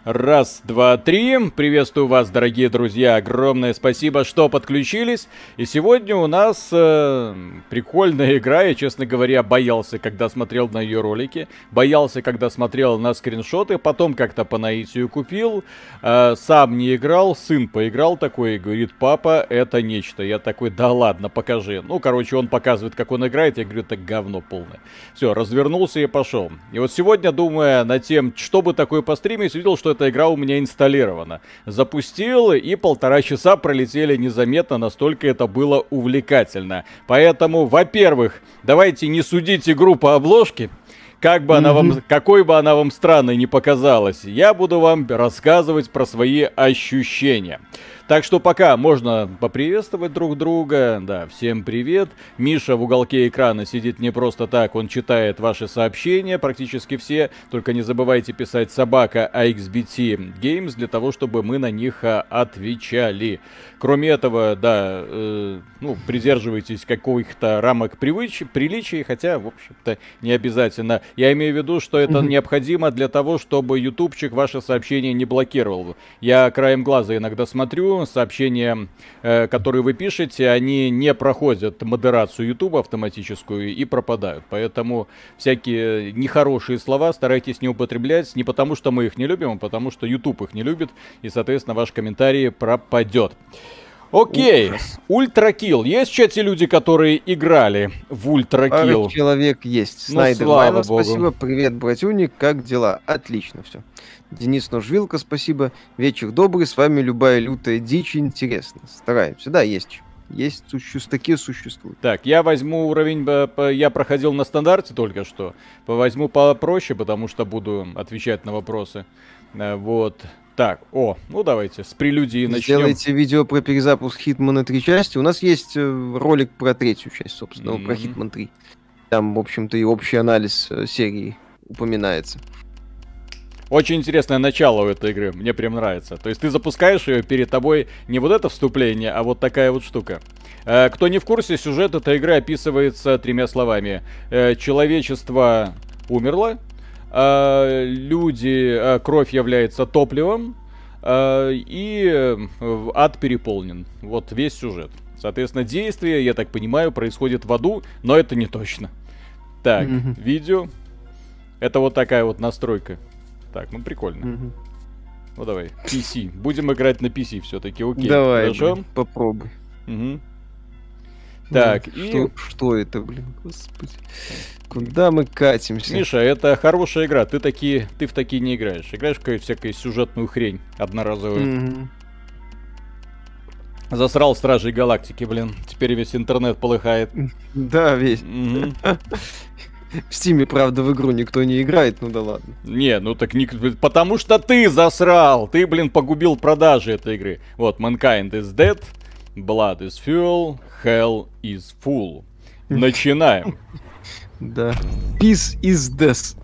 Раз, два, три. Приветствую вас, дорогие друзья. Огромное спасибо, что подключились. И сегодня у нас прикольная игра. Я, честно говоря, боялся, когда смотрел на ее ролики. Боялся, когда смотрел на скриншоты. Потом как-то по наитию купил. Сам не играл, сын поиграл такой и говорит: папа, это нечто. Я такой: да ладно, покажи. Ну, короче, он показывает, как он играет. Я говорю: это говно полное. Все, развернулся и пошел. И вот сегодня, думая над тем, что бы такое постримить, увидел, что эта игра у меня инсталлирована. Запустил, и 1,5 часа пролетели незаметно, настолько это было увлекательно. Поэтому, во-первых, давайте не судить игру по обложке. Как бы она вам, какой бы она вам странной не показалась, я буду вам рассказывать про свои ощущения. Так что пока можно поприветствовать друг друга. Да, всем привет. Миша в уголке экрана сидит не просто так, он читает ваши сообщения, практически все. Только не забывайте писать собака AXBT Games для того, чтобы мы на них отвечали. Кроме этого, да, придерживайтесь каких-то рамок приличий, хотя, в общем-то, не обязательно. Я имею в виду, что это необходимо для того, чтобы ютубчик ваши сообщения не блокировал. Я краем глаза иногда смотрю, сообщения, которые вы пишете, они не проходят модерацию ютуба автоматическую и пропадают. Поэтому всякие нехорошие слова старайтесь не употреблять, не потому что мы их не любим, а потому что ютуб их не любит, и, соответственно, ваш комментарий пропадет. Окей, Ультракилл. Есть в чате люди, которые играли в Ультракилл? Человек есть. Снайдер Лайна, спасибо. Привет, братюник, как дела? Отлично все. Денис Ножвилка, спасибо. Вечер добрый, с вами любая лютая дичь, интересно. Стараемся, да, есть. Есть, такие существуют. Так, я возьму уровень, я проходил на стандарте только что. Возьму попроще, потому что буду отвечать на вопросы. Вот. Так, давайте с прелюдии начнем. Сделайте видео про перезапуск Хитмана 3 части. У нас есть ролик про 3-ю часть, собственно, про Хитман 3. Там, в общем-то, и общий анализ серии упоминается. Очень интересное начало у этой игры, мне прям нравится. То есть ты запускаешь ее, перед тобой не вот это вступление, а вот такая вот штука. Кто не в курсе, сюжет этой игры описывается 3 словами. Человечество умерло. Люди, кровь является топливом, и ад переполнен. Вот весь сюжет. Соответственно, действие, я так понимаю, происходит в аду, но это не точно. Так, видео. Это вот такая вот настройка. Так, прикольно. Ну давай, PC. Будем играть на PC все-таки, окей. Давай, хорошо? Блин, попробуй. Так, Что это, блин, господи. Куда мы катимся? Миша, это хорошая игра, ты в такие не играешь. Играешь в какую-то всякую сюжетную хрень одноразовую. Засрал Стражей Галактики, блин. Теперь весь интернет полыхает. Да, весь. В Стиме, правда, в игру никто не играет, ну да ладно. Не, потому что ты засрал. Ты, блин, погубил продажи этой игры. Вот, Mankind is dead, Blood is fuel, Hell is full. Начинаем. Да. Peace is death.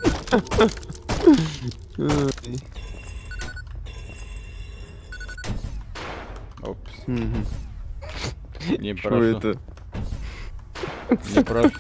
Опс. Не прошу. Что это? Не прошу.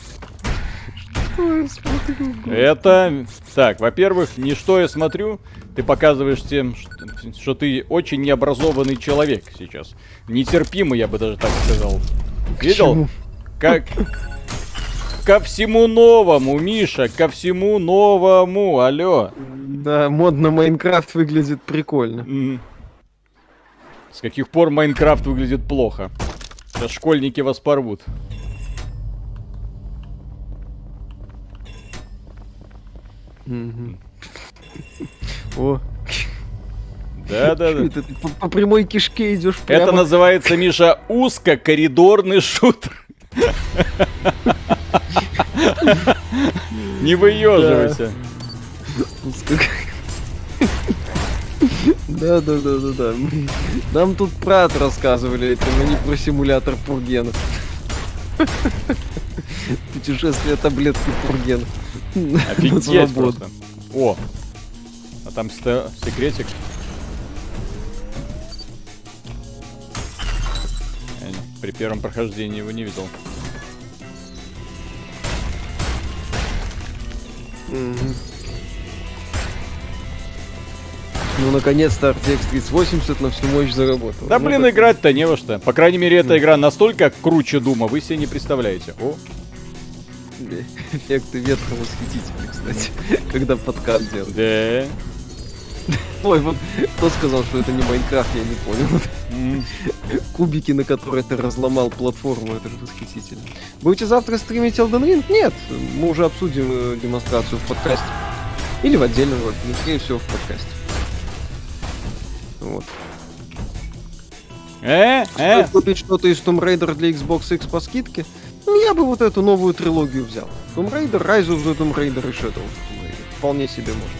Это... Так, во-первых, не что я смотрю, ты показываешь тем, что ты очень необразованный человек сейчас. Нетерпимый, я бы даже так сказал. Видел? Как... Ко всему новому, Миша, ко всему новому, алло. Да, модно Майнкрафт выглядит прикольно. С каких пор Майнкрафт выглядит плохо? Сейчас школьники вас порвут. О. Да. Ты по прямой кишке идешь прямо. Это называется, Миша, узкокоридорный шутер. Не выеживайся. Да. Нам тут про ад рассказывали, это мы не про симулятор пургенов. Путешествие таблетки пурген. Офигеть просто. О, а там секретик. При первом прохождении его не видел. Ну, наконец-то RTX 3080 на всю мощь заработал. Да, ну, блин, играть-то не во что. По крайней мере, эта игра настолько круче Дума, вы себе не представляете. О. Эффекты ветра восхитительны, кстати, когда подкаст делают. Да. Ой, вот кто сказал, что это не Майнкрафт, я не понял. Кубики, на которые ты разломал платформу, это же восхитительно. Будете завтра стримить Elden Ring? Нет, мы уже обсудим демонстрацию в подкасте. Или в отдельном ролике, но скорее всего в подкасте. Вот. Стоит купить что-то из Tomb Raider для Xbox X по скидке? Ну, я бы вот эту новую трилогию взял. Tomb Raider, Rise of the Tomb Raider и Shadow of the Tomb Raider. Вполне себе можно.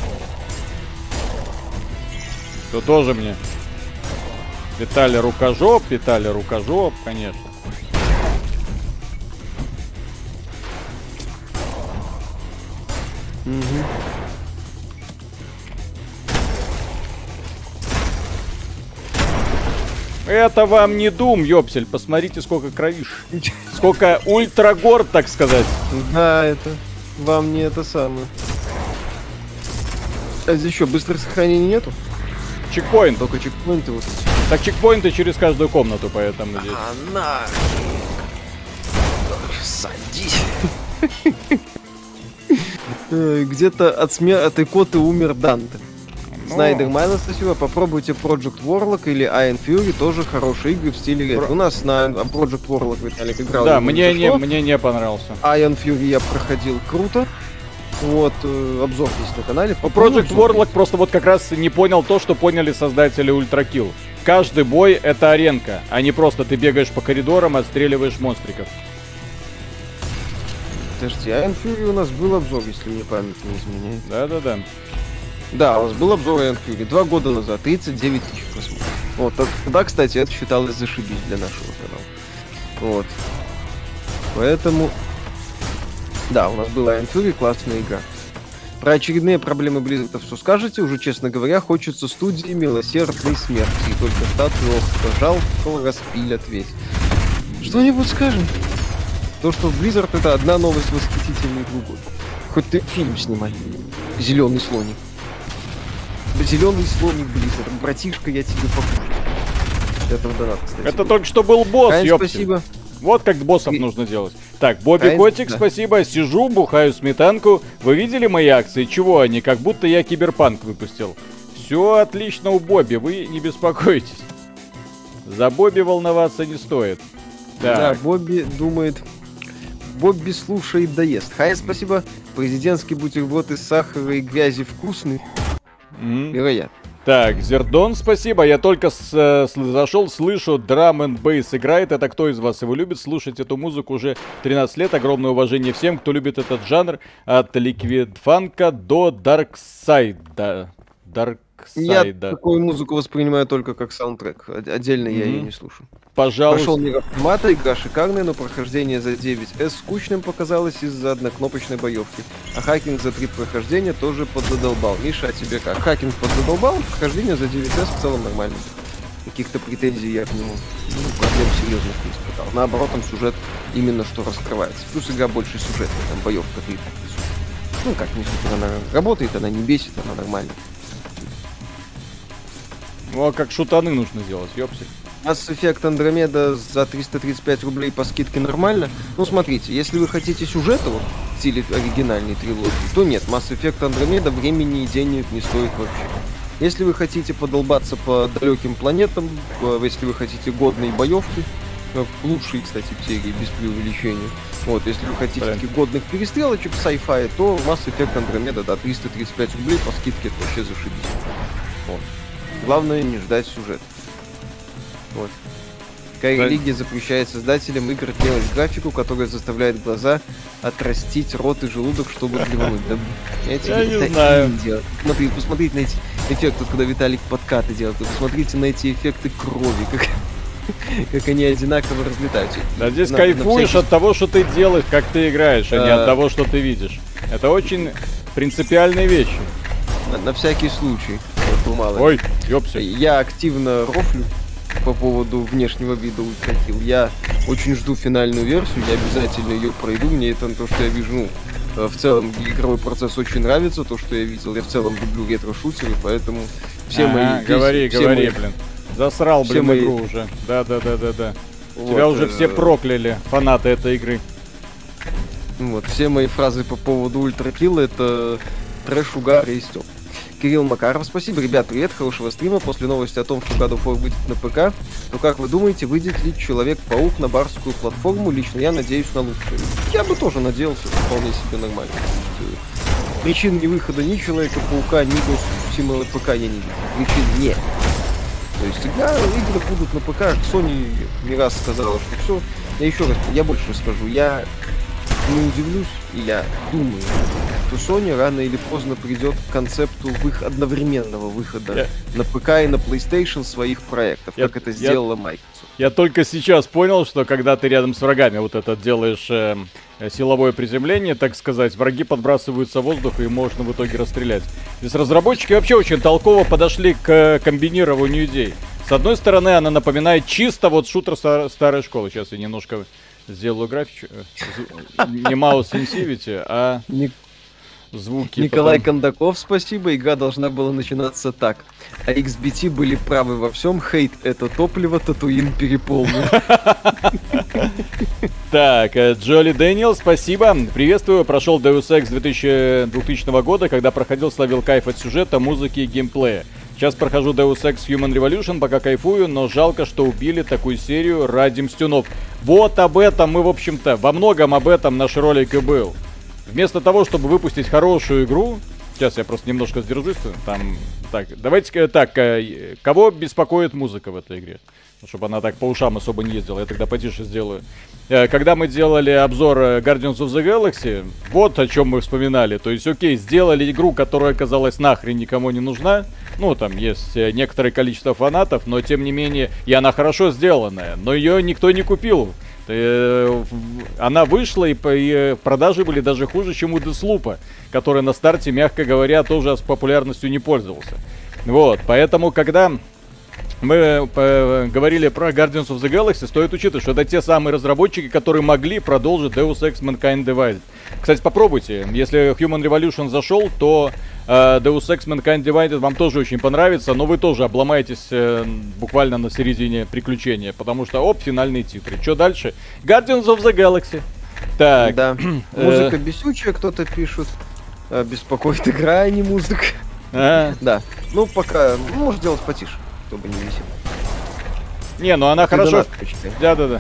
То тоже мне. Виталий рукожоп, конечно. Угу. Это вам не Doom, ёпсель. Посмотрите, сколько кровиш. Сколько ультрагор, так сказать. Да, это вам не это самое. А здесь что, быстрых сохранений нету? Чекпоинт. Только чекпоинты вот. Так чекпоинты через каждую комнату, поэтому здесь. Садись. Где-то от икоты умер Данте. Снайдер Майна, спасибо. Попробуйте Project Warlock или Iron Fury, тоже хорошие игры в стиле ретро. У нас на Project Warlock Виталик играл. Да, мне не понравился. Iron Fury я проходил круто. Вот, обзор есть на канале. Project Warlock просто вот как раз не понял то, что поняли создатели Ultra Kill. Каждый бой это аренка, а не просто ты бегаешь по коридорам, отстреливаешь монстриков. Подожди, Iron Fury у нас был обзор, если мне память не изменяет. Да. Да, у нас был обзор Iron Fury 2 года назад, 39 тысяч просмотров. Вот, тогда, кстати, это считалось зашибись для нашего канала. Вот. Поэтому... Да, у нас была Iron Fury, классная игра. Про очередные проблемы Blizzard все скажете, уже, честно говоря, хочется студии милосердной смерти. И только статую пожалуйста, распилят весь. Что-нибудь скажем? То, что Blizzard это одна новость восхитительнее другой. Хоть ты фильм снимай. Зеленый слоник. Зеленый слоник Blizzard. Братишка, я тебе покушаю. Это донат, кстати. Это только что был босс, ёпсель. Спасибо. Вот как боссов нужно делать. Так, Бобби Котик, да. Спасибо. Сижу, бухаю сметанку. Вы видели мои акции? Чего они? Как будто я Киберпанк выпустил. Все отлично у Бобби, вы не беспокойтесь. За Бобби волноваться не стоит. Так. Да, Бобби думает... Бобби слушает, да ест. Хай, спасибо. Президентский бутерброд из сахара и грязи вкусный. Вероятно. Так, Зердон, спасибо. Я только зашел, слышу, Drum and Bass играет. Это кто из вас его любит? Слушать эту музыку уже 13 лет. Огромное уважение всем, кто любит этот жанр. От ликвид-фанка до дарксайда. Я такую музыку воспринимаю только как саундтрек. Отдельно я ее не слушаю. Пожалуйста. Пошел Мир Автомата, игра шикарная, но прохождение за 9S скучным показалось из-за однокнопочной боевки. А хакинг за 3 прохождения тоже подзадолбал. Миша, а тебе как? Хакинг подзадолбал, прохождение за 9S в целом нормально. Каких-то претензий я к нему, проблем серьезных не испытал. Наоборот, там сюжет именно что раскрывается. Плюс игра больше сюжетная, там боевка ты и так не супер. Ну как не супер, она работает, она не бесит, она нормальная. Ну а как шутаны нужно делать, ёпсель. Mass Effect Andromeda за 335 рублей по скидке нормально. Ну смотрите, если вы хотите сюжета вот, в стиле оригинальной трилогии, то нет, Mass Effect Andromeda времени и денег не стоит вообще. Если вы хотите подолбаться по далеким планетам, если вы хотите годные боевки, лучшие, кстати, в серии, без преувеличения. Вот, если вы хотите таких годных перестрелочек, sci-fi, то Mass Effect Andromeda, да, 335 рублей по скидке, это вообще зашибись. Вот. Главное не ждать сюжета. Вот. Skyrim запрещает создателям игр делать графику, которая заставляет глаза отрастить рот и желудок, чтобы блевануть. Да, я не знаю. Посмотрите на эти эффекты, когда Виталик подкаты делает. Посмотрите на эти эффекты крови, как они одинаково разлетаются. Да здесь кайфуешь от того, что ты делаешь, как ты играешь, а не от того, что ты видишь. Это очень принципиальные вещи. На всякий случай. Мало. Ой, ёпсель. Я активно рофлю по поводу внешнего вида Ультракилл. Я очень жду финальную версию, я обязательно ее пройду. Мне это то, что я вижу, в целом игровой процесс очень нравится, то, что я видел. Я в целом люблю ретро-шутеры, поэтому все мои... Говори, блин. Засрал, блин, игру уже. Да. Вот, тебя уже все прокляли, фанаты этой игры. Вот, все мои фразы по поводу ультракилла — это трэш, угар и стёб. Кирилл Макаров, спасибо. Ребят, привет, хорошего стрима. После новости о том, что God of War выйдет на ПК, то как вы думаете, выйдет ли Человек-паук на барскую платформу? Лично я надеюсь на лучшее. Я бы тоже надеялся, вполне себе нормально. Причин ни выхода ни Человека-паука, ни Ghost ПК я не вижу. Причин нет. То есть игры будут на ПК. Sony не раз сказала, что все. Я еще раз, я больше скажу. Я не удивлюсь, и я думаю, что Sony рано или поздно придет к концепту одновременного выхода на ПК и на PlayStation своих проектов, как это сделала Microsoft. Я только сейчас понял, что когда ты рядом с врагами вот это делаешь силовое приземление, так сказать, враги подбрасываются в воздух и можно в итоге расстрелять. Здесь разработчики вообще очень толково подошли к комбинированию идей. С одной стороны, она напоминает чисто вот шутер старой школы. Сейчас я немножко сделаю графику. Не mouse sensitivity, а звуки. Николай Кондаков, спасибо. Игра должна была начинаться так. А XBT были правы во всем. Хейт — это топливо, Татуин переполнен. Так, Джоли Дэниел, спасибо. Приветствую. Прошел Deus Ex 2000 года, когда проходил, словил кайф от сюжета, музыки и геймплея. Сейчас прохожу Deus Ex Human Revolution, пока кайфую, но жалко, что убили такую серию ради мстюнов. Вот об этом мы, в общем-то, во многом об этом наш ролик и был. Вместо того, чтобы выпустить хорошую игру... Сейчас я просто немножко сдержусь. Там, так, давайте так, кого беспокоит музыка в этой игре? Чтобы она так по ушам особо не ездила, я тогда потише сделаю. Когда мы делали обзор Guardians of the Galaxy, вот о чем мы вспоминали. То есть, окей, сделали игру, которая оказалась нахрен никому не нужна. Ну, там есть некоторое количество фанатов, но тем не менее, и она хорошо сделанная. Но ее никто не купил. Она вышла, и продажи были даже хуже, чем у Deathloop, который на старте, мягко говоря, тоже с популярностью не пользовался. Вот, поэтому, когда мы говорили про Guardians of the Galaxy, стоит учитывать, что это те самые разработчики, которые могли продолжить Deus Ex Mankind Divided. Кстати, попробуйте, если Human Revolution зашел, то Deus Ex Mankind Divided вам тоже очень понравится, но вы тоже обломаетесь буквально на середине приключения, потому что, финальные титры. Что дальше? Guardians of the Galaxy. Так. Да. Музыка бесючая, кто-то пишет. Беспокоит игра, а не музыка. Да. Ну, пока, можешь делать потише, чтобы не висел. Не, ну она хорошо. Да.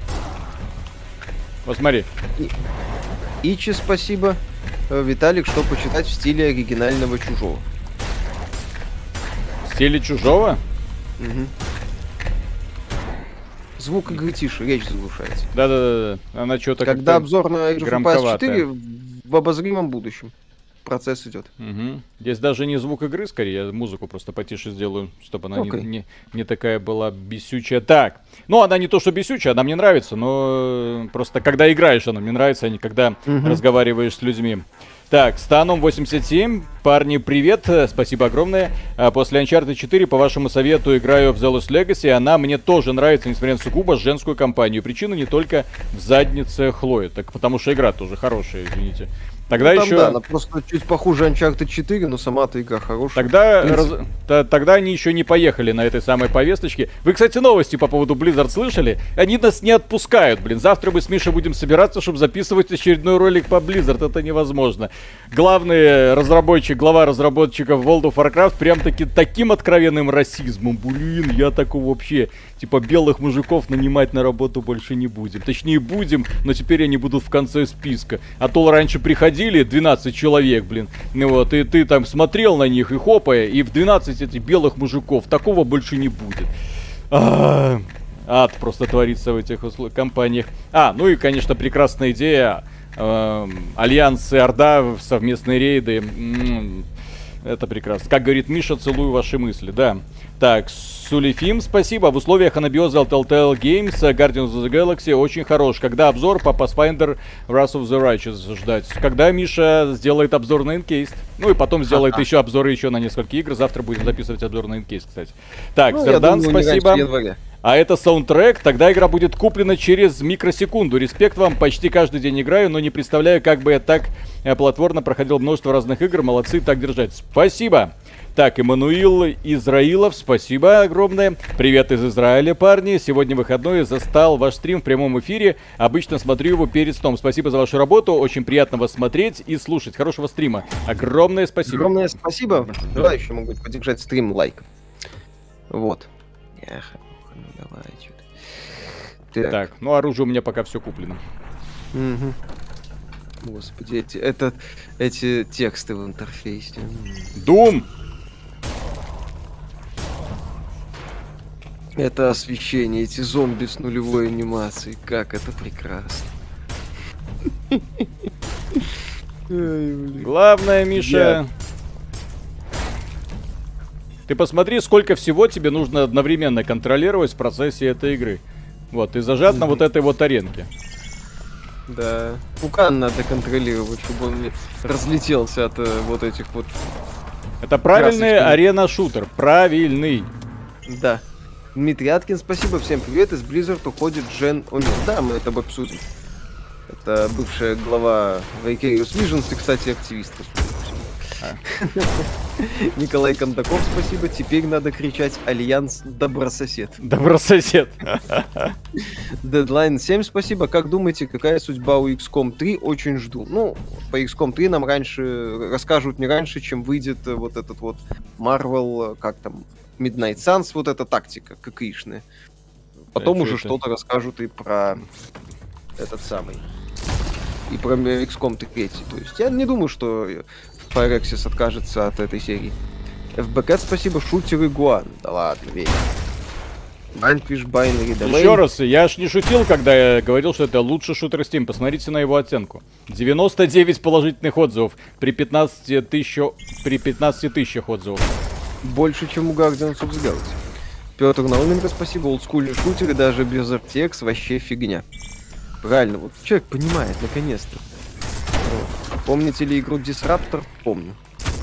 Вот смотри. Ичи, спасибо. Виталик, что почитать в стиле оригинального Чужого? В стиле Чужого? Угу. Звук игры тише, речь заглушается. Да. Она что-то когда обзор на Age of Empires 4 в обозримом будущем. Процесс идет. Угу. Здесь даже не звук игры, скорее, я музыку просто потише сделаю, чтобы она не такая была бесючая. Так, ну она не то что бесючая, она мне нравится, но просто когда играешь, она мне нравится, а не когда разговариваешь с людьми. Так, Станом 87, парни, привет, спасибо огромное. После Uncharted 4, по вашему совету, играю в The Lost Legacy, она мне тоже нравится, несмотря на сугубо женскую компанию. Причина не только в заднице Хлои, так потому что игра тоже хорошая, извините. Тогда ну, еще... Да, она просто чуть похуже Uncharted 4, но сама-то игра хорошая. Тогда они еще не поехали на этой самой повесточке. Вы, кстати, новости по поводу Blizzard слышали? Они нас не отпускают, блин. Завтра мы с Мишей будем собираться, чтобы записывать очередной ролик по Blizzard. Это невозможно. Главный разработчик, глава разработчиков World of Warcraft прям-таки таким откровенным расизмом. Блин, я такого вообще... Типа белых мужиков нанимать на работу больше не будем. Точнее будем, но теперь они будут в конце списка. А то раньше приходили 12 человек, блин. Ну вот, и ты там смотрел на них и хопая, и в 12 этих белых мужиков. Такого больше не будет. Ад просто творится в этих компаниях. Ну и, конечно, прекрасная идея. Альянс и Орда, совместные рейды. Это прекрасно. Как говорит Миша, целую ваши мысли, да. Так, Сулифим, спасибо. В условиях анабиоза Telltale Games Guardians of the Galaxy очень хорош. Когда обзор по Pathfinder Wrath of the Righteous ждать? Когда Миша сделает обзор на Encased. Ну и потом сделает еще обзоры еще на несколько игр. Завтра будем записывать обзор на Encased, кстати. Так, Зердан, спасибо. а это саундтрек, тогда игра будет куплена через микросекунду. Респект вам, почти каждый день играю, но не представляю, как бы я так платформно проходил множество разных игр. Молодцы, так держать. Спасибо. Так, Эммануил Израилов, спасибо огромное. Привет из Израиля, парни. Сегодня выходной, застал ваш стрим в прямом эфире. Обычно смотрю его перед сном. Спасибо за вашу работу. Очень приятно вас смотреть и слушать. Хорошего стрима. Огромное спасибо. Огромное спасибо. Желающие могут поддержать стрим лайком. Вот. Ну давай, что-то. Так, ну оружие у меня пока все куплено. Угу. Господи, эти тексты в интерфейсе. Doom! Это освещение, эти зомби с нулевой анимацией. Как это прекрасно. Главное, Миша... Ты посмотри, сколько всего тебе нужно одновременно контролировать в процессе этой игры. Вот, ты зажат на вот этой вот аренке. Да. Пукан надо контролировать, чтобы он не разлетелся от вот этих вот... Это правильный арена-шутер. Правильный. Да. Дмитрий Аткин, спасибо. Всем привет. Из Blizzard уходит Джен Омир. Да, мы это обсудим. Это бывшая глава Vicarious Visions и, кстати, активистка. Николай Кондаков, спасибо. Теперь надо кричать Альянс Добрососед. Добрососед. Deadline 7, спасибо. Как думаете, какая судьба у XCOM 3? Очень жду. Ну, по XCOM 3 нам расскажут не раньше, чем выйдет вот этот вот Marvel, как там, Midnight Suns, вот эта тактика ККИшная. Потом уже что-то расскажут и про этот самый. И про XCOM 3. То есть я не думаю, что Firaxis откажется от этой серии. FBCat, спасибо. Шутер Игуан. Да ладно, верь. Vanquish Binary Domain. Еще раз, я ж не шутил, когда я говорил, что это лучший шутер Steam. Посмотрите на его оценку. 99 положительных отзывов при 15 тысячах отзывов. Больше, чем у Guardians of the Galaxy. Петр Науменко, спасибо. Олдскульный шутер и даже без RTX вообще фигня. Правильно, вот человек понимает, наконец-то. Вот. Помните ли игру Disruptor? Помню.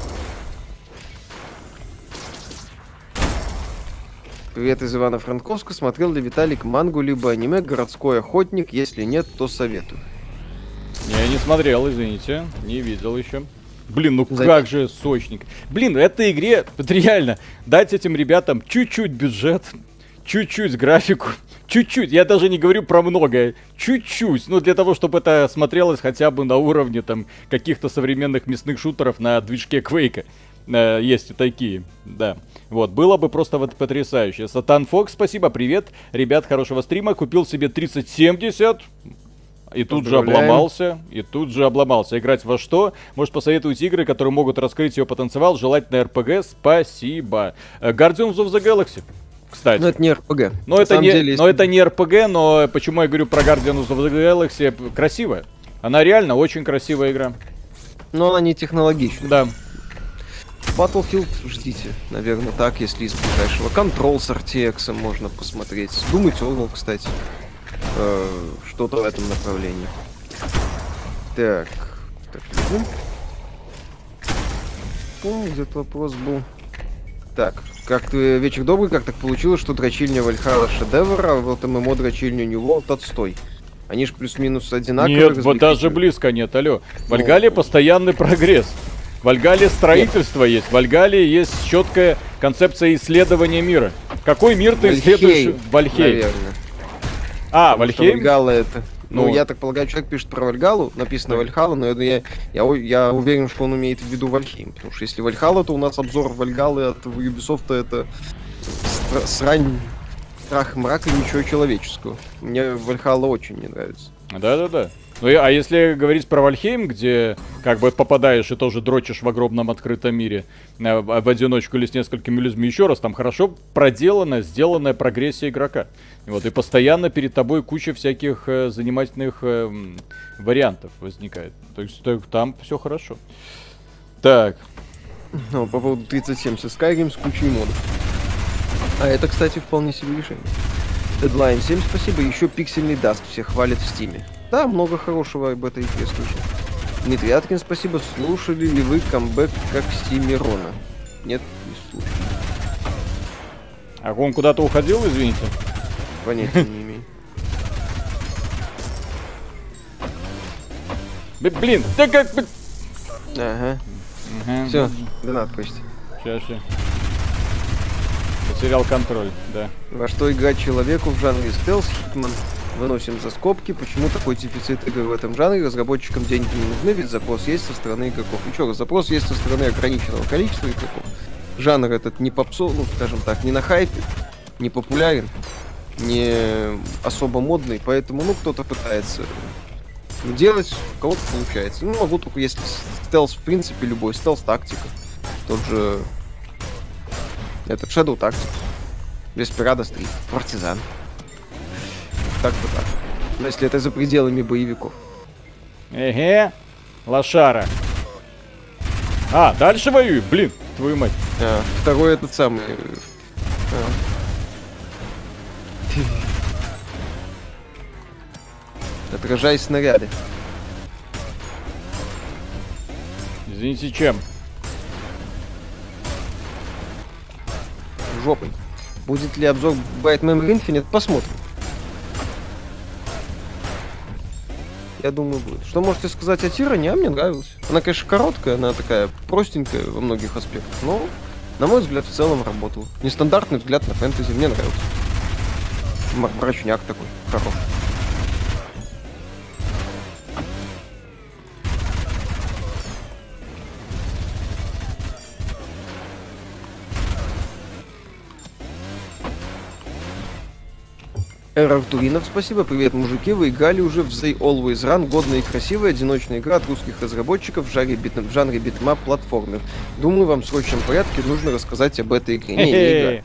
Привет из Ивана Франковска. Смотрел ли Виталик мангу либо аниме «Городской охотник»? Если нет, то советую. Я не смотрел, извините. Не видел еще. Блин, ну как же сочник. Блин, в этой игре, вот реально, дать этим ребятам чуть-чуть бюджет, чуть-чуть графику, чуть-чуть, я даже не говорю про многое, чуть-чуть, ну для того, чтобы это смотрелось хотя бы на уровне там каких-то современных мясных шутеров на движке Quake. Есть и такие, да. Вот, было бы просто вот потрясающе. Сатан Фокс, спасибо, привет. Ребят, хорошего стрима. Купил себе 3070. И тут же обломался, Играть во что? Может, посоветуете игры, которые могут раскрыть ее потенциал, желательно RPG? Спасибо. Guardians of the Galaxy, кстати. Но это не RPG. Но это не RPG, но почему я говорю про Guardians of the Galaxy? Красивая. Она реально очень красивая игра. Но она не технологичная. Да. Battlefield ждите, наверное, так, если из ближайшего. Control с RTX можно посмотреть. Doom Eternal, кстати. Что-то в этом направлении. Так. Помню, где-то вопрос был. Так, как ты, вечер добрый, как так получилось, что дрочильня Вальхалла шедевр, а вот ММО дрочильня New World отстой? Они же плюс-минус одинаковые. Нет, вот даже близко нет, алло. В Вальгалле постоянный прогресс. В Вальгалле строительство есть, в Вальгалле есть четкая концепция исследования мира. Какой мир ты исследуешь в Вальхейм? Наверное. Вальхейм? Вальгалла это... Ну, я так полагаю, человек пишет про Вальгаллу, написано Вальхалла, но я уверен, что он имеет в виду Вальхейм. Потому что если Вальхалла, то у нас обзор Вальгаллы от Ubisoft это срань, страх, мрак и ничего человеческого. Мне Вальхалла очень не нравится. Да-да-да. Ну, а если говорить про Вальхейм, где как бы попадаешь и тоже дрочишь в огромном открытом мире в одиночку или с несколькими людьми, еще раз, там хорошо сделанная прогрессия игрока. Вот, и постоянно перед тобой куча всяких занимательных вариантов возникает. То есть там все хорошо. Так. Ну, по поводу 3070 Skyrim с кучей модов. А это, кстати, вполне себе решение. Deadline 7, спасибо. Еще пиксельный Даст все хвалят в Стиме. Да, много хорошего об этой игре слышал. Дмитрий Аткин, спасибо. Слушали ли вы камбэк как Стимирона? Нет, не слушали. А он куда-то уходил, извините? Понятия не имею. Блин, да как бы... Ага. Все, донат почти. Сейчас. Потерял контроль, да. Во что играть человеку в жанре стелс, Hitman? Выносим за скобки. Почему такой дефицит игр в этом жанре? Разработчикам деньги не нужны, ведь запрос есть со стороны игроков. Еще раз, запрос есть со стороны ограниченного количества игроков. Жанр этот не попсов, ну, скажем так, не на хайпе, не популярен, не особо модный, поэтому, ну, кто-то пытается делать, у кого-то получается. Ну, могу только, если стелс, в принципе, любой стелс-тактика. Тот же... этот Shadow Tactics, Desperados 3, Партизан. Так-то так. Но если это за пределами боевиков. Эге, лошара. А, дальше воюй, блин, твою мать. Второй этот самый... Отражай снаряды. Извините, чем? Жопой. Будет ли обзор Batman Infinite? Посмотрим. Я думаю, будет. Что можете сказать о Тиране? А мне нравилась. Она, конечно, короткая, она такая простенькая во многих аспектах, но, на мой взгляд, в целом работала. Нестандартный взгляд на фэнтези, мне нравился. Мрачняк такой, хороший. Эррор Туринов, спасибо. Привет, мужики. Вы играли уже в They Always Run. Годная и красивая одиночная игра от русских разработчиков в жанре битмап платформер. Думаю, вам в срочном порядке нужно рассказать об этой игре. Не играли.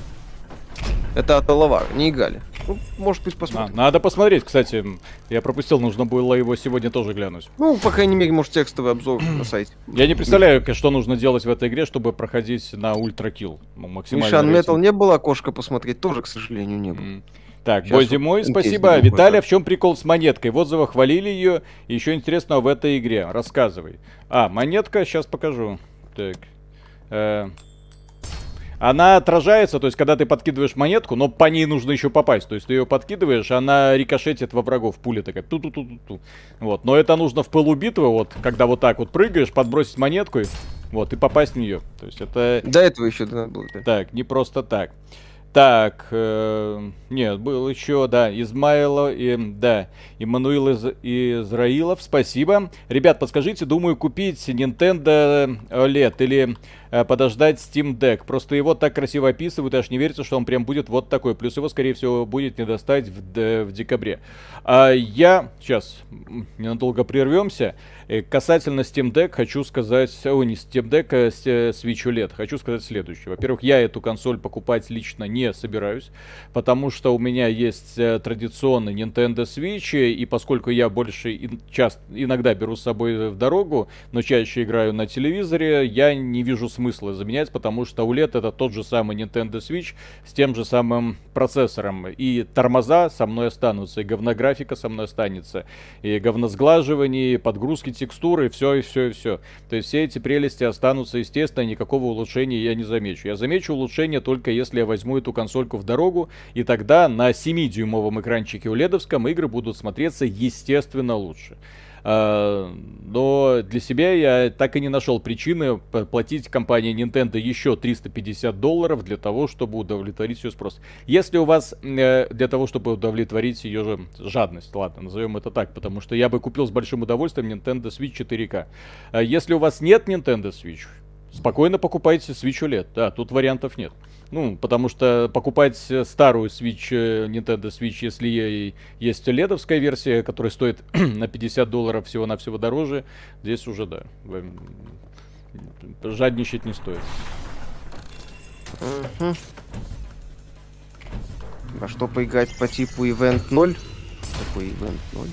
Это от Алавара, не играли. Ну, может быть, посмотрим. Надо посмотреть, кстати. Я пропустил, нужно было его сегодня тоже глянуть. Ну, по крайней мере, может, текстовый обзор на сайте. Я не представляю, что нужно делать в этой игре, чтобы проходить на ультракилл. Мишан Метал не было, окошко посмотреть тоже, к сожалению, не было. Так, бой зимой, спасибо. Виталий, в чем прикол с монеткой? В отзывах хвалили ее. Еще интересного в этой игре. Рассказывай. Монетка, сейчас покажу. Так. Она отражается, то есть, когда ты подкидываешь монетку, но по ней нужно еще попасть. То есть, ты ее подкидываешь, она рикошетит во врагов. Пуля такая. Ту-ту-ту-ту-ту. Вот. Но это нужно в пылу битвы, вот, когда вот так вот прыгаешь, подбросить монетку, вот, и попасть в нее. То есть, это... До этого еще надо было. Так, не просто так. Так, нет, был еще, да, Измайлов, Иммануил Израилов, спасибо. Ребят, подскажите, думаю купить Nintendo OLED или подождать Steam Deck. Просто его так красиво описывают, аж не верится, что он прям будет вот такой. Плюс его, скорее всего, будет не достать в декабре. Сейчас ненадолго прервемся. Касательно Steam Deck хочу сказать... не Steam Deck, а Switch OLED. Хочу сказать следующее. Во-первых, я эту консоль покупать лично не собираюсь, потому что у меня есть традиционный Nintendo Switch, и поскольку я больше иногда беру с собой в дорогу, но чаще играю на телевизоре, я не вижу смысла заменять, потому что OLED это тот же самый Nintendo Switch с тем же самым процессором. И тормоза со мной останутся, и говнографика со мной останется, и говносглаживание, и подгрузки текстуры, все. То есть все эти прелести останутся, естественно, никакого улучшения я не замечу. Я замечу улучшение только если я возьму эту консольку в дорогу, и тогда на 7-дюймовом экранчике OLED-овском игры будут смотреться, естественно, лучше. Но для себя я так и не нашел причины платить компании Nintendo еще $350 для того, чтобы удовлетворить ее спрос. Если у вас для того, чтобы удовлетворить ее же жадность, ладно, назовем это так, потому что я бы купил с большим удовольствием Nintendo Switch 4K. Если у вас нет Nintendo Switch, спокойно покупайте Switch OLED. Да, тут вариантов нет. Ну, потому что покупать старую Switch, Nintendo Switch, если есть OLED-овская версия, которая стоит на $50 всего-навсего дороже, здесь уже, да, жадничать не стоит. А что поиграть по типу Event 0? Такой Event 0.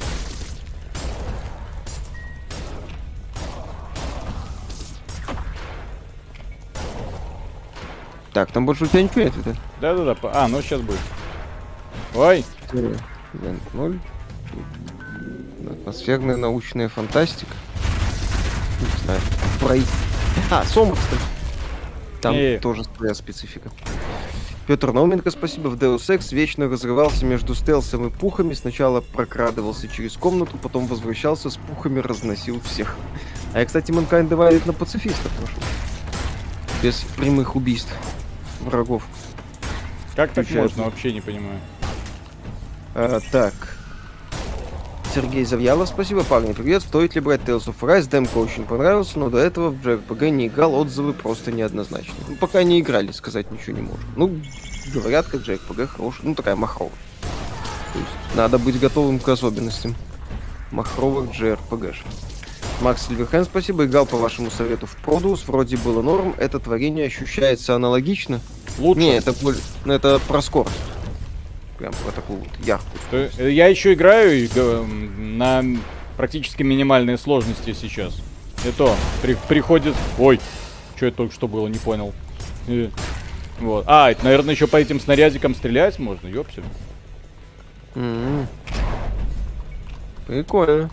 Так, там больше у тебя ничего нет, да? Да. Ну сейчас будет. Ой! Event 0. Атмосферная научная фантастика. Не знаю. Сомов, кстати. Там тоже своя специфика. Петр Науменко, спасибо. В Deus Ex вечно разрывался между стелсом и пухами. Сначала прокрадывался через комнату, потом возвращался с пухами, разносил всех. А я, кстати, Mankind Divided на пацифиста прошел. Без прямых убийств врагов. Как так можно? Вообще не понимаю. Так. Сергей Завьялов, спасибо. Парни, привет. Стоит ли брать Tales of Arise? Демка очень понравился, но до этого в JRPG не играл, отзывы просто неоднозначные. Ну, пока не играли, сказать ничего не можем. Ну, говорят, как JRPG хороший. Ну, такая махровая. То есть, надо быть готовым к особенностям махровых JRPG. Макс Сильверхен, спасибо. Играл по вашему совету в Продус. Вроде было норм. Это творение ощущается аналогично. Лучше. Не, это про скорость. Прям про такую вот яркую. Я еще играю на практически минимальные сложности сейчас. И то приходит... Ой, что это только что было, не понял. Вот. Это, наверное, еще по этим снарядикам стрелять можно, ёпсель. Прикольно.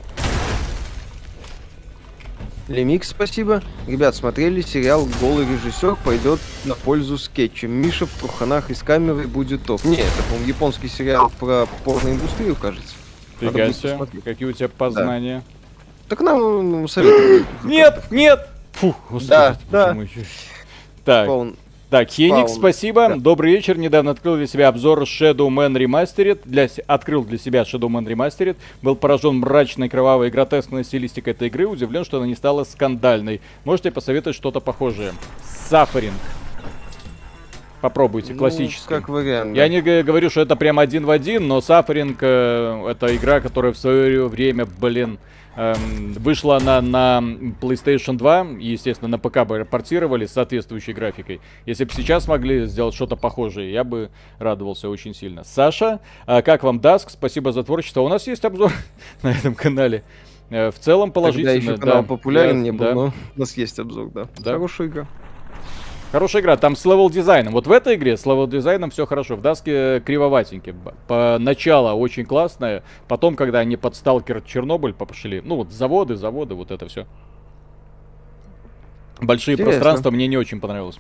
Лемикс, спасибо. Ребят, смотрели сериал «Голый режиссер» пойдет на пользу скетчем. Миша в труханах и с камерой будет топ. Не, это, по-моему, японский сериал про порноиндустрию, кажется. Фига себе, какие у тебя познания. Да. Так нам советую. Нет! Фух, да. Так. Так, Хеникс, спасибо. Да. Добрый вечер. Недавно открыл для себя обзор Shadow Man Remastered. Открыл для себя Shadow Man Remastered. Был поражен мрачной, кровавой и гротескной стилистикой этой игры. Удивлен, что она не стала скандальной. Можете посоветовать что-то похожее? Suffering. Попробуйте, классический. Как вариант. Я не говорю, что это прям один в один, но Suffering это игра, которая в свое время, вышла она на PlayStation 2 и, естественно, на ПК бы портировали с соответствующей графикой. Если бы сейчас могли сделать что-то похожее, я бы радовался очень сильно. Саша, как вам Dusk? Спасибо за творчество. У нас есть обзор на этом канале. В целом положительно. Тогда еще канал популярен не был, но у нас есть обзор, да. Хорошая игра. Хорошая игра, там с левел-дизайном. Вот в этой игре с левел-дизайном все хорошо. В Даске кривоватенький. Начало очень классное. Потом, когда они под Сталкер Чернобыль пошли, ну вот заводы, вот это все. Большие пространства мне не очень понравилось.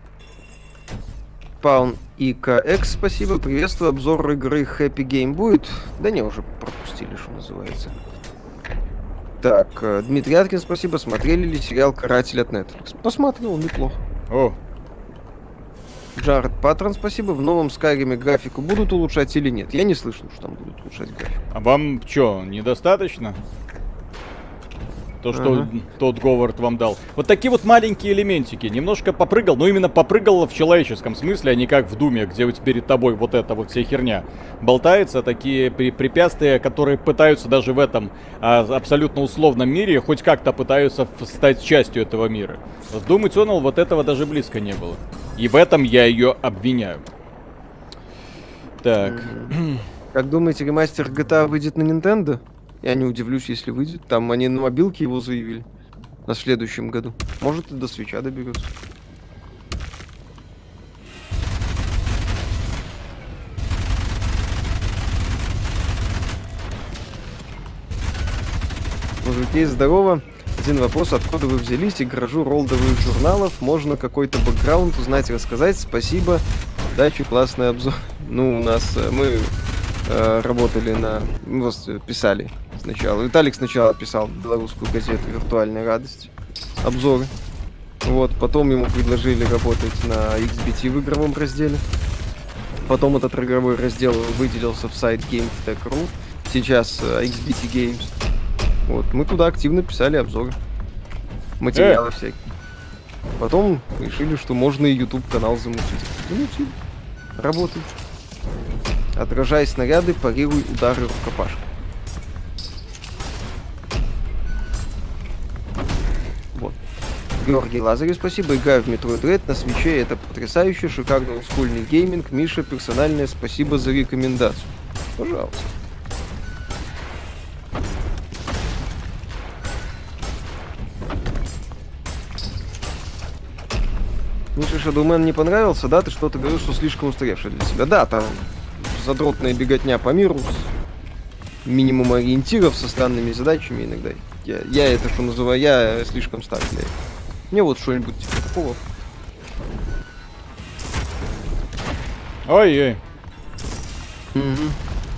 Паун ИКХ, спасибо. Приветствую. Обзор игры Happy Game будет? Да не, уже пропустили, что называется. Так, Дмитрий Аткин, спасибо. Смотрели ли сериал «Каратель» от Netflix? Посмотрел, неплохо. О. Джаред Патрон, спасибо. В новом Скайриме графику будут улучшать или нет? Я не слышал, что там будут улучшать графику. А вам что, недостаточно? То, что тот Говард вам дал. Вот такие вот маленькие элементики. Немножко попрыгал, но именно попрыгал в человеческом смысле, а не как в Думе, где у тебя перед тобой вот эта вот вся херня болтается. Такие препятствия, которые пытаются даже в этом абсолютно условном мире хоть как-то пытаются стать частью этого мира. В Doom Eternal вот этого даже близко не было. И в этом я ее обвиняю. Так. Как думаете, ремастер GTA выйдет на Nintendo? Я не удивлюсь, если выйдет. Там они на мобилке его заявили. На следующем году. Может, и до свеча доберется. Мужики, здорово. Один вопрос, откуда вы взялись и гаражу ролдовых журналов? Можно какой-то бэкграунд узнать, рассказать? Спасибо. Удачи, классный обзор. Ну, у нас мы работали на... писали сначала. Виталик сначала писал белорусскую газету «Виртуальная радость». Обзоры. Вот, потом ему предложили работать на XBT в игровом разделе. Потом этот игровой раздел выделился в сайт GameTech.ru. Сейчас XBT Games. Вот, мы туда активно писали обзоры. Материалы всякие. Потом решили, что можно и YouTube-канал замутить. Замутили. Работает. Отражай снаряды, парируй удары рукопашкой. Вот. Георгий Лазарев, спасибо. Играю в Metroid Dread на свече. Это потрясающе, шикарный олдскульный гейминг. Миша, персональное спасибо за рекомендацию. Пожалуйста. Миша, Shadow Man не понравился, да? Ты что-то говорил, что слишком устаревший для себя. Да, там задротная беготня по миру с минимум ориентиров, со странными задачами иногда. Я это, что называю, я слишком стар для этого. Мне вот что-нибудь типа такого. Ой-ой. Угу.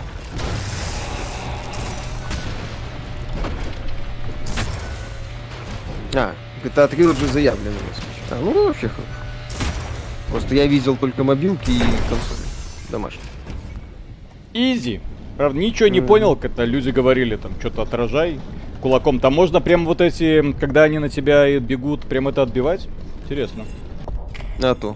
GTA 3 уже заявлено. Ну, вообще хорошо. Просто я видел только мобилки и консоли домашние. Изи. Правда, ничего не понял, когда люди говорили, там, что-то отражай кулаком. Там можно прям вот эти, когда они на тебя бегут, прям это отбивать? Интересно. А то.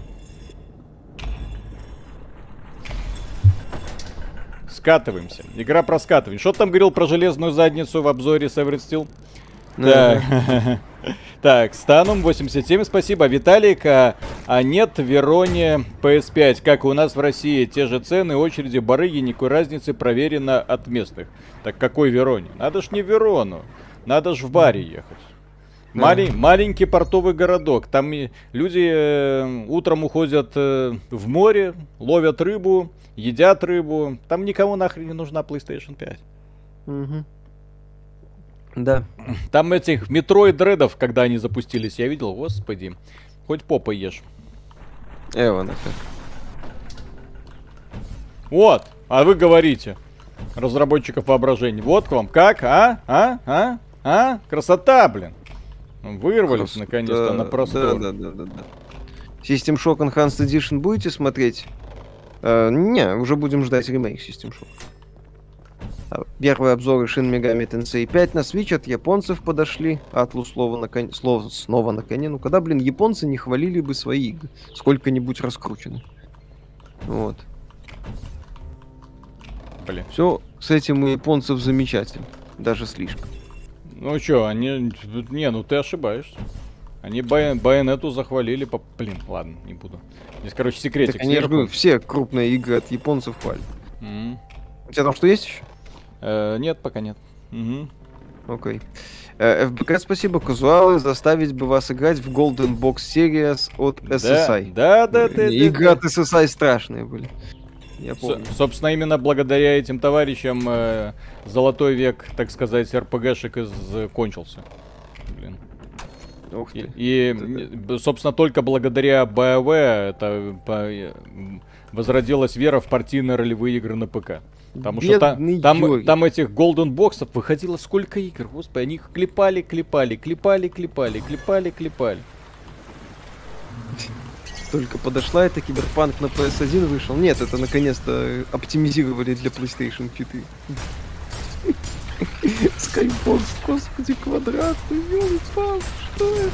Скатываемся. Игра про скатывание. Что ты там говорил про железную задницу в обзоре Severed Steel? Так. Так, Станум 87, спасибо. Виталик, а нет в Вероне PS5, как и у нас в России. Те же цены, очереди, барыги, никакой разницы, проверено от местных. Так какой Вероне? Надо ж не в Верону, надо ж в баре ехать. Маленький портовый городок. Там люди утром уходят в море, ловят рыбу, едят рыбу. Там никому нахрен не нужна PlayStation 5. Угу. Да. Там этих Metroid Dread'ов, когда они запустились, я видел, господи. Хоть попа ешь. Эвана как. Вот, а вы говорите, разработчиков воображения. Вот к вам, как, красота, блин. Вырвались наконец-то на простор. Да. System Shock Enhanced Edition будете смотреть? Не, уже будем ждать ремейк System Shock. Первые обзоры Shin Megami Tensei 5 на Switch от японцев подошли. Атлус снова на коне. Ну когда, блин, японцы не хвалили бы свои игры? Сколько-нибудь раскручены. Вот. Блин. Все с этим у японцев замечательно. Даже слишком. Ну чё, они... Не, ну ты ошибаешься. Они Байонету захвалили по... Блин, ладно, не буду. Здесь, короче, секретик. Так, они же все крупные игры от японцев хвалят. У тебя там что есть еще? Нет, пока нет. Окей. ФБК, спасибо, казуалы, заставить бы вас играть в Golden Box Series от SSI. Да. Игры от SSI страшные были. Я помню. Собственно, именно благодаря этим товарищам золотой век, так сказать, РПГшек кончился. Блин. Ух ты. И собственно, только благодаря BioWare это возродилась вера в партийные ролевые игры на ПК. Потому что там этих Golden Box'ов выходило сколько игр, господи, они их клепали. Только подошла эта Киберпанк на PS1 вышел. Нет, это наконец-то оптимизировали для PlayStation 4. Skybox, господи, квадратный, ёлы-пал, что это?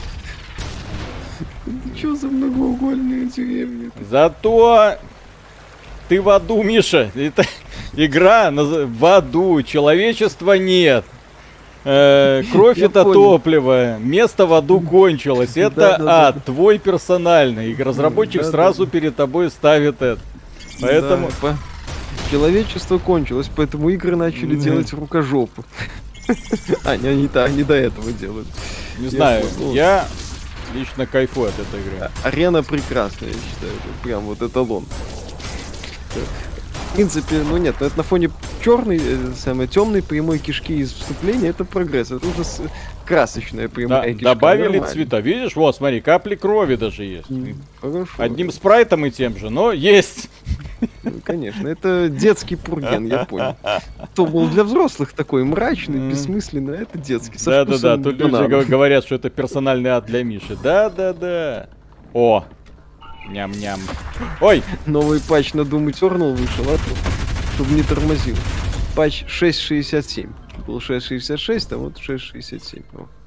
Чё за многоугольные деревья? Зато ты в аду, Миша. Это игра в аду. Человечества нет. Кровь это топливо. Место в аду кончилось. Это ад. Твой персональный. И разработчик сразу перед тобой ставит это. Поэтому... Человечество кончилось, поэтому игры начали делать рукожопы. Они до этого делают. Не знаю, я лично кайфую от этой игры. Арена прекрасная, я считаю. Прям вот эталон. В принципе, ну нет, это на фоне черной, самой темной прямой кишки из вступления, это прогресс. Это уже красочная прямая кишка. Добавили нормально. Цвета. Видишь, вот, смотри, капли крови даже есть. Хорошо. Одним спрайтом и тем же, но есть. Ну, конечно, это детский пурген, я понял. То был для взрослых такой мрачный, бессмысленный, а это детский. Да, тут люди говорят, что это персональный ад для Миши. Да. О! Ням-ням. Ой! Новый патч на Doom Eternal вышел, чтобы не тормозил. Патч 6.67. Был 6.66, а вот 6.67.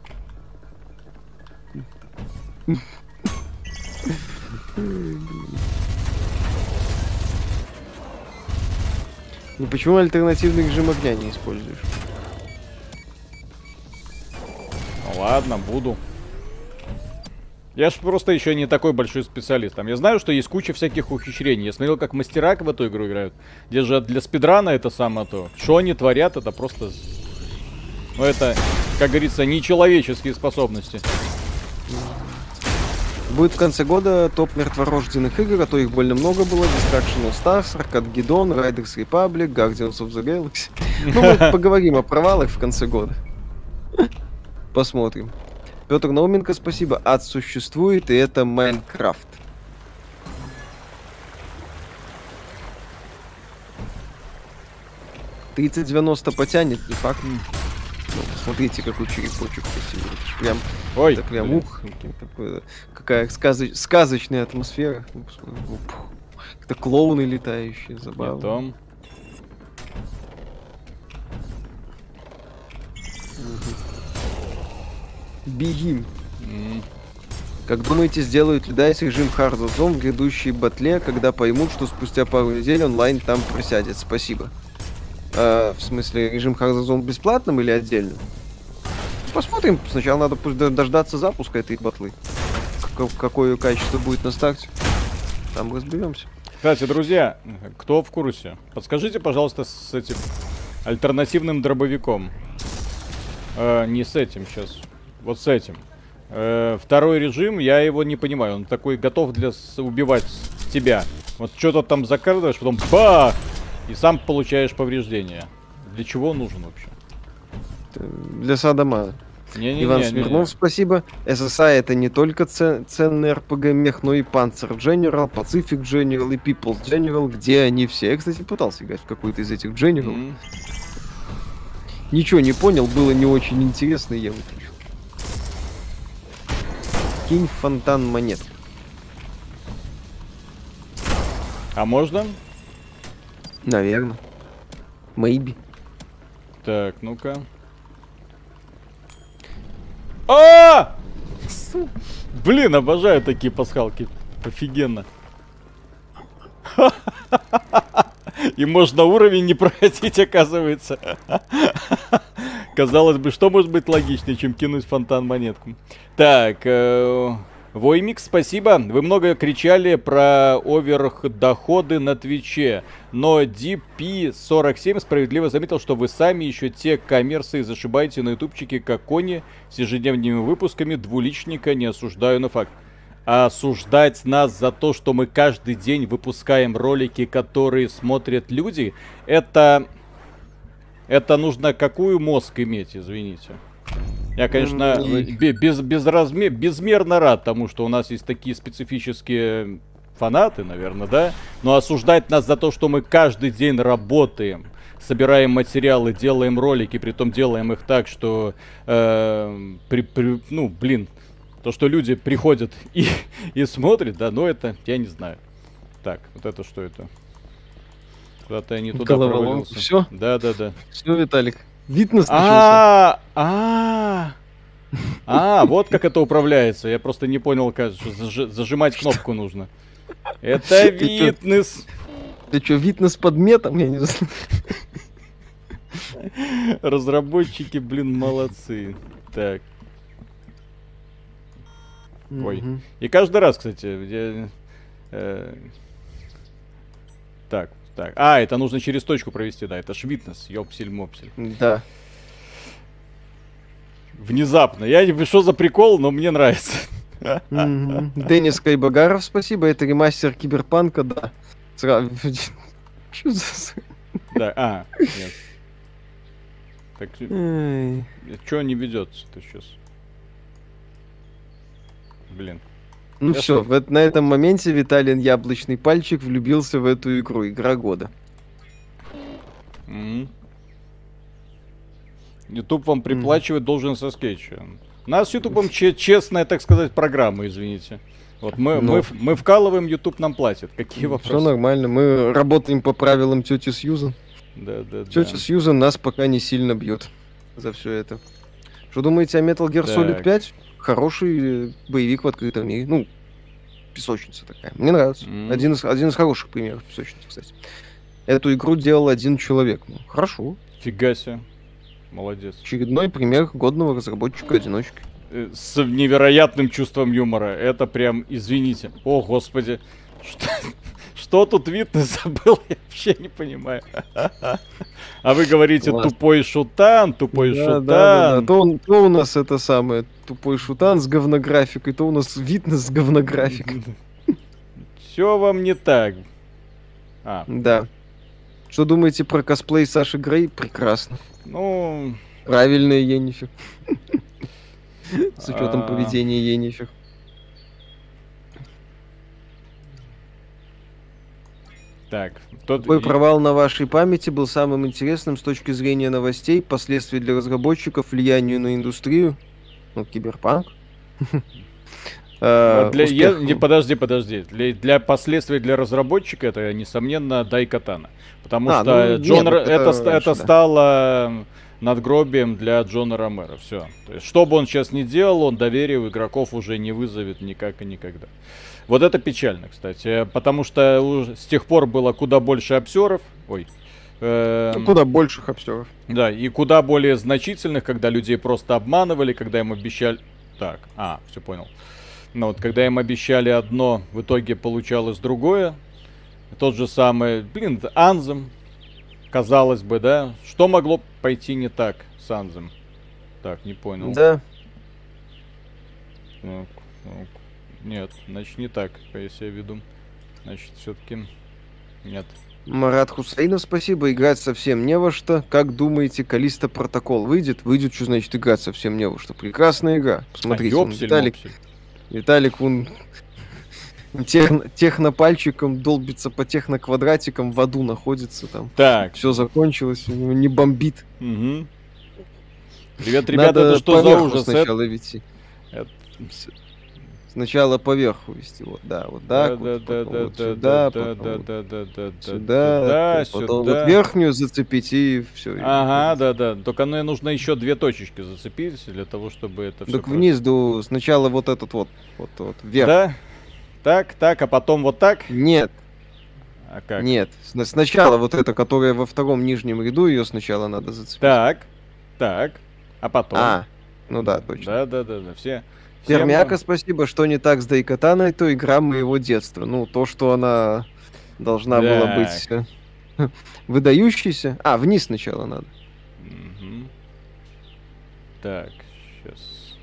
Ну почему альтернативный режим огня не используешь? Ну ладно, буду. Я ж просто еще не такой большой специалист. Там я знаю, что есть куча всяких ухищрений. Я смотрел, как мастера в эту игру играют. Где же для спидрана это самое то. Что они творят, это просто... Ну это, как говорится, нечеловеческие способности. Будет в конце года топ мертворожденных игр, а то их больно много было. Destruction All Stars, Armageddon, Riders Republic, Guardians of the Galaxy. Ну, мы поговорим о провалах в конце года. Посмотрим. Петр Науменко, спасибо. Ад существует, и это Майнкрафт. 3090 потянет, не факт. Ну, посмотрите, какой черепочек красивый. Это ж прям, ой, это прям ух, какая сказочная атмосфера. Это клоуны летающие, забавно. Бегим. Как думаете, сделают ли DICE режим Hard Zone в грядущей батле, когда поймут, что спустя пару недель онлайн там просядет? Спасибо. В смысле, режим Hard Zone бесплатным или отдельно? Посмотрим. Сначала надо пусть дождаться запуска этой батлы. Какое качество будет на старте. Там разберемся. Кстати, друзья, кто в курсе, подскажите, пожалуйста, с этим альтернативным дробовиком. Не с этим сейчас. Вот с этим. Второй режим, я его не понимаю. Он такой готов для убивать тебя. Вот что-то там закрадываешь, потом бах! И сам получаешь повреждения. Для чего он нужен вообще? Для садомана. Иван Смирнов, спасибо. SSI это не только ценный RPG мех, но и Panzer General, Pacific General и People's General, где они все. Я, кстати, пытался играть в какой-то из этих General. Ничего не понял, было не очень интересно, и я выключил. Кинь фонтан монет. А можно? Наверное. Maybe. Так, ну-ка. А! Блин, обожаю такие пасхалки. Офигенно. И можно уровень не проходить, оказывается. Казалось бы, что может быть логичнее, чем кинуть фонтан монетку. Так, Воймикс, спасибо. Вы много кричали про оверх-доходы на Твиче, но DP47 справедливо заметил, что вы сами еще те коммерции зашибаете на ютубчике, как кони с ежедневными выпусками двуличника, не осуждаю на факт. А осуждать нас за то, что мы каждый день выпускаем ролики, которые смотрят люди, это нужно какую мозг иметь, извините. Я, конечно, безмерно рад тому, что у нас есть такие специфические фанаты, наверное, да? Но осуждать нас за то, что мы каждый день работаем, собираем материалы, делаем ролики, притом делаем их так, что, ну, блин, то, что люди приходят и смотрят, да, но это, я не знаю. Так, вот это что это? Куда-то я не туда провалился. Все? Да. Все, Виталик. Витнес начался. Вот как это управляется. Я просто не понял, как зажимать кнопку нужно. Это Витнес. Ты что, Витнес под метом? Я не знаю. Разработчики, блин, молодцы. Так. Ой. И каждый раз, кстати, так. Это нужно через точку провести, да. Это ж Витнес, ёпсель-мопсель. Да. Внезапно. Я не что за прикол, но мне нравится. Денис Кайбагаров, спасибо. Это ремастер Киберпанка, да. Что за... Да, нет. Так, что не ведется-то сейчас? Блин. Ну все, на этом моменте Виталин Яблочный Пальчик влюбился в эту игру. Игра года. YouTube вам приплачивать должен со скетча. У нас с YouTube честная, так сказать, программа, извините. Вот мы вкалываем, YouTube нам платит. Какие вопросы? Все нормально, мы работаем по правилам тети Сьюзан. Да. Тетя Сьюзан нас пока не сильно бьет за все это. Что думаете о Metal Gear Solid 5? Хороший боевик в открытом мире. Ну, песочница такая. Мне нравится. Один из хороших примеров песочницы, кстати. Эту игру делал один человек. Ну, хорошо. Фига себе. Молодец. Очередной пример годного разработчика-одиночки. С невероятным чувством юмора. Это прям, извините. О, господи. Что тут Витнес забыл? Я вообще не понимаю. А вы говорите, тупой шутан, тупой шутан. Да. То у нас это самое, тупой шутан с говнографикой, то у нас Витнес с говнографикой. Все вам не так. Да. Что думаете про косплей Саши Грей? Прекрасно. Ну... Правильная Йеннифер. С учетом поведения Йеннифер. Так, какой провал на вашей памяти был самым интересным с точки зрения новостей, последствий для разработчиков, влиянию на индустрию? Ну, Киберпанк. Подожди. Для последствий для разработчика это, несомненно, Дайкатана. Потому что это стало надгробием для Джона Ромеро. Все. То есть, что бы он сейчас ни делал, он доверия у игроков уже не вызовет никак и никогда. Вот это печально, кстати. Потому что с тех пор было куда больше обзоров. Куда больших обзоров. Да, и куда более значительных, когда людей просто обманывали, когда им обещали... Так, все понял. Ну вот, когда им обещали одно, в итоге получалось другое. Тот же самый, Anthem, казалось бы, да? Что могло пойти не так с Anthem? Так, не понял. Да. Нет, значит не так, я себя веду. Значит, все-таки нет. Марат Хусейнов, спасибо. Играть совсем не во что. Как думаете, Калиста Протокол выйдет? Выйдет, что значит играть совсем не во что? Прекрасная игра. Посмотрите, Виталик, он технопальчиком долбится по техноквадратикам, в аду находится там. Так. Все закончилось, у него не бомбит. Угу. Привет, ребята, это что за ужас? Сначала вести. Сначала поверху вести, вот так, сюда, потом вот верхнюю зацепить и все. Ага, да. Только нужно еще 2 точечки зацепить для того, чтобы это все. Так вниз, сначала вот этот вот вверх. Да? Так, а потом вот так? Нет. А как? Нет, сначала вот эта, которая во втором нижнем ряду, ее сначала надо зацепить. Так, а потом? Ну да, точно. Да, все... Пермяка, спасибо, что не так с Дайкатаной, то игра моего детства. Ну, то, что она должна была быть выдающейся. Вниз сначала надо. Угу. Так, сейчас.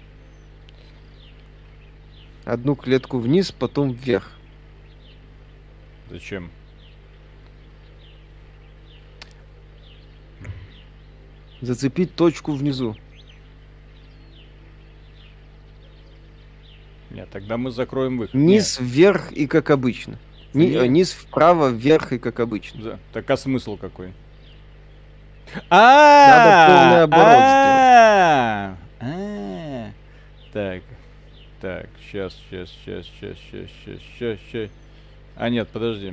Одну клетку вниз, потом вверх. Зачем? Зацепить точку внизу. Нет, тогда мы закроем выход. Низ вверх и как обычно. Низ вправо, вверх и как обычно. Да. Так а смысл какой? Надо полный оборот сделать. Так, сейчас. Нет, подожди.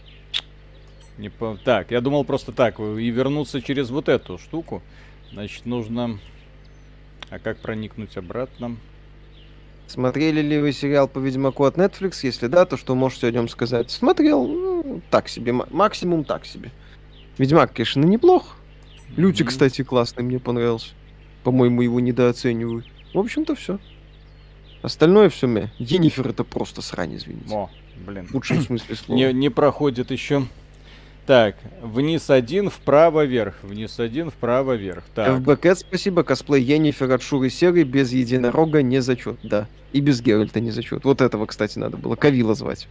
Так, я думал просто так, и вернуться через вот эту штуку. Значит, нужно... А как проникнуть обратно? Смотрели ли вы сериал по Ведьмаку от Netflix? Если да, то что можете о нем сказать? Смотрел, так себе, максимум так себе. Ведьмак, конечно, неплох. Лютик, кстати, классный, мне понравился. По-моему, его недооценивают. В общем-то, все. Остальное все мне. Енифер это просто срань, извините. В лучшем смысле слова. Не проходит еще. Так, вниз 1, вправо вверх. Вниз 1, вправо вверх. Так. ФБК, спасибо. Косплей Енифер от Шуры Серый без единорога не зачет. Да. И без Геральта не зачет. Вот этого, кстати, надо было Кавила звать.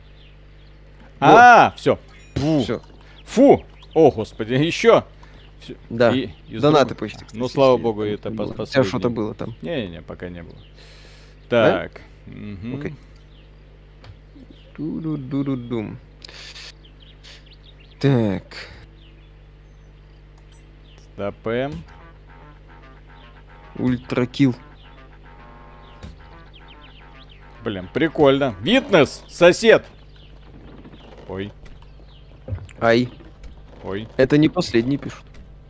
Все. Фу. О, господи, еще. Да. Донаты почти. Кстати, ну, слава богу, это последнее. У тебя что-то было там? Не, пока не было. Так. Окей. Ду-ду-ду-ду-дум. Так. Стопэм. Ультракил. Блин, прикольно. Витнес, сосед. Ой. Это не последний пишут.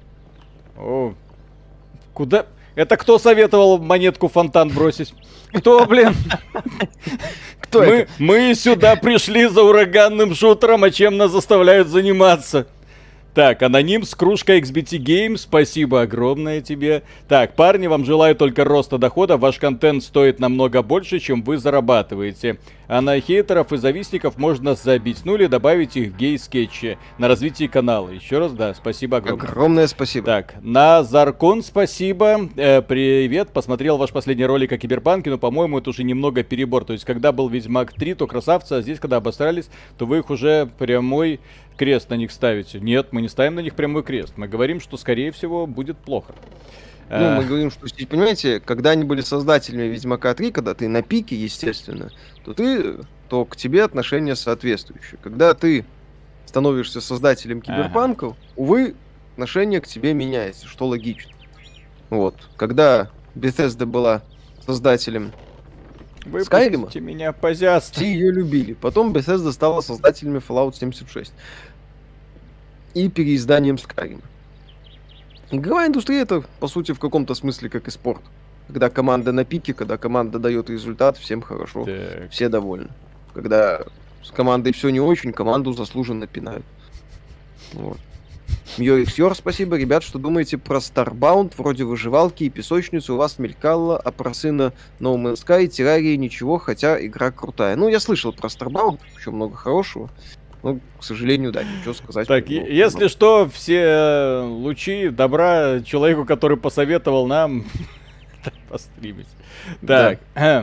Куда? Это кто советовал монетку в фонтан бросить? Кто, блин? Кто это? Мы сюда пришли за ураганным шутером, а чем нас заставляют заниматься? Так, аноним с кружкой XBT Games, спасибо огромное тебе. Так, парни, вам желаю только роста дохода, ваш контент стоит намного больше, чем вы зарабатываете. А на хейтеров и завистников можно забить, ну или добавить их в гей-скетчи на развитие канала. Еще раз, да, спасибо огромное. Огромное спасибо. Так, Назаркон, спасибо. Привет, посмотрел ваш последний ролик о Киберпанке, но, по-моему, это уже немного перебор. То есть, когда был Ведьмак 3, то красавцы, а здесь, когда обосрались, то вы их уже прямой крест на них ставите. Нет, мы не ставим на них прямой крест. Мы говорим, что, скорее всего, будет плохо. Ну, мы говорим, что, понимаете, когда они были создателями Ведьмака 3, когда ты на пике, естественно, то к тебе отношение соответствующее. Когда ты становишься создателем киберпанков, увы, отношение к тебе меняется, что логично. Вот. Когда Bethesda была создателем Skyrim, меня позяст. Все ее любили. Потом Bethesda стала создателями Fallout 76 и переизданием Skyrim. Игровая индустрия — это, по сути, в каком-то смысле как и спорт. Когда команда на пике, когда команда дает результат, всем хорошо, так. Все довольны. Когда с командой все не очень, команду заслуженно пинают. Вот. Йориксьор, спасибо. Ребят, что думаете про Starbound? Вроде выживалки и песочницы у вас мелькало, а про сына No Man's Sky, Террарии ничего, хотя игра крутая. Ну, я слышал про Starbound, еще много хорошего. Но, к сожалению, да, ничего сказать. Так, если что, все лучи добра человеку, который посоветовал нам постримить. Так.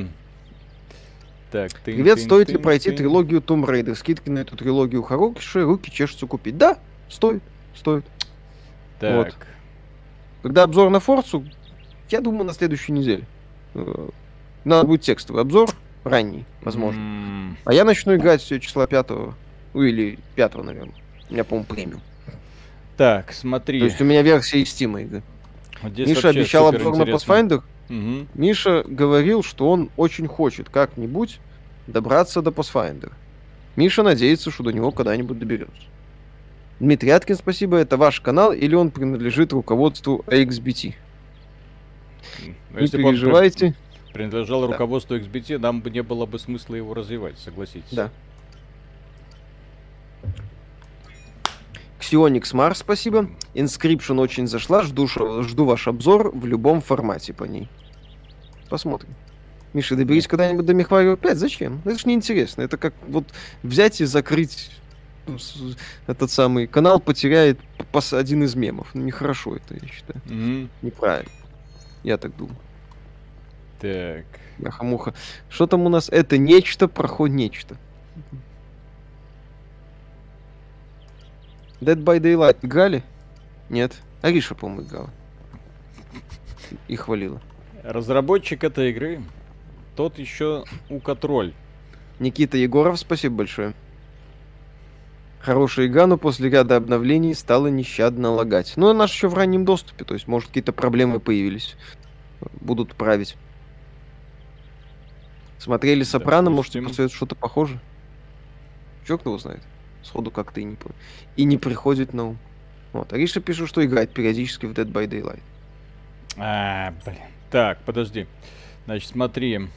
Так, привет, стоит ли пройти трилогию Tomb Raider? Скидки на эту трилогию хорошие, руки чешутся купить. Да, стоит. Так. Вот. Когда обзор на Форцу, я думаю, на следующей неделе. Надо будет текстовый обзор, ранний, возможно. А я начну играть все числа 5-го. Ну, или 5-го, наверное. У меня, по-моему, премиум. Так, смотри. То есть у меня версия из Steam игры. Миша обещал обзор на Pathfinder. Угу. Миша говорил, что он очень хочет как-нибудь добраться до Pathfinder. Миша надеется, что до него когда-нибудь доберется. Дмитрий Аткин, спасибо. Это ваш канал или он принадлежит руководству XBT? Не переживайте. Принадлежал руководству XBT, нам бы не было бы смысла его развивать, согласитесь. Да. Ксионикс Марс, спасибо. Inscription очень зашла. Жду ваш обзор в любом формате по ней. Посмотрим. Миша, доберись когда-нибудь до Мехварио 5. Зачем? Это ж неинтересно. Это как вот взять и закрыть этот самый канал, потеряет один из мемов. Ну, нехорошо это, я считаю. Неправильно. Я так думаю. Так. Яха-муха. Что там у нас? Это нечто, проход нечто. Dead by Daylight играли? Нет. Ариша, по-моему, играла. И хвалила. Разработчик этой игры тот еще укатроль. Никита Егоров, спасибо большое. Хорошая игра, но после ряда обновлений стала нещадно лагать. Ну, она же еще в раннем доступе, то есть, может, какие-то проблемы появились. Будут править. Смотрели «Сопрано», может, посоветуют что-то похожее? Чё кто его знает? Сходу как-то и не понял. И не приходит на ум. Вот. Ариша пишет, что играет периодически в Dead by Daylight. Блин. Так, подожди. Значит, смотри.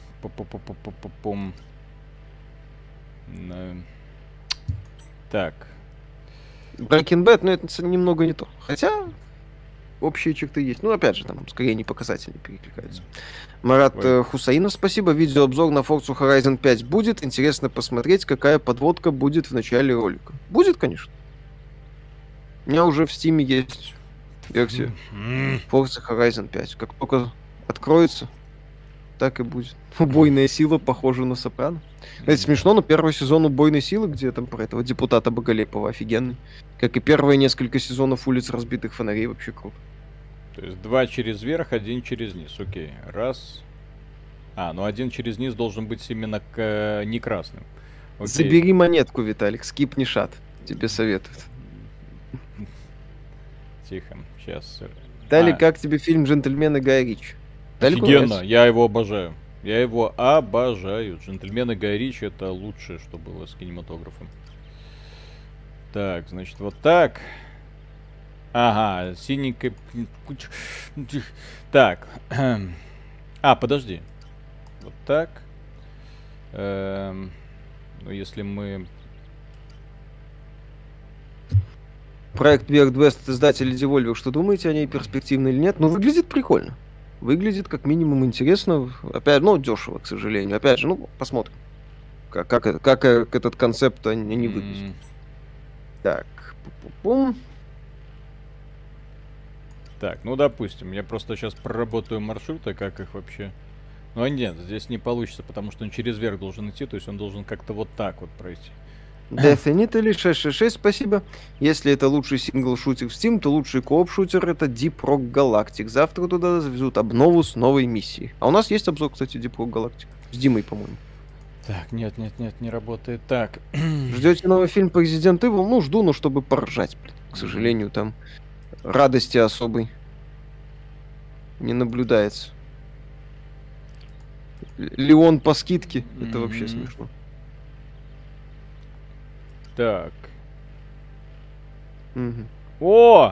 Так. Breaking Bad, но это немного не то. Хотя общие черты есть. Ну, опять же, там скорее не показатели перекликаются. Марат Хусаинов, спасибо. Видеообзор на Forza Horizon 5 будет. Интересно посмотреть, какая подводка будет в начале ролика. Будет, конечно. У меня уже в Steam есть версия Forza Horizon 5. Как только откроется, так и будет. Убойная сила похожа на Сопрано. Это смешно, но первый сезон Убойной силы, где там про этого депутата Боголепова, офигенный. Как и первые несколько сезонов Улиц разбитых фонарей, вообще круто. То есть 2 через верх, 1 через низ. Окей. Раз. Ну 1 через низ должен быть именно не красным. Окей. Забери монетку, Виталик, скипни шат. Тебе советуют. Тихо. Сейчас. Виталик, как тебе фильм «Джентльмены» Гая Ричи? Офигенно, я его обожаю. Я его обожаю. «Джентльмены» Гая Ричи — это лучшее, что было с кинематографом. Так, значит, вот так. Ага, синенькая... Так. Подожди. Вот так. Ну, если мы... Проект Weird West от издателя Devolver. Что думаете о ней, перспективно или нет? Ну, выглядит прикольно. Выглядит как минимум интересно. Опять, дешево, к сожалению. Опять же, посмотрим. Как этот концепт не выглядит. Так. Пум-пум-пум. Так, допустим, я просто сейчас проработаю маршруты, как их вообще... нет, здесь не получится, потому что он через верх должен идти, то есть он должен как-то вот так вот пройти. Definitely 666, спасибо. Если это лучший сингл-шутер в Steam, то лучший кооп-шутер — это Deep Rock Galactic. Завтра туда завезут обнову с новой миссией. А у нас есть обзор, кстати, Deep Rock Galactic. С Димой, по-моему. Так, нет, не работает. Так. Ждете новый фильм по Resident Evil? Ну, жду, но чтобы поржать. К сожалению, там радости особой не наблюдается. Леон по скидке. Это вообще смешно. Так. О!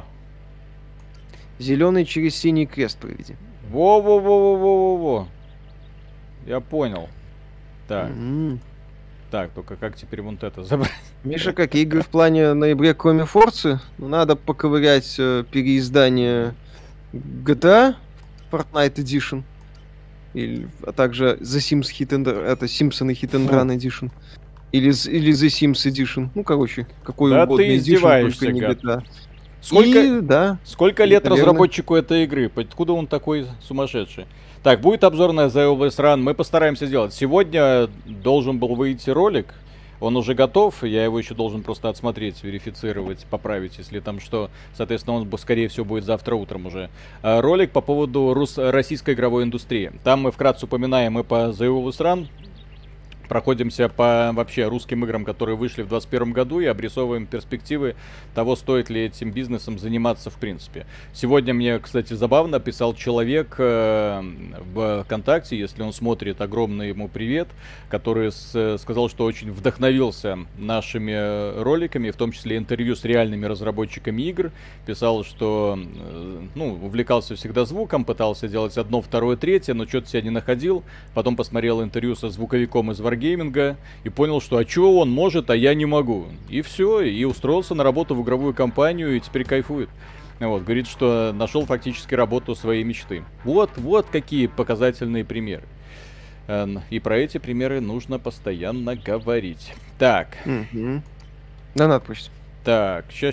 Зеленый через синий крест проведи. Во-во-во-во-во-во-во. Я понял. Так. Так, только как теперь вот это забрать? Миша, как игры в плане ноября, кроме Форцы, надо поковырять переиздание GTA Fortnite Edition, а также The Sims Hit and Run, это Симпсоны Hit and Run Edition, или The Sims Edition, ну, короче, какой да угодно ты Edition, только не гад. GTA. Сколько лет разработчику этой игры? Откуда он такой сумасшедший? Так, будет обзорная The Oblast Run, мы постараемся сделать. Сегодня должен был выйти ролик, он уже готов, я его еще должен просто отсмотреть, верифицировать, поправить, если там что. Соответственно, он, скорее всего, будет завтра утром уже. Ролик по поводу российской игровой индустрии. Там мы вкратце упоминаем и по The Oblast Run, проходимся по вообще русским играм, которые вышли в 2021 году, и обрисовываем перспективы того, стоит ли этим бизнесом заниматься в принципе. Сегодня мне, кстати, забавно писал человек в ВКонтакте, если он смотрит, огромный ему привет, который сказал, что очень вдохновился нашими роликами, в том числе интервью с реальными разработчиками игр. Писал, что увлекался всегда звуком, пытался делать одно, второе, третье, но что-то себя не находил. Потом посмотрел интервью со звуковиком из Wargaming и понял, что чё он может, а я не могу. И все, и устроился на работу в игровую компанию, и теперь кайфует. Вот, говорит, что нашел фактически работу своей мечты. Вот какие показательные примеры. И про эти примеры нужно постоянно говорить. Так. Донат пусть. Так, ща.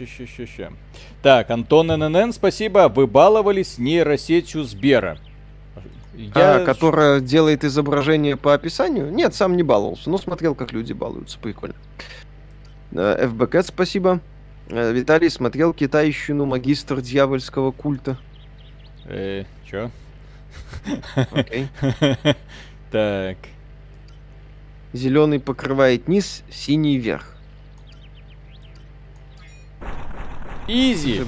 Так, Антон ННН, спасибо. Вы баловались нейросетью Сбера. Которая делает изображение по описанию? Нет, сам не баловался, но смотрел, как люди балуются. Прикольно. ФБК, спасибо. Виталий смотрел китайщину магистр дьявольского культа. Чё? Окей. Так. Зеленый покрывает низ, синий верх. Изи!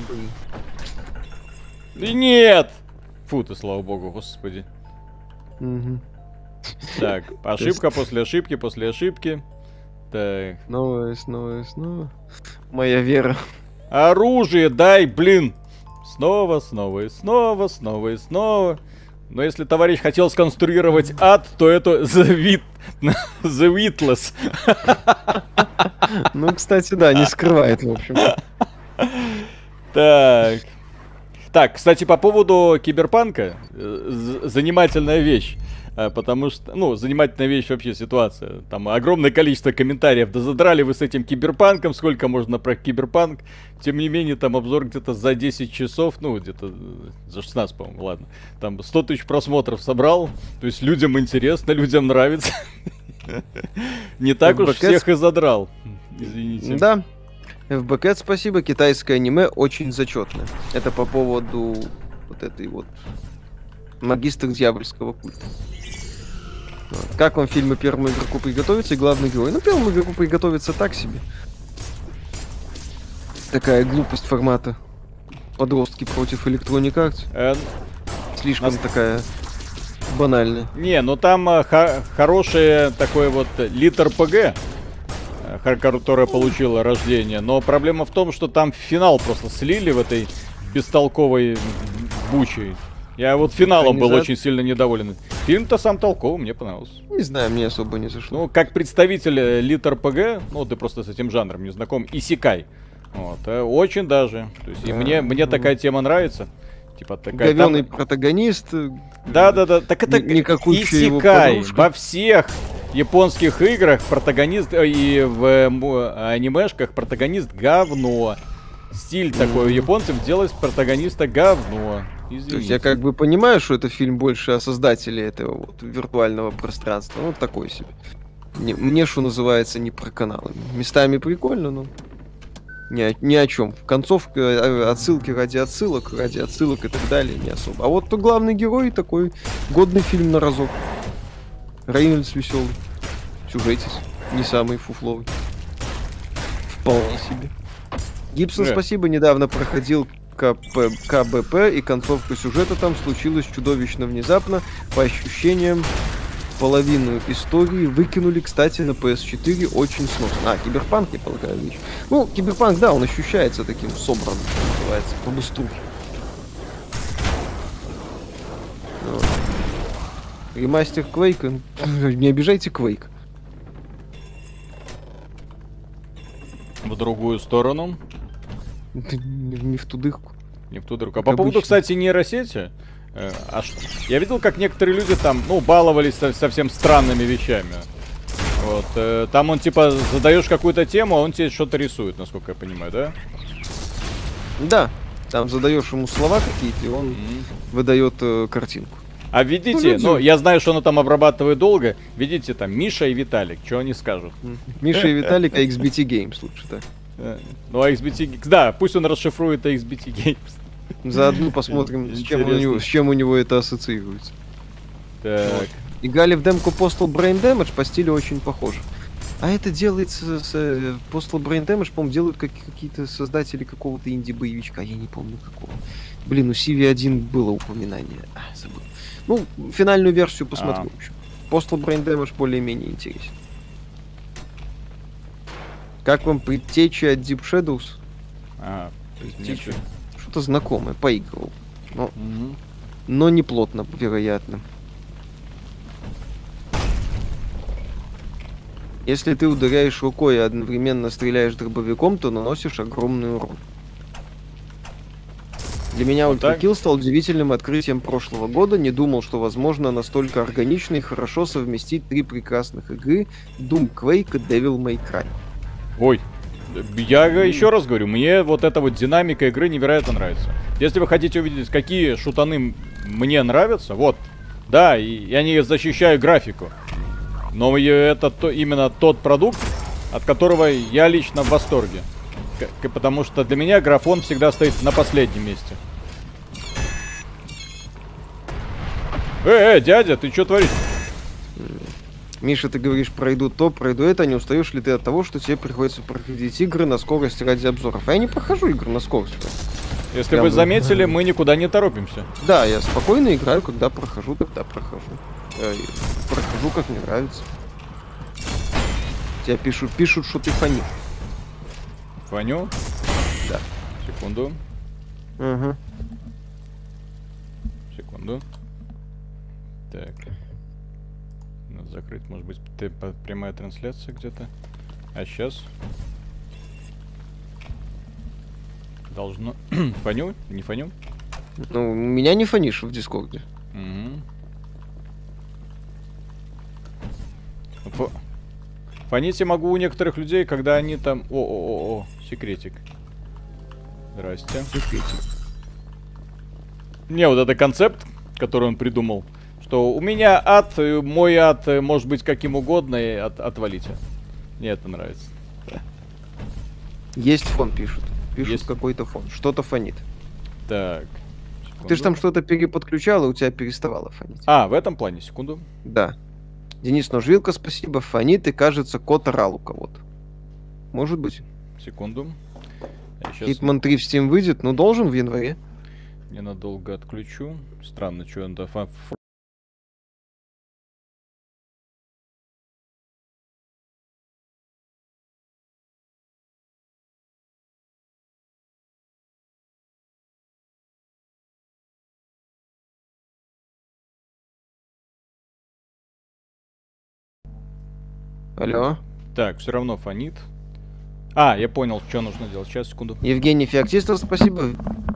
Нет! Фу ты, слава богу, господи. Так, ошибка после ошибки, после ошибки. Так. Снова. Моя вера. Оружие дай, блин! Снова. Но если товарищ хотел сконструировать ад, то это The Witless. Ну, кстати, да, не скрывает, в общем. Так, кстати, по поводу киберпанка, занимательная вещь. Потому что, занимательная вещь вообще ситуация. Там огромное количество комментариев. Да задрали вы с этим киберпанком, сколько можно про киберпанк. Тем не менее, там обзор где-то за 10 часов, где-то за 16, по-моему, ладно. Там 100 тысяч просмотров собрал. То есть людям интересно, людям нравится. Не так уж всех и задрал. Извините. Да. ФБК, спасибо. Китайское аниме очень зачетное. Это по поводу вот этой вот магистр дьявольского культа. Как вам фильмы первому игроку приготовиться и главный герой? Первому игроку приготовиться так себе. Такая глупость формата. Подростки против Electronic Arts. Слишком такая банальная. Не, там хорошее такое вот литр ПГ, которая получила рождение. Но проблема в том, что там финал просто слили в этой бестолковой бучей. Я вот финалом был очень сильно недоволен. Фильм-то сам толковый, мне понравился. Не знаю, мне особо не зашло. Как представитель литр ПГ, ты просто с этим жанром не знаком, исекай. Очень даже. То есть, и мне такая тема нравится. Типа такая. Говёный протагонист. Да. Так это исекай. Во всех японских играх протагонист и в анимешках протагонист говно. Стиль такой у японцев делать протагониста говно. Извините. То есть я как бы понимаю, что это фильм больше о создателе этого вот виртуального пространства. Такой себе. Мне, что называется, не про каналы. Местами прикольно, но ни о чем. Концовка, отсылки ради отсылок и так далее, не особо. А вот главный герой такой годный фильм на разок. Рейнольдс веселый. сюжетец не самый фуфловый. Вполне себе. Гибсон, спасибо, недавно проходил КБП, и концовка сюжета там случилась чудовищно внезапно. По ощущениям, половину истории выкинули, кстати, на PS4 очень сносно. А, Киберпанк, я полагаю, вещь. Ну, Киберпанк, да, он ощущается таким собранным, что называется, побыстрее. Ремастер Квейка. Не обижайте Квейк. В другую сторону. Не в ту дырку. Не в ту дырку. А по поводу, кстати, нейросети, я видел, как некоторые люди там, ну, баловались совсем странными вещами. Вот. Там он, типа, задаешь какую-то тему, а он тебе что-то рисует, насколько я понимаю, да? Да. Там задаешь ему слова какие-то, и он выдает картинку. А видите, ну, я знаю, что оно там обрабатывает долго. Видите, там Миша и Виталик, что они скажут? Миша и Виталик, а XBT Games лучше, да. Ну, а XBT... Да, пусть он расшифрует XBT Games. Заодно посмотрим, с чем у него это ассоциируется. Так. Вот. Играли в демку Postal Brain Damage, по стилю очень похоже. А это делается с Postal Brain Damage, по-моему, делают какие-то создатели какого-то инди-боевичка, я не помню какого. Блин, у CV1 было упоминание. Забыл. Ну, финальную версию посмотрю. Postal Brain Damage более-менее интересен. Как вам предтеча от Deep Shadows? Предтеча. Что-то знакомое, поигрывал. Но не плотно, вероятно. Если ты ударяешь рукой и одновременно стреляешь дробовиком, то наносишь огромный урон. Для меня Ultra Kill стал удивительным открытием прошлого года. Не думал, что возможно настолько органично и хорошо совместить три прекрасных игры: Doom, Quake и Devil May Cry. Ой, я еще раз говорю, мне вот эта вот динамика игры невероятно нравится. Если вы хотите увидеть, какие шутаны мне нравятся, вот, да, и они защищают графику. Но это именно тот продукт, от которого я лично в восторге. Потому что для меня графон всегда стоит на последнем месте. Дядя, ты что творишь? Миша, ты говоришь, пройду то, пройду это. Не устаешь ли ты от того, что тебе приходится проходить игры на скорость ради обзоров? А я не прохожу игры на скорость. Если вы заметили, мы никуда не торопимся. Да, я спокойно играю, когда прохожу, тогда прохожу. Прохожу, как мне нравится. Тебя пишут, что ты фанишь. Фаню? Да. Секунду. Угу. Секунду. Так. Надо закрыть, может быть, прямая трансляция где-то. А сейчас? Должно... Фаню? Не фаню? Ну, меня не фанишь в Дискорде. Угу. Фонить я могу у некоторых людей, когда они там... Секретик. Здрасте. Секретик. Не, вот это концепт, который он придумал, что у меня ад, мой ад может быть каким угодно, и отвалите. Мне это нравится. Есть фон, пишут. Пишут какой-то фон. Что-то фонит. Так. Секунду. Ты же там что-то переподключал, и у тебя переставало фонить. А, в этом плане, секунду. Да. Денис Ножвилка, спасибо, фонит, и кажется, кот орал у кого-то. Может быть. Секунду. Hitman 3 в Steam выйдет, но должен в январе. Ненадолго отключу. Странно, что он... Алло. Так, все равно фонит. А, я понял, что нужно делать. Сейчас, секунду. Евгений Феоктистов, спасибо.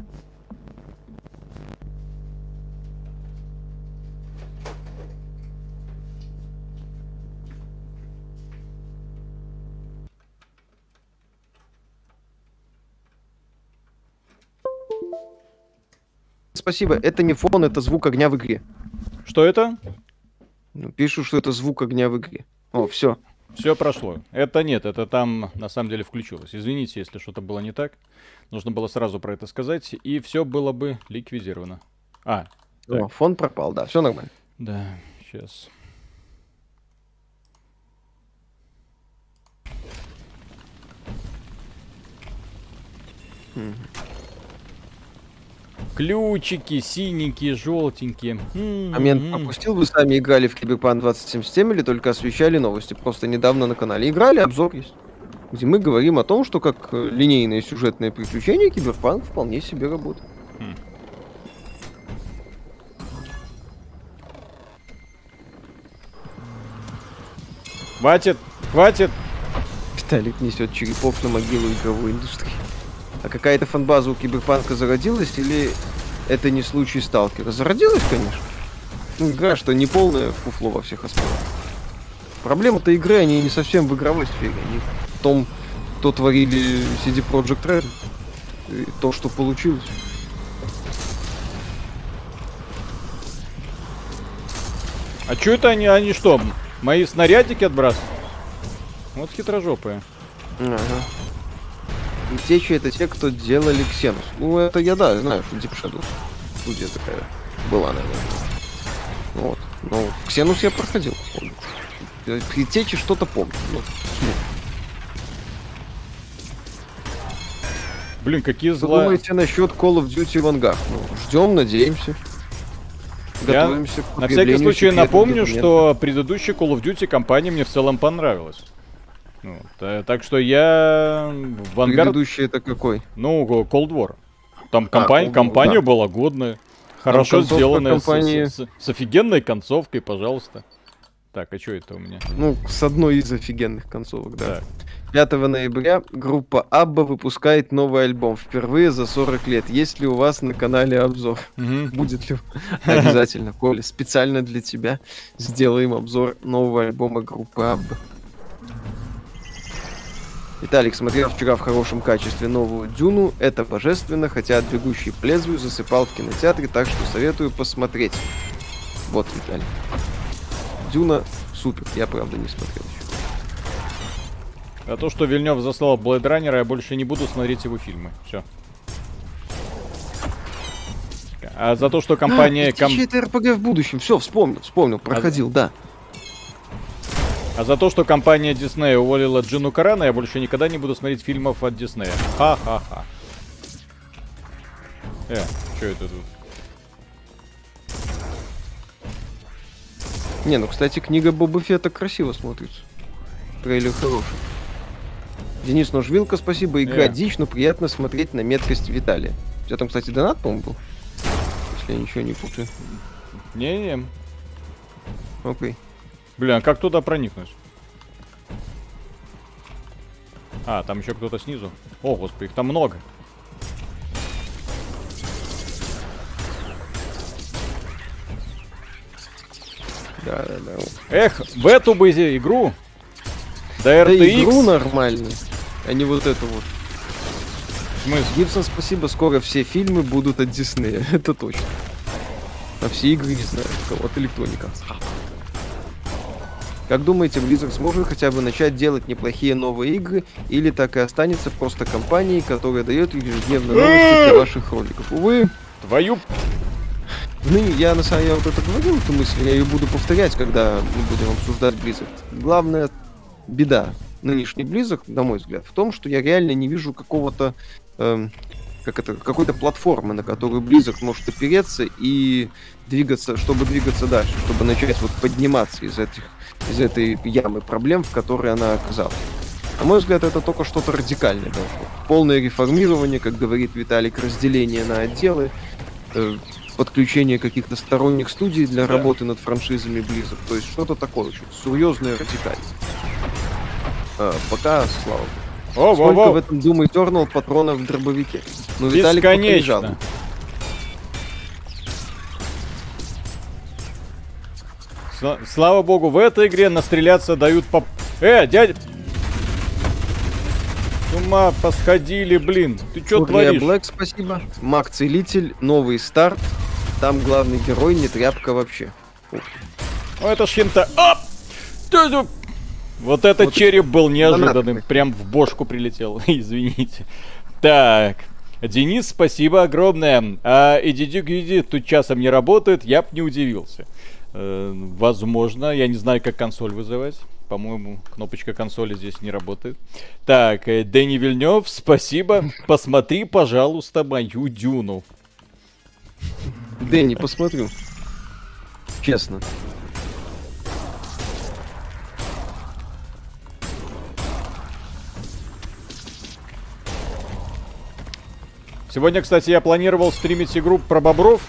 Спасибо. Это не фон, это звук огня в игре. Что это? Ну, пишут, что это звук огня в игре. О, все. Все прошло. Это нет, это там на самом деле включилось. Извините, если что-то было не так. Нужно было сразу про это сказать, и все было бы ликвидировано. О, фон пропал, да, все нормально. Да, сейчас. Ключики, синенькие, желтенькие. Момент пропустил, вы сами играли в Cyberpunk 2077 или только освещали новости? Просто недавно на канале играли, обзор есть. Где мы говорим о том, что как линейное сюжетное приключение Cyberpunk вполне себе работает. Хватит, хватит. Виталик несет черепов на могилу игровой индустрии. А какая-то фанбаза у Киберпанка зародилась или это не случай Сталкера? Зародилась, конечно. Ну, игра, что не полное фуфло во всех аспектах. Проблема-то игры, они не совсем в игровой сфере. Они в том, кто творили CD Projekt Red. И то, что получилось. А чё это они что, мои снарядики отбрасывают? Вот хитрожопые. Ага. И течи это те, кто делали Ксенус. Ну, это я, да, знаю, что Deep Shadow студия такая была, наверное. Вот. Ну, Ксенус я проходил, помню. И течи что-то помню. Ну, блин, какие зла... Вы думаете насчет Call of Duty Vanguard? Ну, ждем, надеемся. Готовимся к на всякий случай напомню, что предыдущая Call of Duty компания мне в целом понравилась. Вот, так что я... Vanguard... Предыдущий это какой? Ну, Cold War. Там компания да. была годная. Хорошо сделанная, компании... с офигенной концовкой, пожалуйста. Так, а что это у меня? Ну, с одной из офигенных концовок, да. 5 ноября группа Абба выпускает новый альбом. Впервые за 40 лет. Есть ли у вас на канале обзор? Будет ли? Обязательно, Коля. Специально для тебя сделаем обзор нового альбома группы Абба. Виталик смотрел вчера в хорошем качестве новую Дюну. Это божественно, хотя от «Бегущей по лезвию» засыпал в кинотеатре, так что советую посмотреть. Вот, Виталик. Дюна супер, я правда не смотрел еще. А то, что Вильнёв заслал Blade Runner, я больше не буду смотреть его фильмы. Все. А за то, что компания... Это РПГ в будущем. Все, вспомнил, проходил, да. А за то, что компания Disney уволила Джину Карана, я больше никогда не буду смотреть фильмов от Disney. Ха-ха-ха. Что это тут? Не, ну, кстати, книга Боба Фетта красиво смотрится. Трейлер хороший. Денис Ножвилка, спасибо. Игра дичь, но приятно смотреть на меткость Виталия. У тебя там, кстати, донат, по-моему, был? Если я ничего не путаю. Не-не. Окей. Блин, а как туда проникнуть? А, там еще кто-то снизу. О, господи, их там много. Да. Эх, в эту бы игру. Да игру нормальную, а не вот эту вот. Гибсон, спасибо, скоро все фильмы будут от Диснея, это точно. А все игры, не знаю, от Electronic Arts. Как думаете, Blizzard сможет хотя бы начать делать неплохие новые игры, или так и останется просто компанией, которая дает ежедневные новости для ваших роликов? Увы. Твою... Я на самом деле вот это говорил, эту мысль, я ее буду повторять, когда мы будем обсуждать Blizzard. Главная беда нынешний Blizzard, на мой взгляд, в том, что я реально не вижу какого-то какой-то платформы, на которую Blizzard может опереться и двигаться, чтобы двигаться дальше, чтобы начать вот подниматься из этой ямы проблем, в которой она оказалась. На мой взгляд, это только что-то радикальное должно. Полное реформирование, как говорит Виталик, разделение на отделы, подключение каких-то сторонних студий для работы над франшизами Blizzard. То есть что-то такое очень серьезное, радикальное. Пока, слава богу. Сколько в этом Doom Eternal патронов в дробовике? Ну, Виталик бесконечно. Слава богу, в этой игре настреляться дают по... дядя... С ума посходили, блин. Ты чё творишь? Black, спасибо. Маг Целитель, новый старт. Там главный герой не тряпка вообще. Ну это ж хинта... Вот этот череп был неожиданным. Прям в бошку прилетел. Извините. Так. Денис, спасибо огромное. А Эдидюк тут часом не работает, я б не удивился. Возможно, я не знаю, как консоль вызывать. По-моему, кнопочка консоли здесь не работает. Так, Дэнни Вильнёв, спасибо. Посмотри, пожалуйста, мою Дюну. Дэнни, посмотрю. Честно. Сегодня, кстати, я планировал стримить игру про бобров.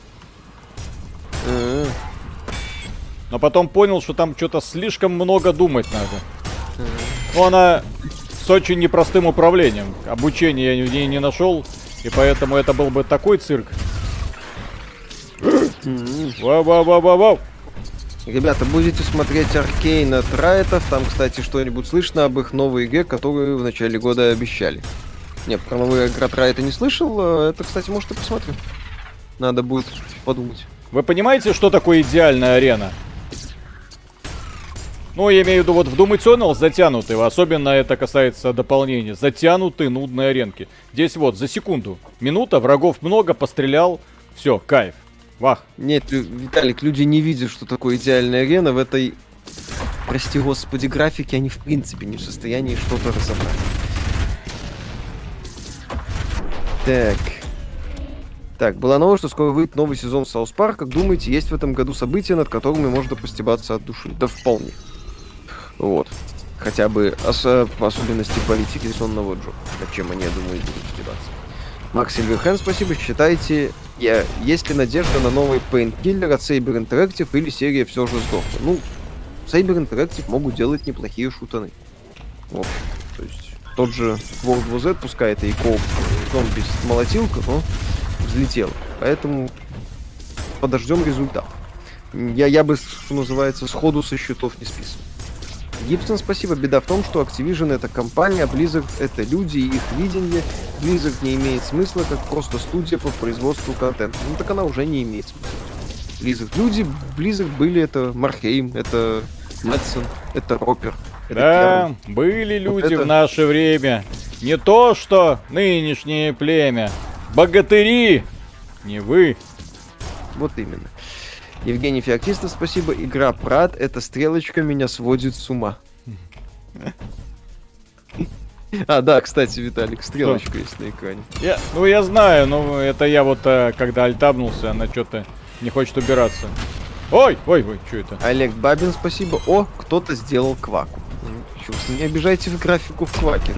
Но потом понял, что там что-то слишком много думать надо. Ну, она с очень непростым управлением. Обучения я в ней не нашел. И поэтому это был бы такой цирк. Вау-вау-вау-вау-вау. Ребята, будете смотреть Аркейн от Райтов. Там, кстати, что-нибудь слышно об их новой игре, которую в начале года обещали. Нет, про новую игру от Райта не слышал. Это, кстати, может, и посмотрю. Надо будет подумать. Вы понимаете, что такое идеальная арена? Ну, я имею в виду, вот в Doom Eternal затянутые, особенно это касается дополнения, затянутые нудные аренки. Здесь вот, за секунду, минута, врагов много, пострелял, все, кайф, вах. Нет, Виталик, люди не видят, что такое идеальная арена в этой, прости господи, графике, они в принципе не в состоянии что-то разобрать. Так, была новость, что скоро выйдет новый сезон Саус Парк. Как думаете, есть в этом году события, над которыми можно постебаться от души? Да вполне. Вот. Хотя бы особенности политики сонного Джо. Над чем они, я думаю, будут стебаться. Макс Сильверхен, спасибо. Считайте, есть ли надежда на новый Painkiller от Saber Interactive или серия все же сдохла? Ну, Saber Interactive могут делать неплохие шутаны. Вот. То есть, тот же World War Z, пускай это и кооп зомби-молотилка, но взлетела. Поэтому подождем результат. Я бы, что называется, сходу со счетов не списывал. Гибсон, спасибо. Беда в том, что Activision это компания, Blizzard это люди и их видение. Blizzard не имеет смысла, как просто студия по производству контента. Ну так она уже не имеет смысла. Blizzard люди, Blizzard были это Мархейм, это Мэтсон, это Ропер. Это да, Керн. Были люди вот это... в наше время. Не то, что нынешнее племя. Богатыри! Не вы. Вот именно. Евгений Феоктистов, спасибо. Игра Прат, эта стрелочка меня сводит с ума. А, да, кстати, Виталик, стрелочка есть на экране. Я знаю, но это я вот, когда альтабнулся, она что-то не хочет убираться. Ой, что это? Олег Бабин, спасибо. О, кто-то сделал кваку. Не обижайте в графику в кваке.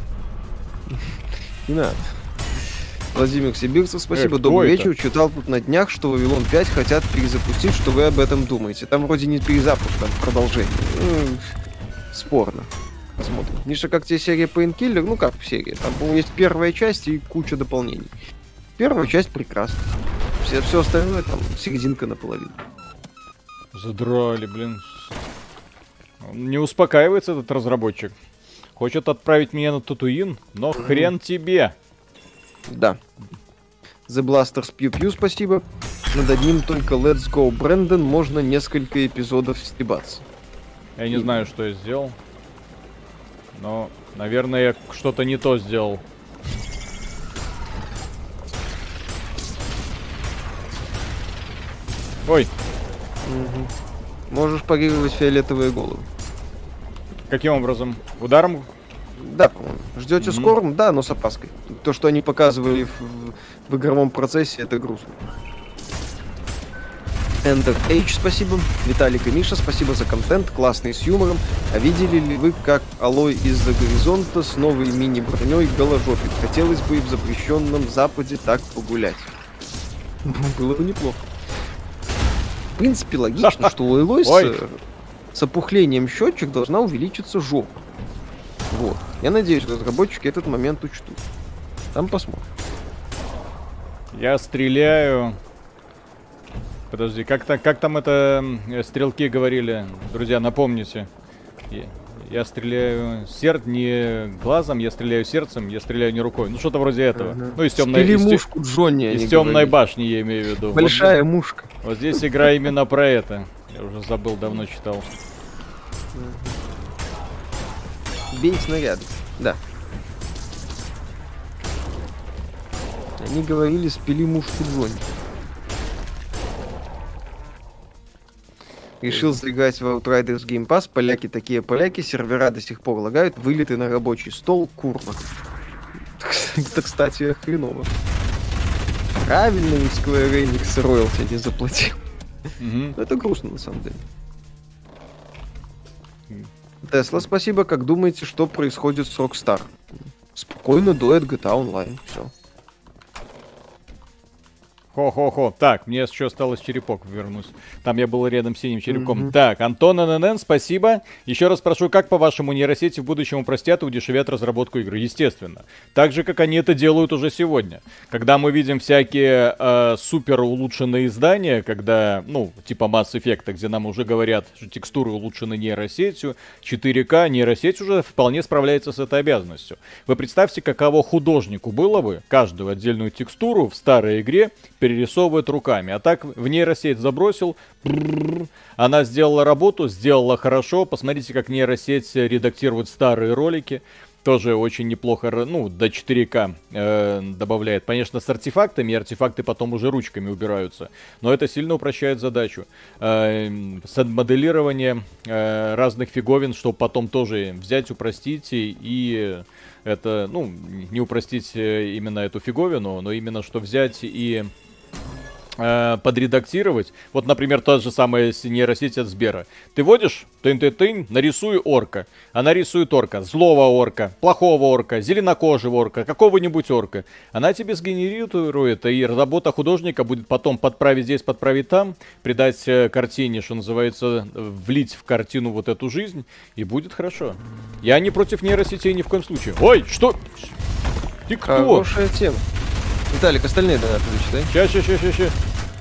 Не надо. Владимир Сибирцев, спасибо. Добрый вечер. Читал тут на днях, что Вавилон 5 хотят перезапустить. Что вы об этом думаете? Там вроде не перезапуск, там продолжение. Спорно. Посмотрим. Миша, как тебе серия Painkiller? Ну как серия? Там, по-моему, есть первая часть и куча дополнений. Первая часть прекрасна. Все остальное там серединка наполовину. Задрали, блин. Не успокаивается этот разработчик. Хочет отправить меня на Татуин, но хрен тебе. Да. The Blasters Pew, спасибо. Над одним только Let's Go Brandon можно несколько эпизодов стебаться. Я не знаю, что я сделал. Но, наверное, я что-то не то сделал. Ой. Можешь парировать фиолетовые головы. Каким образом? Ударом? Да, по-моему. Ждете скорм? Да, но с опаской. То, что они показывали в игровом процессе, это грустно. Ender H, спасибо. Виталик и Миша, спасибо за контент, классный с юмором. А видели ли вы, как Алой из-за горизонта с новой мини-броней голожопит? Хотелось бы и в запрещенном Западе так погулять. Было бы неплохо. В принципе, логично, что у Элой с опухлением щечек должна увеличиться жопа. Вот. Я надеюсь, разработчики этот момент учтут. Там посмотрим. Я стреляю. Подожди, как там это стрелки говорили? Друзья, напомните. Я стреляю не глазом, я стреляю сердцем, я стреляю не рукой. Ну, что-то вроде этого. Ну, из темной башни, я имею в виду. Большая мушка. Вот здесь игра именно про это. Я уже забыл, давно читал. Бей снаряд. Да. Они говорили, спили мушку Джонни. Решил заиграть в Outriders Game Pass. Поляки такие поляки, сервера до сих пор лагают, вылеты на рабочий стол, курва. Это, кстати, хреново. Правильно, ведь Square Enix роялти не заплатил. Это грустно, на самом деле. Тесла, спасибо. Как думаете, что происходит с Rockstar? Спокойно дует GTA Online. Все. Хо-хо-хо. Так, мне еще осталось черепок вернусь. Там я был рядом с синим черепком. Так, Антон ННН, спасибо. Еще раз спрошу, как по-вашему нейросети в будущем упростят и удешевят разработку игры? Естественно. Так же, как они это делают уже сегодня. Когда мы видим всякие супер улучшенные издания, когда, ну, типа Mass Effect, где нам уже говорят, что текстуры улучшены нейросетью, 4К, нейросеть уже вполне справляется с этой обязанностью. Вы представьте, каково художнику было бы каждую отдельную текстуру в старой игре перерисовывает руками. А так в нейросеть забросил, она сделала работу, сделала хорошо. Посмотрите, как нейросеть редактирует старые ролики. Тоже очень неплохо, ну, до 4К добавляет. Конечно, с артефактами, и артефакты потом уже ручками убираются. Но это сильно упрощает задачу. Моделирование разных фиговин, чтобы потом тоже взять, упростить и это, ну, не упростить именно эту фиговину, но именно что взять и подредактировать. Вот, например, та же самая нейросеть от Сбера. Ты вводишь, тынь-тынь-тынь, нарисуй орка. Она рисует орка, злого орка, плохого орка, зеленокожего орка, какого-нибудь орка. Она тебе сгенерирует, и работа художника будет потом подправить здесь, подправить там, придать картине, что называется, влить в картину вот эту жизнь, и будет хорошо. Я не против нейросетей ни в коем случае. Ой, что? Ты кто? Хорошая тема. Виталик, остальные донаты зачитай. Ща.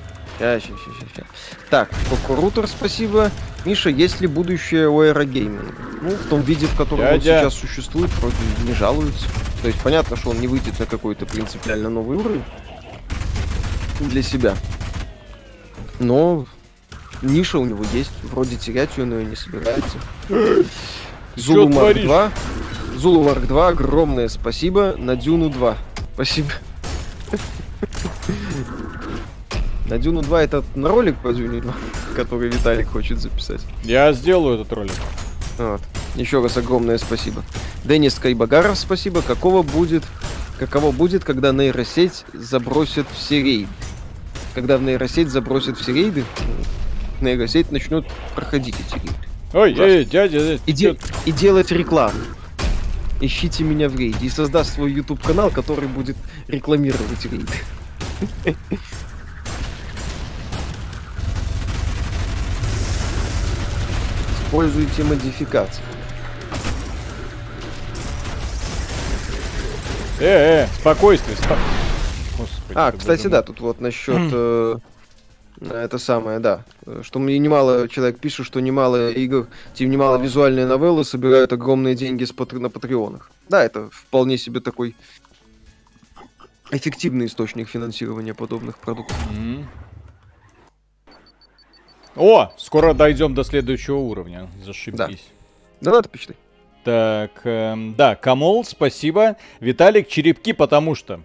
Так, Кукурутор, спасибо. Миша, есть ли будущее у аэрогейминга? Ну, в том виде, в котором он сейчас существует, вроде не жалуются. То есть понятно, что он не выйдет на какой-то принципиально новый уровень для себя. Но ниша у него есть. Вроде терять ее, но и не собирается. Zulu Mark 2, огромное спасибо. На Дюну 2. Спасибо. На Дюну 2 это на ролик по Дюне 2, который Виталик хочет записать. Я сделаю этот ролик. Вот. Еще раз огромное спасибо. Денис Кайбагаров, спасибо. Каково будет, когда нейросеть забросит все рейды? Когда в нейросеть забросят все рейды, нейросеть начнет проходить эти рейды. Ой, дядя. И делать рекламу. Ищите меня в рейде. И создаст свой YouTube канал, который будет рекламировать рейды. Используйте модификации. Спокойствие. Господи, кстати, да, тут вот насчет это самое, да. Что мне немало человек пишет, что немало игр, немало визуальные новеллы собирают огромные деньги на патреонах. Да, это вполне себе такой эффективный источник финансирования подобных продуктов. О, скоро дойдем до следующего уровня. Зашибись. Да надо почитай. Так, да, Камол, спасибо. Виталик, черепки, потому что...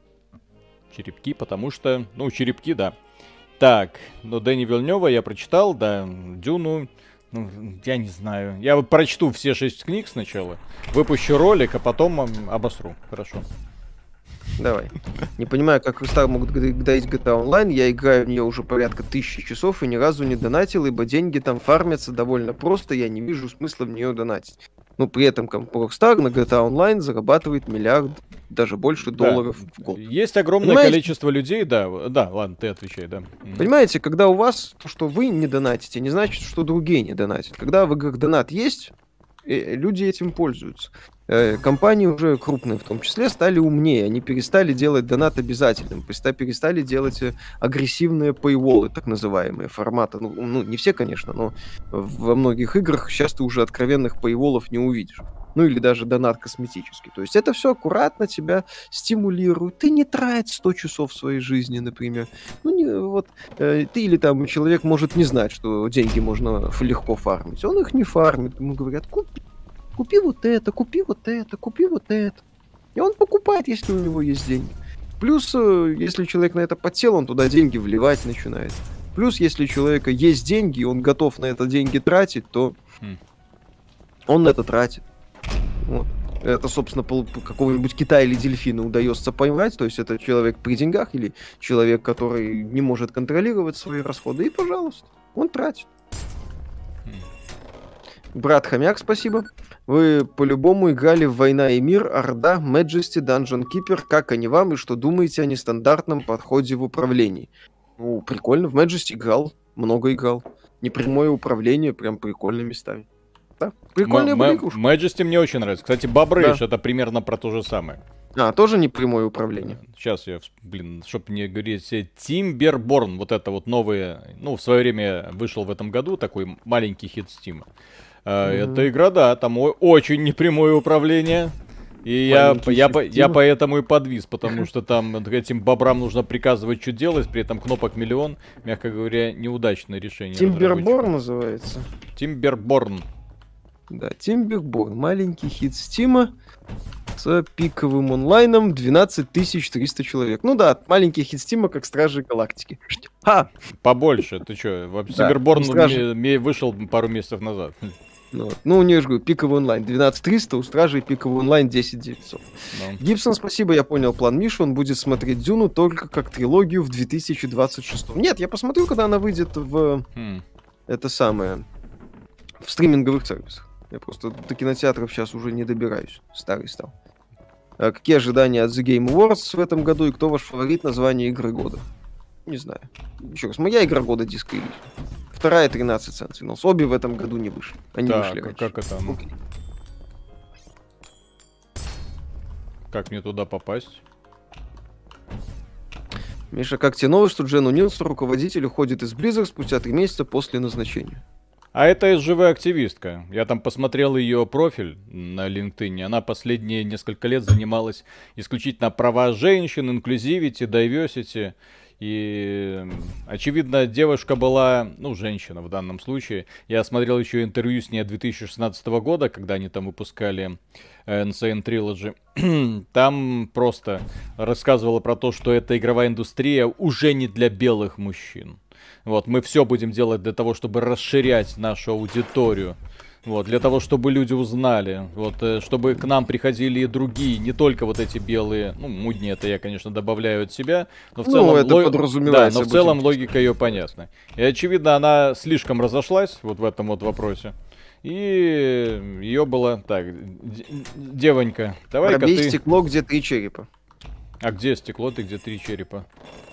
Ну, черепки, да. Так, ну, Дэни Вильнёва я прочитал, да, Дюну, ну, я не знаю. Я вот прочту все 6 книг сначала, выпущу ролик, а потом обосру. Хорошо. Давай. Не понимаю, как Rockstar могут доить GTA Online. Я играю в нее уже порядка 1000 часов и ни разу не донатил, ибо деньги там фармятся довольно просто. Я не вижу смысла в нее донатить. Но при этом Rockstar на GTA Online зарабатывает миллиард, даже больше долларов в год. Есть огромное количество людей, да, ладно, ты отвечай, да. Понимаете, когда у вас то, что вы не донатите, не значит, что другие не донатят. Когда в играх донат есть, люди этим пользуются. Компании уже крупные в том числе стали умнее, они перестали делать донат обязательным, перестали делать агрессивные paywall'ы, так называемые, формата, ну не все, конечно, но во многих играх сейчас ты уже откровенных paywall'ов не увидишь. Ну или даже донат косметический. То есть это все аккуратно тебя стимулирует. Ты не трать 100 часов своей жизни, например. Ну не вот ты или там человек может не знать, что деньги можно легко фармить. Он их не фармит. Ему говорят, купи вот это, купи вот это, купи вот это. И он покупает, если у него есть деньги. Плюс, если человек на это подсел, он туда деньги вливать начинает. Плюс, если у человека есть деньги, и он готов на это деньги тратить, то он на это тратит. Вот. Это, собственно, какого-нибудь кита или дельфина удается поймать, то есть это человек при деньгах или человек, который не может контролировать свои расходы, и, пожалуйста, он тратит. Брат Хомяк, спасибо. Вы по-любому играли в «Война и мир», «Орда», «Majesty», «Dungeon Keeper». Как они вам и что думаете о нестандартном подходе в управлении? Ну, прикольно. В Majesty играл, много играл. Непрямое управление, прям прикольными местами. Да, прикольная игрушка. Majesty мне очень нравится. Кстати, Бобрейш это примерно про то же самое. Тоже непрямое управление. Сейчас я, чтобы не говорить, Timberborn, вот это вот новое, в свое время вышел в этом году, такой маленький хит Steam. Эта игра, да, там очень непрямое управление. И я поэтому и подвис, потому что там этим бобрам нужно приказывать, что делать, при этом кнопок миллион. Мягко говоря, неудачное решение. Timberborn называется. Timberborn. Да, Timberborn. Маленький хит Стима с пиковым онлайном 12 300 человек. Ну да, маленький хит Стима, как Стражи Галактики. Побольше, ты чё? Timberborn вышел пару месяцев назад. Ну, у нее же говорю, пиковый онлайн 12 300, у Стражей пиковый онлайн 10 900. Гибсон, спасибо, я понял план Миши, он будет смотреть Дюну только как трилогию в 2026. Нет, я посмотрю, когда она выйдет в это самое, в стриминговых сервисах. Я просто до кинотеатров сейчас уже не добираюсь, старый стал. Какие ожидания от The Game Awards в этом году и кто ваш фаворит названия игры года? Не знаю. Еще раз, моя игра года Disco Elysium. Вторая 13 Sentinels. Обе в этом году не вышли. Они вышли раньше. Как это? Как мне туда попасть? Миша, как тебе новость, что Джен Нилсон, руководитель, уходит из Blizzard спустя 3 месяца после назначения? А это живая активистка. Я там посмотрел ее профиль на LinkedIn. Она последние несколько лет занималась исключительно права женщин, инклюзивити, diversity. И, очевидно, девушка была, женщина в данном случае. Я смотрел еще интервью с ней 2016 года, когда они там выпускали Insane Trilogy. Там просто рассказывала про то, что эта игровая индустрия уже не для белых мужчин. Вот, мы все будем делать для того, чтобы расширять нашу аудиторию. Вот, для того, чтобы люди узнали, вот, чтобы к нам приходили и другие, не только вот эти белые, мудни, это я, конечно, добавляю от себя, но в целом, это подразумевается, но в целом логика ее понятна. И, очевидно, она слишком разошлась вот в этом вот вопросе, и ее было, так, девонька, давай-ка пробей ты... стекло, где 3 черепа. А где стекло, ты где 3 черепа?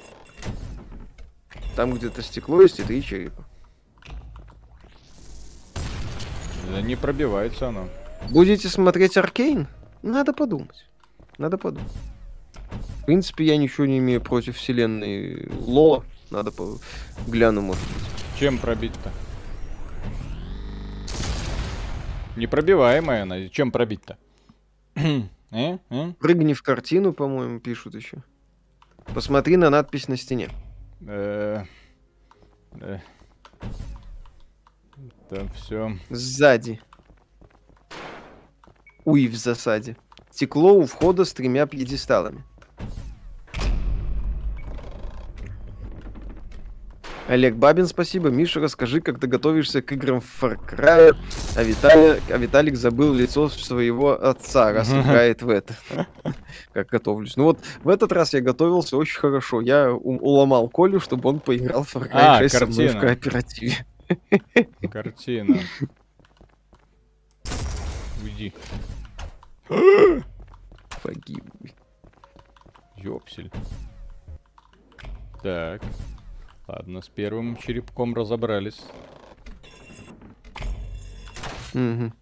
Там где-то стекло есть и 3 черепа. Да не пробивается оно. Будете смотреть Аркейн? Надо подумать. В принципе, я ничего не имею против вселенной Лола. Надо гляну, может быть. Чем пробить-то? Непробиваемая она. Чем пробить-то? Прыгни в картину, по-моему, пишут еще. Посмотри на надпись на стене. Там все. Сзади. Уй в засаде. Стекло у входа с 3 пьедесталами. Олег Бабин, спасибо. Миша, расскажи, как ты готовишься к играм в Far Cry. А Виталик забыл лицо своего отца, раз играет в это. Как готовлюсь. Ну вот, в этот раз я готовился очень хорошо. Я уломал Колю, чтобы он поиграл в Far Cry 6 со мной в кооперативе. Картина. Уйди. Погиб. Ёпсель. Так. Ладно, с первым черепком разобрались. Угу.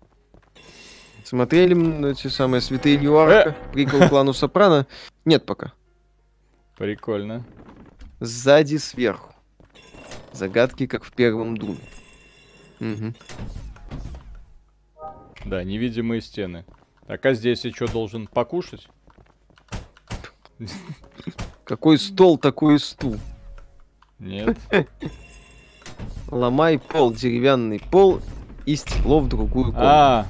Смотрели эти самые Святые Ньюарка, прикол клану Сопрано? Нет пока. Прикольно. Сзади сверху. Загадки, как в первом Думе. Угу. Да, невидимые стены. Так, а здесь я что, должен покушать? Какой стол, такой и стул. Нет. Ломай пол, деревянный пол и стекло в другую комнату.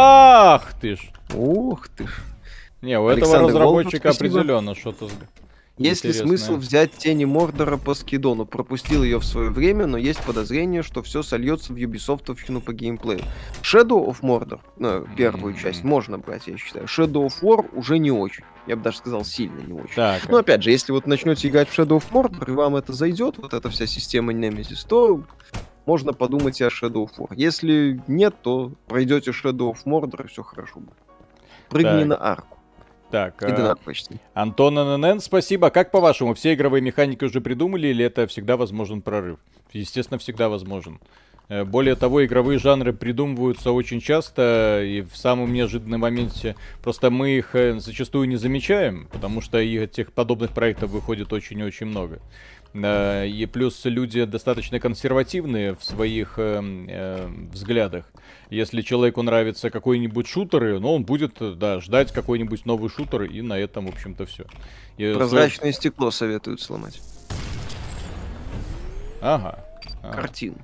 Ах ты ж. Ух ты ж. Не, у этого разработчика определенно что-то... Есть ли смысл взять Тени Мордора по скидону? Пропустил ее в свое время, но есть подозрение, что все сольется в Ubisoftовщину по геймплею. Shadow of Mordor, первую часть, можно брать, я считаю. Shadow of War уже не очень. Я бы даже сказал, сильно не очень. Так, но опять же, если вот начнете играть в Shadow of Mordor, и вам это зайдет, вот эта вся система Nemesis, то можно подумать и о Shadow of War. Если нет, то пройдете Shadow of Mordor, и все хорошо будет. Прыгни на арку. Так, Антон ННН, спасибо. Как по-вашему, все игровые механики уже придумали, или это всегда возможен прорыв? Естественно, всегда возможен. Более того, игровые жанры придумываются очень часто и в самом неожиданном моменте. Просто мы их зачастую не замечаем, потому что этих подобных проектов выходит очень и очень много. И плюс люди достаточно консервативные в своих взглядах. Если человеку нравится какой-нибудь шутер, он будет ждать какой-нибудь новый шутер, и на этом, в общем-то, все. Прозрачное стекло советуют сломать. Ага. Картину.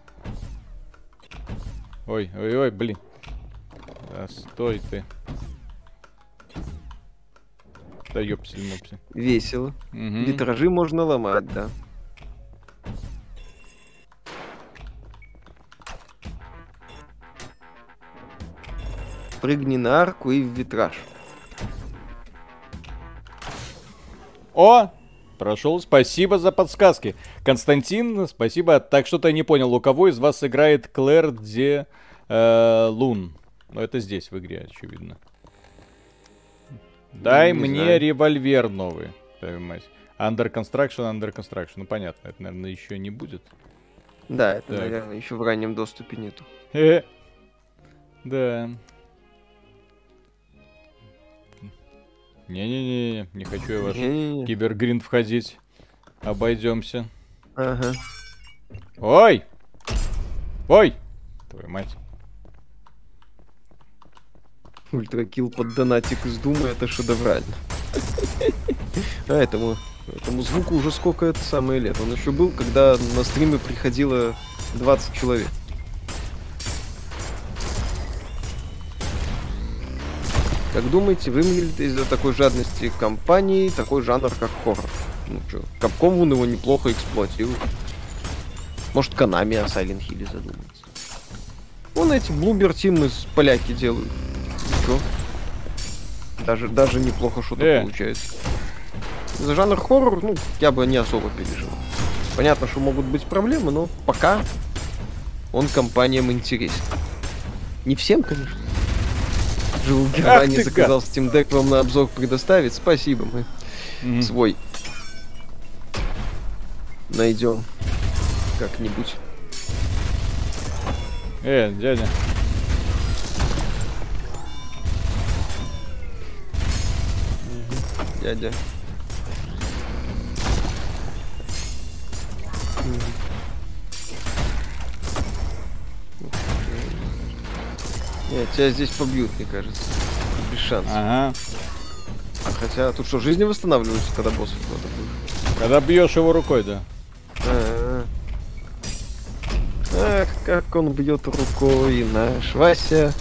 Ой, блин. Да стой ты. Да ёпсель-мопсель. Весело. Витражи можно ломать, да. Прыгни на арку и в витраж. О! Прошел, спасибо за подсказки. Константин, спасибо. Так, что-то я не понял, у кого из вас играет Клэр де Лун? Ну, это здесь в игре, очевидно. Дай мне револьвер новый. Under Construction. Ну, понятно, это, наверное, еще не будет. Да, это, наверное, еще в раннем доступе нету. Да. Не-не-не, не хочу я в ваш кибергринд входить. Обойдемся. Ага. Ой! Ой! Твою мать. Ультракилл под донатик из Дума, это шедеврально. А этому звуку уже сколько это самое лет. Он еще был, когда на стримы приходило 20 человек. Как думаете, вымелит из-за такой жадности компании такой жанр, как хоррор? Ну что, Capcom он его неплохо эксплуатирует. Может, Konami о Silent Hill задумается. Вон эти Bloober Team из поляки делают. Чё? Даже неплохо что-то получается. За жанр хоррор, я бы не особо переживал. Понятно, что могут быть проблемы, но пока он компаниям интересен. Не всем, конечно. Живу в Германии, заказал Steam Deck, вам на обзор предоставить. Спасибо, мы свой найдем как-нибудь. Дядя. Дядя. Нет, тебя здесь побьют, мне кажется. Без шансов. Ага. Хотя тут что, жизни восстанавливаются, когда боссов кто-то будет? Когда бьешь его рукой, да. Ах, как он бьет рукой, наш Вася.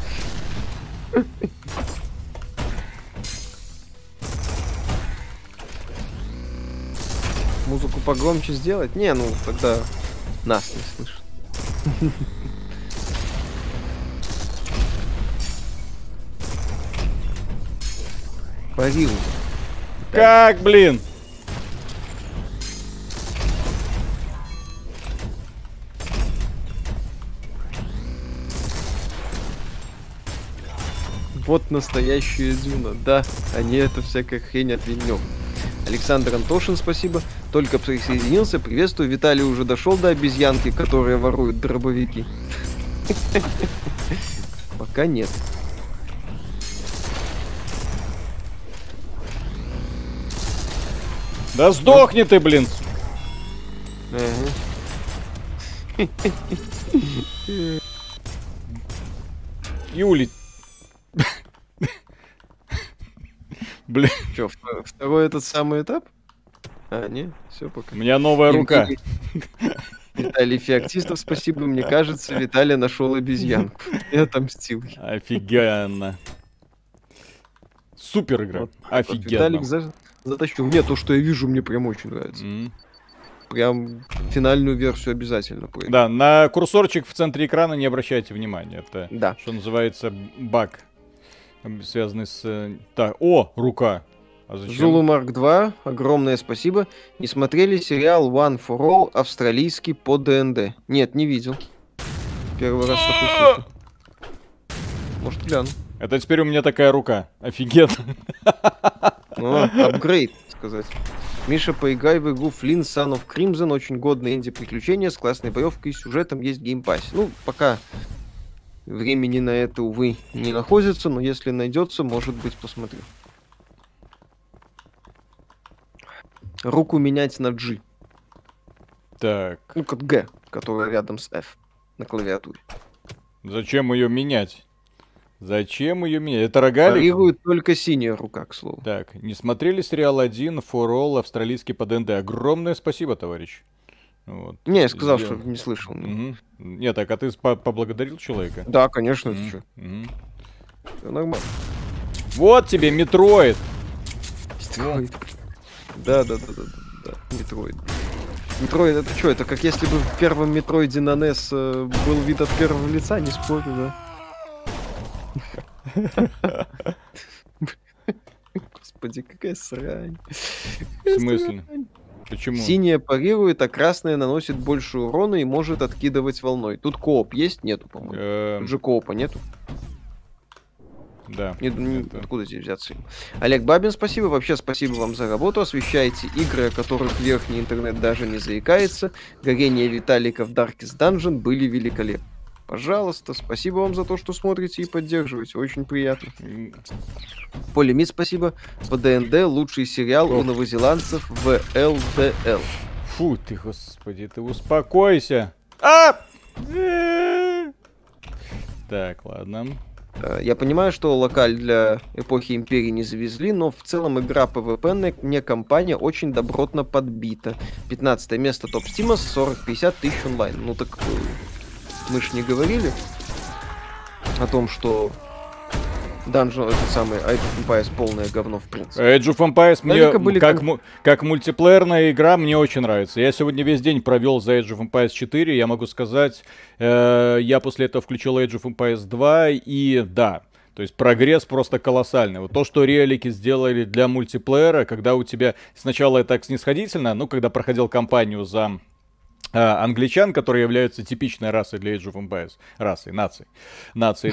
Музыку погромче сделать? Не, тогда нас не слышно. Парил. Как, блин? Вот настоящая Дюна, да, а не это всякая хрень от Виннёв. Александр Антошин, спасибо. Только присоединился, приветствую. Виталий уже дошел до обезьянки, которые воруют дробовики. Пока нет. Да сдохни ты, блин! Юли. Блин. Че, второй этот самый этап? А, не, все пока. У меня новая рука. Виталий Феоктистов, спасибо. Мне кажется, Виталий нашел обезьянку и отомстил. Офигенно. Супер игра. Вот, офигенно. затащил. Нет, то, что я вижу, мне прям очень нравится. Прям финальную версию обязательно пройду. Да, на курсорчик в центре экрана не обращайте внимания. Это, да, что называется, баг, связанный с... Так, о, рука. А Zulu Mark 2, огромное спасибо. Не смотрели сериал One for All австралийский по ДНД? Нет, не видел. Первый раз такой слышу. Может, гляну. Это теперь у меня такая рука. Офигенно. Апгрейд, сказать. Миша, поиграй в игру Flynn Son of Crimson. Очень годное инди-приключение с классной боевкой и сюжетом, есть в геймпассе. Ну, пока времени на это, увы, не находится, но если найдется, может быть, посмотрю. Руку менять на G. Так. Ну, как G, которая рядом с F на клавиатуре. Зачем ее менять? Зачем ее менять? Это рогалик? Парирует только синяя рука, к слову. Так, не смотрели сериал 1 For All австралийский по ДНД? Огромное спасибо, товарищ. Вот. Не, я сказал, что не слышал. Угу. Нет, так, а ты поблагодарил человека? Да, конечно, ты что? Все нормально. Вот тебе Метроид. Да, Метроид. Метроид, это что? Это как если бы в первом Метроиде на NES был вид от первого лица, не спорю, да? Господи, какая срань. В смысле? Почему? Синяя парирует, а красная наносит больше урона и может откидывать волной. Тут кооп есть? Нету, по-моему. Тут же коопа нету. Да. Откуда здесь взяться? Олег Бабин, спасибо. Вообще спасибо вам за работу. Освещаете игры, о которых верхний интернет даже не заикается. Горение Виталика в Darkest Dungeon были великолепны. Пожалуйста, спасибо вам за то, что смотрите и поддерживаете. Очень приятно. Полимит, спасибо. По ДНД лучший сериал у новозеландцев в ЛДЛ. Фу ты, господи, ты успокойся. Так, ладно. Я понимаю, что локаль для эпохи Империи не завезли, но в целом игра PvP не компания очень добротно подбита. 15 место топ Стима с 40-50 тысяч онлайн. Ну так мы ж не говорили о том, что Dungeon, это самый Age of Empires полное говно в принципе. Age of Empires мне, как мультиплеерная игра, мне очень нравится. Я сегодня весь день провел за Age of Empires 4, я могу сказать, я после этого включил Age of Empires 2, и да, то есть прогресс просто колоссальный. Вот то, что релики сделали для мультиплеера, когда у тебя сначала это так снисходительно, ну, когда проходил кампанию за англичан, которые являются типичной расой для Age of Empires. Расой, нацией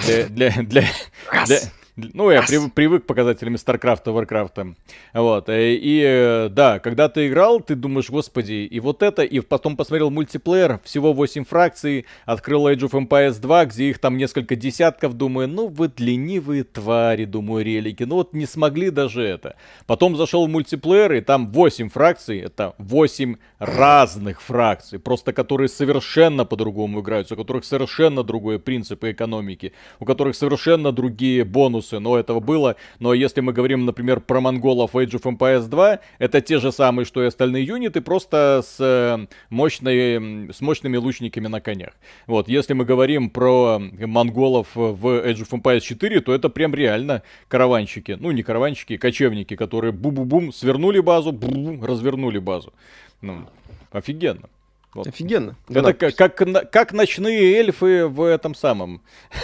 ну, я привык показателями Старкрафта, Варкрафта. Вот. И да, когда ты играл, ты думаешь, господи, и вот это, и потом посмотрел мультиплеер, всего 8 фракций, открыл Age of Empires 2, где их там несколько десятков, думаю, ну вы ленивые твари, думаю, релики, ну вот не смогли даже это. Потом зашел в мультиплеер, и там 8 фракций, это 8 разных фракций, просто которые совершенно по-другому играются, у которых совершенно другой принципы экономики, у которых совершенно другие бонусы. Но этого было. Но если мы говорим, например, про монголов в Age of Empires 2, это те же самые, что и остальные юниты, просто с мощными лучниками на конях. Вот, если мы говорим про монголов в Age of Empires 4, то это прям реально караванщики. Ну, не караванщики, кочевники, которые бу-бу-бум, свернули базу, бу-бум, развернули базу. Ну, офигенно. Вот. Офигенно. Это как ночные эльфы в этом самом,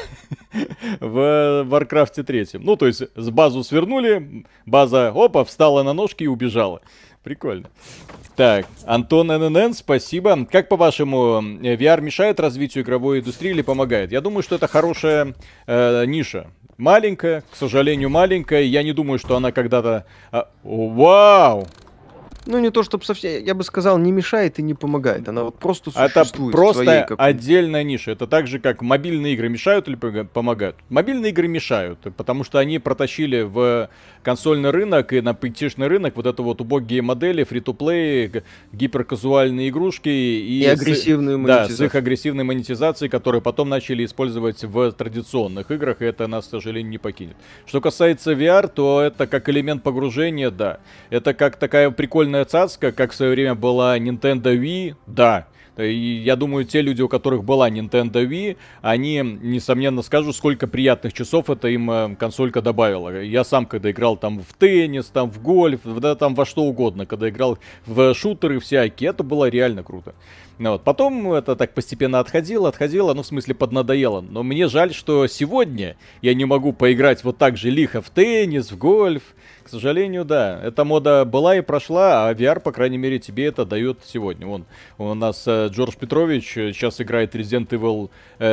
в Варкрафте 3. Ну, то есть, с базу свернули, база, опа, встала на ножки и убежала. Прикольно. Так, Антон ННН, спасибо. Как по-вашему, VR мешает развитию игровой индустрии или помогает? Я думаю, что это хорошая ниша. Маленькая, к сожалению, маленькая. Я не думаю, что она когда-то... Вау! Ну, не то, чтобы совсем, я бы сказал, не мешает и не помогает. Она вот просто Это существует. просто отдельная ниша. Это так же, как мобильные игры мешают или помогают? Мобильные игры мешают, потому что они протащили в консольный рынок и на PC-шный рынок вот это вот убогие модели, фри-то-плей, гиперказуальные игрушки. И агрессивную монетизацию. Да, с их агрессивной монетизацией, которую потом начали использовать в традиционных играх, и это нас, к сожалению, не покинет. Что касается VR, то это как элемент погружения, да. Это как такая прикольная цацка, как в свое время была Nintendo Wii, да. И я думаю, те люди, у которых была Nintendo Wii, они, несомненно, скажут, сколько приятных часов это им консолька добавила. Я сам, когда играл там в теннис, там в гольф, да, там во что угодно, когда играл в шутеры всякие, это было реально круто. Вот. Потом это так постепенно отходило, ну, в смысле, поднадоело. Но мне жаль, что сегодня я не могу поиграть вот так же лихо в теннис, в гольф. К сожалению, да, эта мода была и прошла, а VR, по крайней мере, тебе это дает сегодня. Вон, у нас Джордж Петрович сейчас играет Resident Evil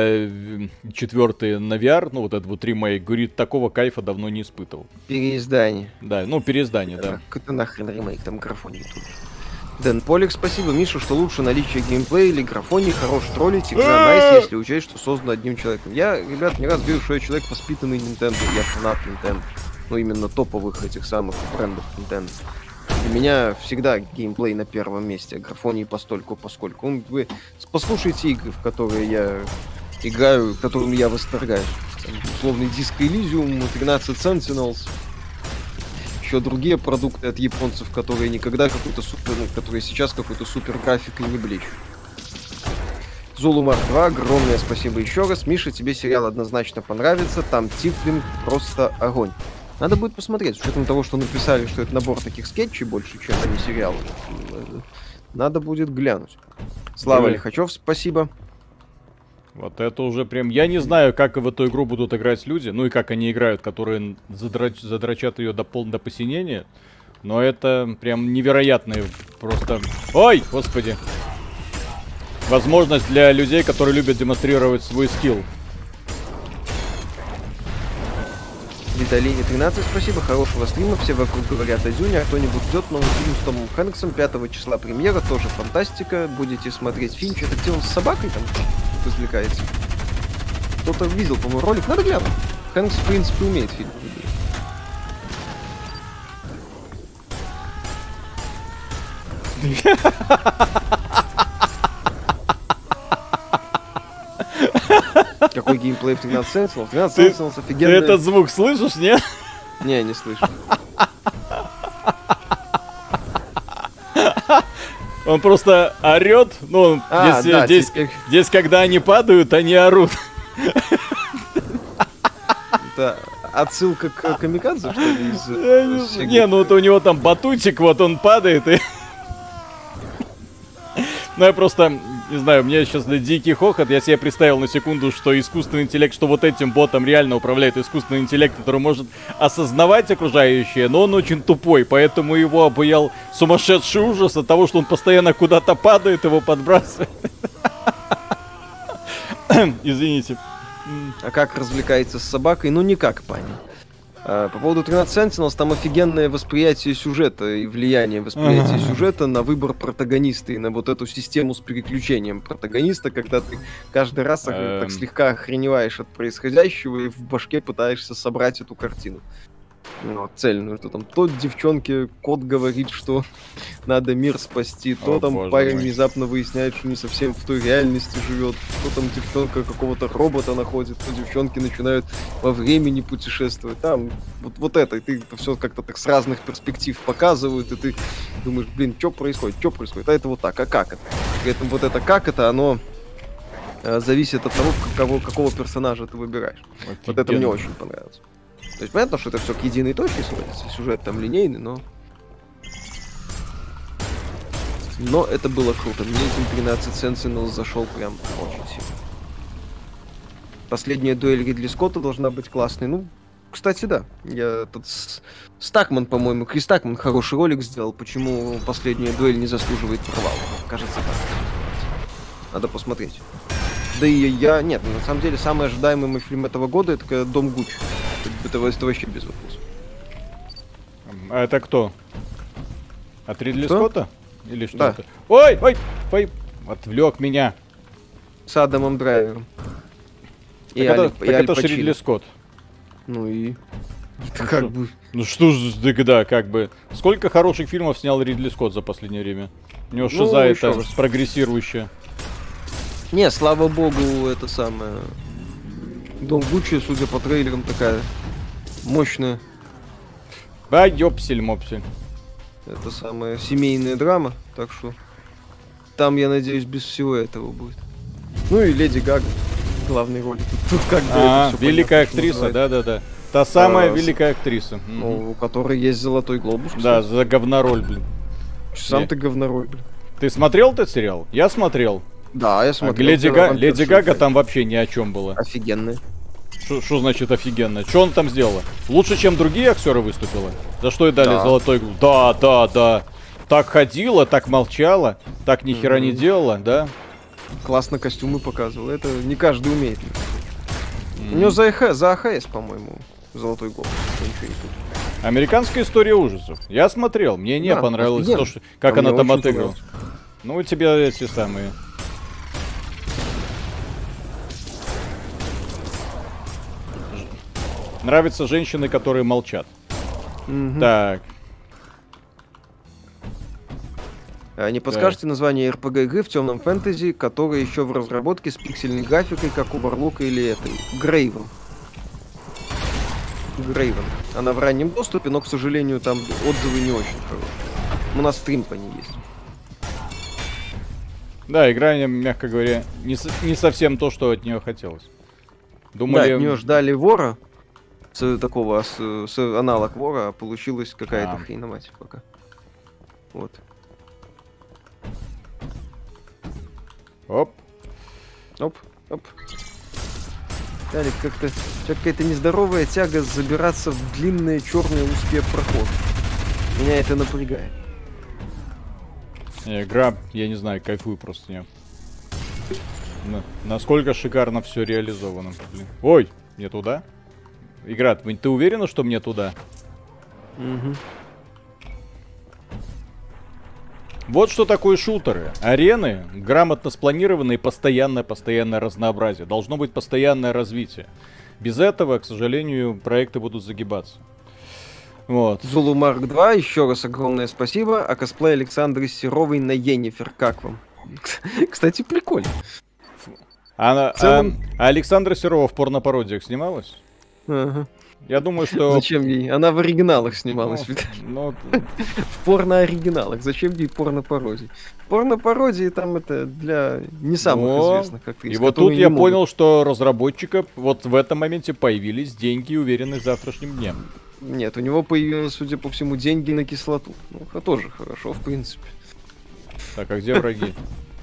4 на VR, ну, вот этот вот ремейк, говорит, такого кайфа давно не испытывал. Переиздание. Да, ну, переиздание, да. Какой-то нахрен ремейк, там графоний тут. Дэн Полик, спасибо. Миша, что лучше наличие геймплея или графоний, хорош троллить, игра найс, если учесть, что создано одним человеком. Я, ребят, не раз говорю, что я человек, воспитанный Nintendo, я фанат Nintendo. Ну, именно топовых этих самых брендов Nintendo. Для меня всегда геймплей на первом месте, графоний постольку, поскольку. Вы послушайте игры, в которые я играю, которыми я восторгаюсь. Там, условный Disco Elysium, 13 Sentinels, еще другие продукты от японцев, которые никогда какой-то супер, которые сейчас какой-то супер графикой не блещут. Зулумар 2, огромное спасибо еще раз. Миша, тебе сериал однозначно понравится, там Тифлинг просто огонь. Надо будет посмотреть, с учетом того, что написали, что это набор таких скетчей больше, чем а не сериал. Надо будет глянуть. Слава Лихачев, спасибо. Вот это уже прям... Я не знаю, как в эту игру будут играть люди, ну и как они играют, которые задрочат ее до посинения. Но это прям невероятные просто... Ой, господи! Возможность для людей, которые любят демонстрировать свой скилл. Виталине 13, спасибо, хорошего стрима, все вокруг говорят о Дюне, а кто-нибудь ждет новый фильм с Томом Хэнксом, 5 числа премьера, тоже фантастика, будете смотреть фильм, что-то где он с собакой там развлекается. Кто-то видел, по-моему, ролик, надо глянуть. Хэнкс, в принципе, умеет фильм выделить. Какой геймплей в 13 Sentinels? 13 Sentinels офигенный. Ты этот звук слышишь, не? Не, не слышу. Он просто орет, ну, здесь, когда они падают, они орут. Это отсылка к Камикадзе, что ли? Не, ну вот у него там батутик, вот он падает и... Ну я просто, не знаю, мне сейчас дикий хохот, я себе представил на секунду, что искусственный интеллект, что вот этим ботом реально управляет искусственный интеллект, который может осознавать окружающее, но он очень тупой, поэтому его обуял сумасшедший ужас от того, что он постоянно куда-то падает, его подбрасывает. Извините. А как развлекается с собакой? Ну никак, парень. По поводу 13 Sentinels, там офигенное восприятие сюжета и влияние восприятия сюжета на выбор протагониста и на вот эту систему с переключением протагониста, когда ты каждый раз так слегка охреневаешь от происходящего и в башке пытаешься собрать эту картину. Ну, цельную, что там то девчонке кот говорит, что надо мир спасти, то там парень внезапно выясняет, что не совсем в той реальности живет, то там девчонка какого-то робота находит, то девчонки начинают во времени путешествовать. Там вот это, и ты это все как-то так с разных перспектив показывают, и ты думаешь, блин, что происходит, а это вот так, а как это? При этом вот это как это, оно зависит от того, какого персонажа ты выбираешь. Вот это мне очень понравилось. То есть понятно, что это все к единой точке сводится, сюжет там линейный, но это было круто. Мне этим 13 Sentinels зашел прям очень сильно. Последняя дуэль Ридли Скотта должна быть классной. Ну, кстати, да. Я тут Стакман, по-моему, Крис Стакман хороший ролик сделал, почему последняя дуэль не заслуживает провала. Кажется, так. Надо посмотреть. Да и нет, на самом деле, самый ожидаемый мой фильм этого года — это «Дом Гуччи». Это вообще без вопросов. А это кто? От Ридли Скотта? Или что это? Ой! Отвлек меня. С Адамом Драйвером. Это ж Ридли Скотт. Ну и... Как бы... Ну что ж тогда, как бы... Сколько хороших фильмов снял Ридли Скотт за последнее время? У него шиза это прогрессирующая. Не, слава богу, это самое... Дом Гуччи, судя по трейлерам, такая мощная. Да, ёпсель-мопсель. Это самая семейная драма, так что... там, я надеюсь, без всего этого будет. Ну и Леди Гага в главной роли. Тут как бы великая актриса, да-да-да. Та самая великая актриса. Ну, у которой есть золотой глобус. Да, за говнороль, блин. Сам ты говнороль, блин. Ты смотрел этот сериал? Я смотрел. Да, я смотрел. Леди Гага там вообще ни о чем была. Офигенная. Что значит офигенно? Что он там сделала? Лучше, чем другие актеры выступила? За что ей дали золотой глобус? Да. Так ходила, так молчала, так ни хера не делала, да? Классно костюмы показывала. Это не каждый умеет. У него за АХС, по-моему, золотой глобус. Американская история ужасов. Я смотрел, мне не понравилось то, что, как она там отыграла. Ну, у тебя эти самые... Нравятся женщины, которые молчат. Так. Не подскажете название RPG игры в темном фэнтези, которая еще в разработке с пиксельной графикой, как у Варлока или этой? Грейвен. Она в раннем доступе, но, к сожалению, там отзывы не очень хорошие. У нас стрим по ней есть. Да, игра, мягко говоря, не совсем то, что от нее хотелось. Думали... Да, от нее ждали вора, такого аналог вора, а получилась какая-то хреномать пока. Вот. Оп. Далее как-то какая-то нездоровая тяга забираться в длинные черные узкие проходы. Меня это напрягает. Игра, я не знаю, кайфую просто не. Насколько шикарно все реализовано. Блин. Ой, мне туда? Игра, ты уверена, что мне туда? Угу. Вот что такое шутеры. Арены грамотно спланированы и постоянное разнообразие. Должно быть постоянное развитие. Без этого, к сожалению, проекты будут загибаться. Вот. Zulu Mark 2, еще раз огромное спасибо. А косплей Александры Серовой на Йеннифер, как вам? Кстати, прикольно. Александра Серова в порнопародиях снималась? Ага. Я думаю, что... Зачем ей? Она в оригиналах снималась, в порно-оригиналах. Зачем ей порно-пародии? Порно-пародии там это для не самых известных актрис. И вот тут я понял, что разработчиков вот в этом моменте появились деньги и уверенность завтрашним днем. Нет, у него появились, судя по всему, деньги на кислоту. Ну, это тоже хорошо, в принципе. Так, а где враги?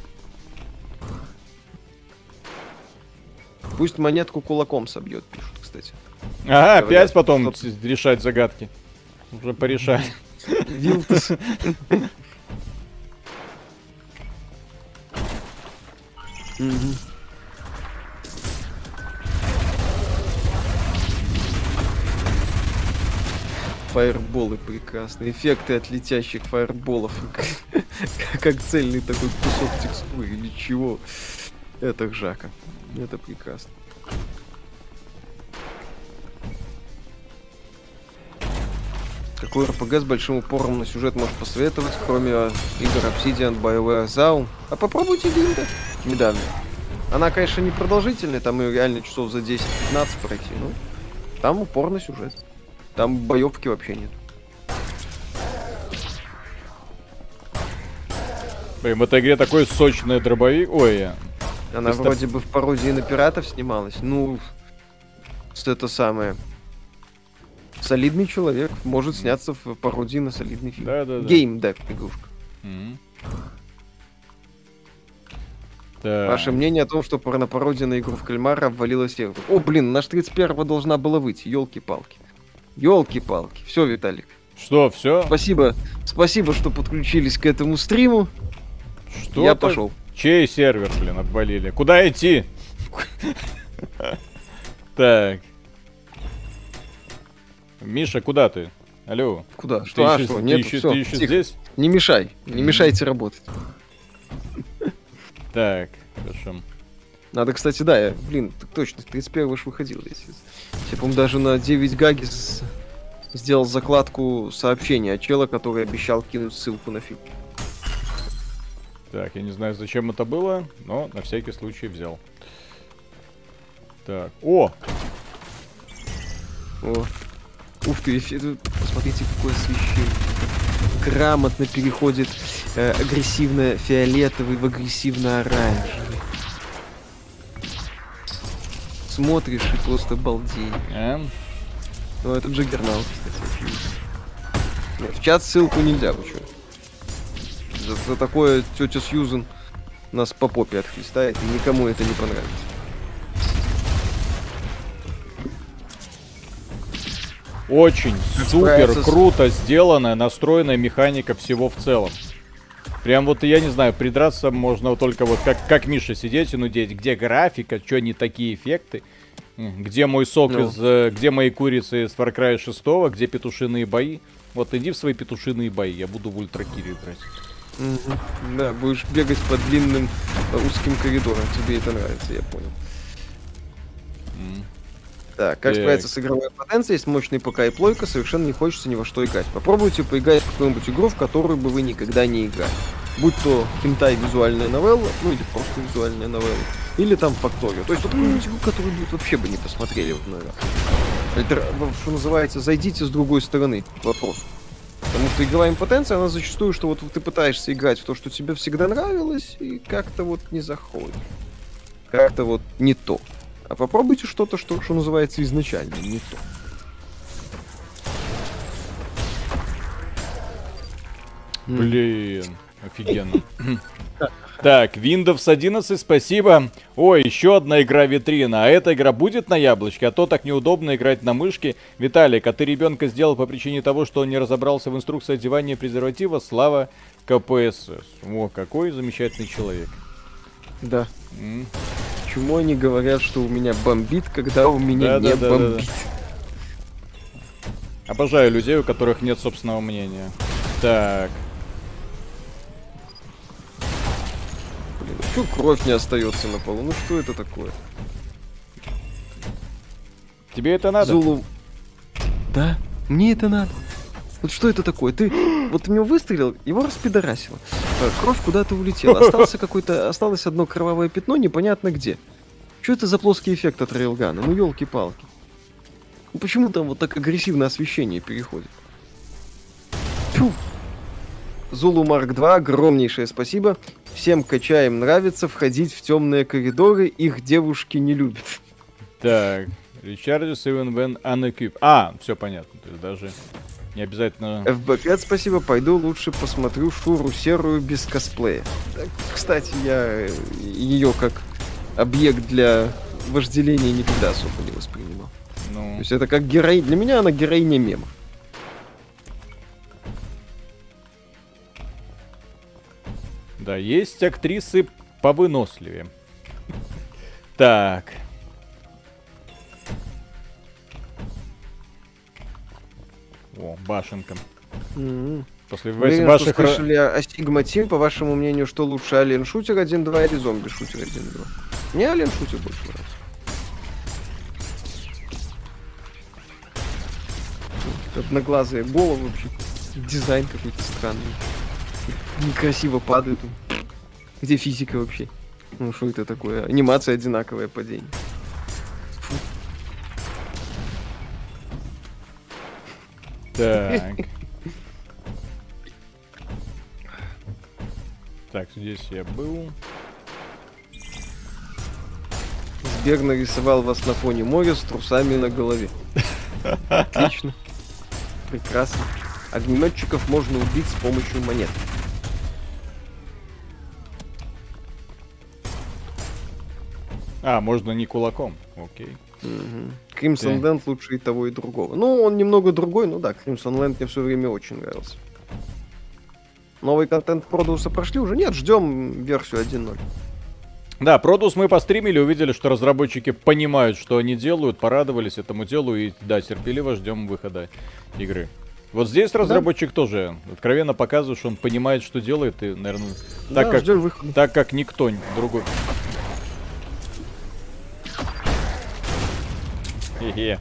Пусть монетку кулаком собьет, пишут, кстати. Ага, опять потом решать загадки. Уже порешали. Вилтус. Фаерболы прекрасные. Эффекты от летящих фаерболов. Как цельный такой кусок текстуры или чего. Это жака. Это прекрасно. Какой RPG с большим упором на сюжет можешь посоветовать, кроме игр Obsidian, BioWare, Zaun? А попробуйте Гринда недавно. Она, конечно, не продолжительная, там ее реально часов за 10-15 пройти, но там упорный сюжет. Там боевки вообще нет. Блин, в этой игре такой сочный дробовик. Ой, она вроде бы в пародии на пиратов снималась. Ну, это самое. Солидный человек может сняться в пародии на солидный фильм. Да. Геймдек игрушка. Ваше мнение о том, что порнопародия на игру в кальмара обвалила сервер. О, блин, наш 31-го должна была выйти. Ёлки-палки. Ёлки-палки. Все, Виталик. Что, все? Спасибо, что подключились к этому стриму. Что? Я пошел. Чей сервер, блин, обвалили? Куда идти? Так. Миша, куда ты? Алло. Куда? Ты еще здесь? Не мешай. Не мешайте работать. Так, хорошо. Надо, кстати, да, точно, 31-го ж выходил. Я, по-моему, даже на 9 гаги сделал закладку сообщения от чела, который обещал кинуть ссылку на фильм. Так, я не знаю, зачем это было, но на всякий случай взял. Так, о! Ух ты, посмотрите, какое освещение. Грамотно переходит агрессивно-фиолетовый в агрессивно-оранжевый. Смотришь и просто балдеешь. Ну, это Джаггернаут, кстати. Нет, в чат ссылку нельзя, вы чё? За такое тетя Сьюзен нас по попе отхлестает, и никому это не понравится. Очень супер круто сделанная, настроенная механика всего в целом. Прям вот, я не знаю, придраться можно только вот как Миша сидеть и нудеть. Где графика, что не такие эффекты? Где мой сок где мои курицы из Far Cry 6, где петушиные бои? Вот иди в свои петушиные бои, я буду в ультракире играть. Да, будешь бегать по длинным узким коридорам, тебе это нравится, я понял. Так, как справиться с игровой потенцией, есть мощный ПК и плойка, совершенно не хочется ни во что играть. Попробуйте поиграть в какую-нибудь игру, в которую бы вы никогда не играли. Будь то хентай визуальная новелла, ну или просто визуальная новелла, или там Фактория. То есть вот какую-нибудь игру, которую вообще бы не посмотрели вот на что называется, зайдите с другой стороны к вопросу. Потому что игровая импотенция, она зачастую, что вот ты пытаешься играть в то, что тебе всегда нравилось, и как-то вот не заходит. Как-то вот не то. А попробуйте что-то, что называется, изначально не то. Блин, офигенно. Так, Windows 11, спасибо. Ой, еще одна игра-витрина. А эта игра будет на яблочке? А то так неудобно играть на мышке. Виталик, а ты ребенка сделал по причине того, что он не разобрался в инструкции одевания презерватива? Слава КПСС. О, какой замечательный человек. Да. Почему они говорят, что у меня бомбит, когда у меня не бомбит? Обожаю людей, у которых нет собственного мнения. Так. Блин, ну что кровь не остается на полу? Ну что это такое? Тебе это надо? Зулу. Да, мне это надо. Вот что это такое? Ты вот в него выстрелил, его распидорасило. Кровь куда-то улетела. Осталось одно кровавое пятно, непонятно где. Что это за плоский эффект от рейлгана? Ну елки-палки. Ну почему там вот так агрессивно освещение переходит? Фу. Зулу Марк 2, огромнейшее спасибо. Всем качаем нравится входить в темные коридоры, их девушки не любят. Так, Recharges even when unequipped. Все понятно, то есть даже не обязательно... FB5, спасибо, пойду лучше посмотрю Шуру Серую без косплея. Кстати, я ее как объект для вожделения никогда особо не воспринимал. Ну... То есть это как героиня, для меня она героиня мема. Да, есть актрисы повыносливее. Так. О, башенка. После ваших... Что слышали о Sigma Team, по вашему мнению, что лучше, Alien Shooter 1.2 или Zombie Shooter 1.2? Мне Alien Shooter больше нравится. Одноглазые головы вообще. Дизайн какой-то странный. Некрасиво падают. Где физика вообще? Ну что это такое? Анимация одинаковое падение. Фу. Так. Так, здесь я был. Сбег нарисовал вас на фоне моря с трусами на голове. Отлично. Прекрасно. Огнеметчиков можно убить с помощью монет. Можно не кулаком. Окей. Crimson Land лучше и того, и другого. Ну, он немного другой, но да, Crimson Land мне все время очень нравился. Новый контент Продуса прошли уже? Нет, ждем версию 1.0. Да, Продус мы постримили, увидели, что разработчики понимают, что они делают, порадовались этому делу и, да, терпеливо ждем выхода игры. Вот здесь разработчик тоже откровенно показывает, что он понимает, что делает, и, наверное, так как никто другой. Хе-хе.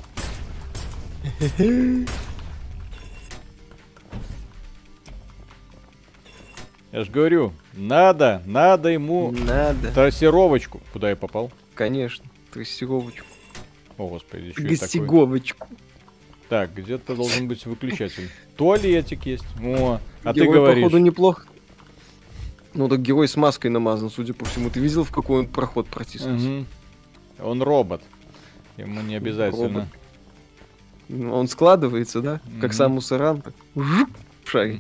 Я ж говорю, надо ему трассировочку. Куда я попал? Конечно, трассировочку. О, господи, что Гостеговочку. Так, где-то должен быть выключатель. Туалетик есть. О, а герой, ты говоришь... походу, неплохо. Ну так герой с маской намазан, судя по всему. Ты видел, в какой он проход протиснулся? Угу. Он робот. Ему не обязательно. Робот. Он складывается, да? Как сам Мусоран. Так. Шарик.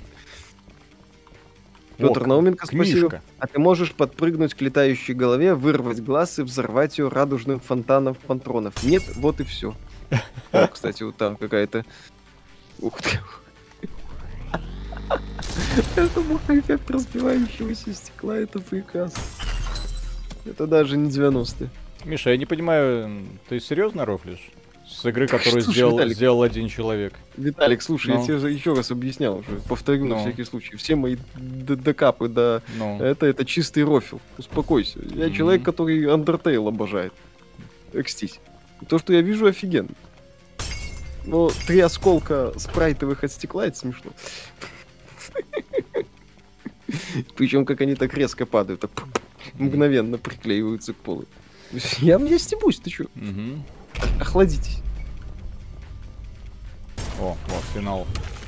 Петр Науменко, спасибо. А ты можешь подпрыгнуть к летающей голове, вырвать глаз и взорвать ее радужным фонтаном патронов? Нет, вот и все. О, кстати, вот там какая-то... Ух ты. Это эффект разбивающегося стекла, это прекрасно. Это даже не 90-е. Миша, я не понимаю, ты серьезно рофлишь? С игры, которую сделал один человек. Виталик, слушай, я тебе еще раз объяснял уже, повторю на всякий случай. Все мои докапы, это чистый рофил. Успокойся. Я человек, который Undertale обожает. Экстись. То, что я вижу, офигенно. Но 3 осколка спрайтовых от стекла, это смешно. Причем, как они так резко падают, так мгновенно приклеиваются к полу. Я стебусь, ты чё? Охладитесь. О, вот, финал.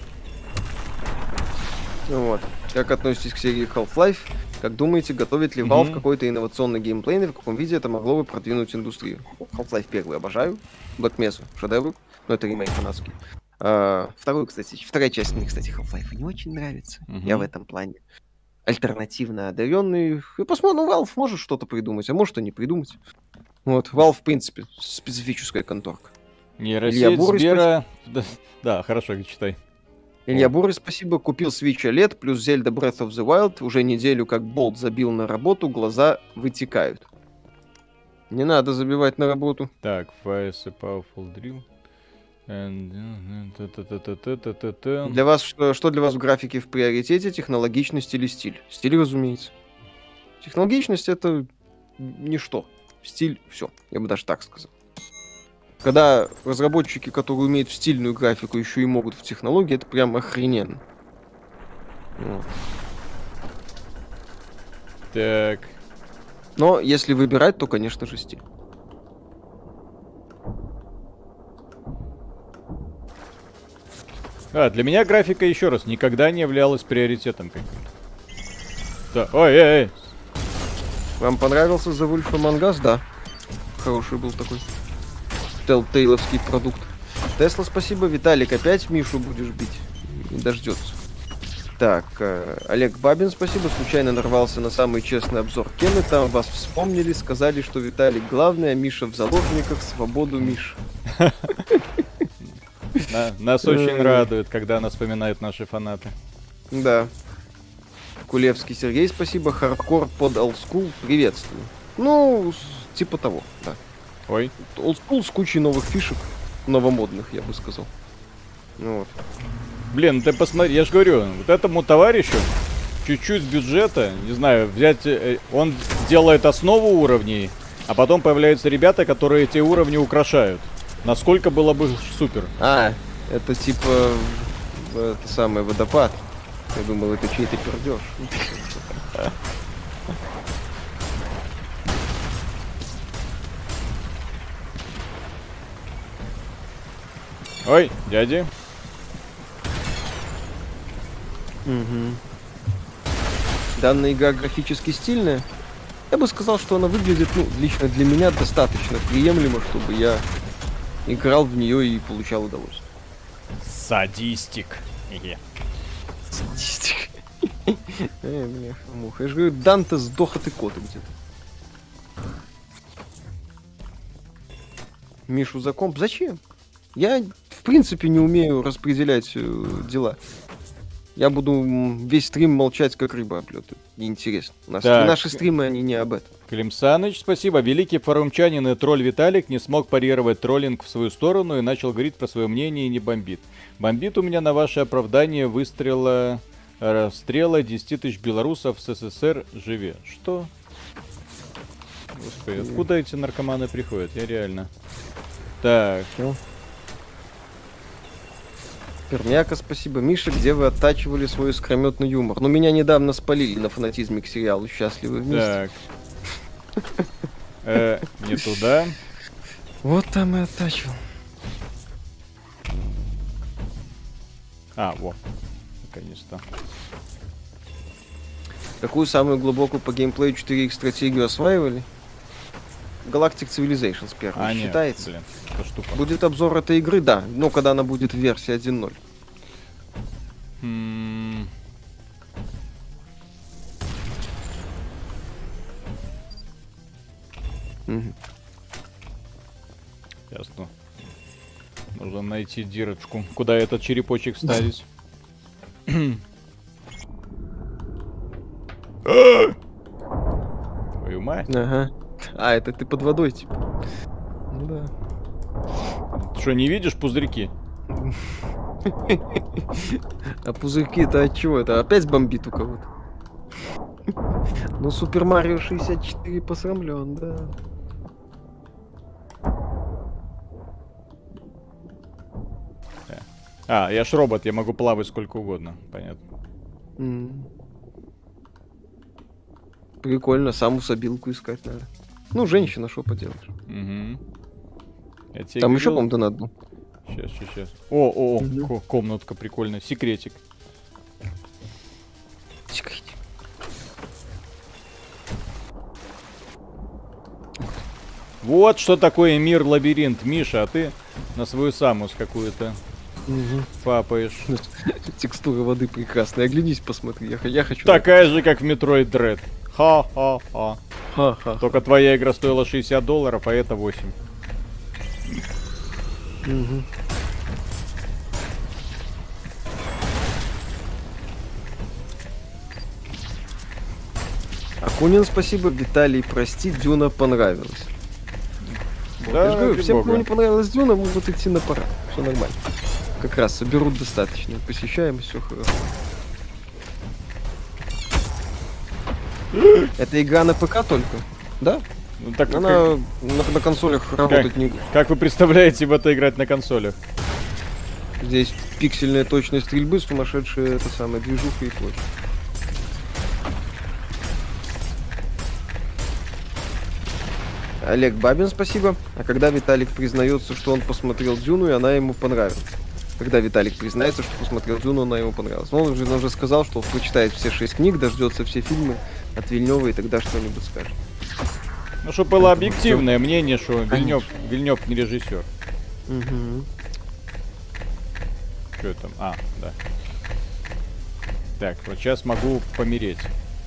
Вот. Как относитесь к серии Half-Life? Как думаете, готовит ли Valve какой-то инновационный геймплей, и в каком виде это могло бы продвинуть индустрию? Half-Life 1 обожаю, Black Mesa шедевр, но это ремейк фанатский. Вторая часть мне, кстати, Half-Life не очень нравится. Я в этом плане альтернативно одаренный. И посмотрим, Valve может что-то придумать, а может и не придумать. Вот, Valve, в принципе, специфическая конторка. Нейросеть Сбера... Да, хорошо, читай. Илья Бурый, спасибо. Купил Switch OLED плюс Zelda Breath of the Wild. Уже неделю как болт забил на работу, глаза вытекают. Не надо забивать на работу. Так, Fires a Powerful Drill. Для вас, что для вас в графике в приоритете? Технологичность или стиль? Стиль, разумеется. Технологичность — это ничто. Стиль — все. Я бы даже так сказал. Когда разработчики, которые умеют в стильную графику, еще и могут в технологии, это прям охрененно. Вот. Так. Но если выбирать, то, конечно же, стиль. Для меня графика, еще раз, никогда не являлась приоритетом каким-то. Да. Ой. Вам понравился The Wolf Among Us? Да. Хороший был такой телтейловский продукт. Тесла, спасибо. Виталик, опять Мишу будешь бить? Не дождется. Так, Олег Бабин, спасибо. Случайно нарвался на самый честный обзор Кены. Там вас вспомнили, сказали, что Виталик главный, а Миша в заложниках. Свободу, Миша. Нас очень радует, когда нас вспоминают наши фанаты. Да. Кулевский Сергей, спасибо. Хардкор под олдскул. Приветствую. Ну, типа того, да. Ой. Олдскул с кучей новых фишек. Новомодных, я бы сказал. Вот. Блин, ты посмотри, я же говорю, вот этому товарищу чуть-чуть бюджета, не знаю, взять, он делает основу уровней, а потом появляются ребята, которые эти уровни украшают. Насколько было бы супер. Это типа это самый водопад. Я думал, это чей-то пердеж. Ой, дяди. Данная игра графически стильная. Я бы сказал, что она выглядит, лично для меня достаточно приемлемо, чтобы я играл в нее и получал удовольствие. Садистик. Садистик. Бляха-муха. Я же говорю, Данте сдох от икоты где-то. Мишу за комп. Зачем? Я, в принципе, не умею распределять дела. Я буду весь стрим молчать, как рыба об лёд. Неинтересно. Наши стримы, они не об этом. Клим Саныч, спасибо. Великий форумчанин и тролль Виталик не смог парировать троллинг в свою сторону и начал говорить про свое мнение и не бомбит. Бомбит у меня на ваше оправдание расстрела 10 тысяч белорусов с СССР живе. Что? Господи, откуда эти наркоманы приходят? Я реально... Так... Перняка, спасибо. Миша, где вы оттачивали свой искрометный юмор? Ну, меня недавно спалили на фанатизме к сериалу «Счастливы вместе». Так. Не туда. Вот там и оттачивал. А, во. Наконец-то. Какую самую глубокую по геймплею 4X стратегию осваивали? Galactic Civilizations первый считается. Нет, блин, штука. Будет обзор этой игры, да. Но когда она будет в версии 1.0. Ясно. Нужно найти дырочку, куда этот черепочек вставить. Твою мать. Ага. А, это ты под водой, типа. Ну да. Ты что, не видишь пузырьки? А пузырьки-то от чего? Это опять бомбит у кого-то? Ну, Супер Марио 64 посрамлен, да. А, я ж робот, я могу плавать сколько угодно. Понятно. Прикольно, саму собилку искать надо. Ну, женщина, что поделаешь. Там еще, по-моему, донат был. Сейчас. О, комнатка прикольная. Секретик. Вот что такое мир-лабиринт. Миша, а ты на свою самус какую-то папаешь. Текстура воды прекрасная. Оглянись, посмотри. Я хочу... Такая же, как в Metroid Dread. Ха-ха-ха. Только твоя игра стоила $60, а это 8. Акунин, спасибо. Виталий, прости, Дюна понравилась. Да, я говорю, всем, кому не понравилась Дюна, могут идти на парад. Все нормально. Как раз соберут достаточно. Посещаем, все хорошо. Это игра на ПК только? Да? Ну, так она на консолях работать не... Как вы представляете в это играть на консолях? Здесь пиксельная точность стрельбы, сумасшедшая, это самое, движуха и прочее. Олег Бабин, спасибо. А когда Виталик признается, что он посмотрел Дюну, и она ему понравилась? Когда Виталик признается, что посмотрел Дюну, она ему понравилась. Но он уже сказал, что прочитает все 6 книг, дождется все фильмы от Вильнёва и тогда что-нибудь скажет. Ну, чтобы было объективное мнение, что Вильнёв не режиссер. Что там? А, да. Так, вот сейчас могу помереть.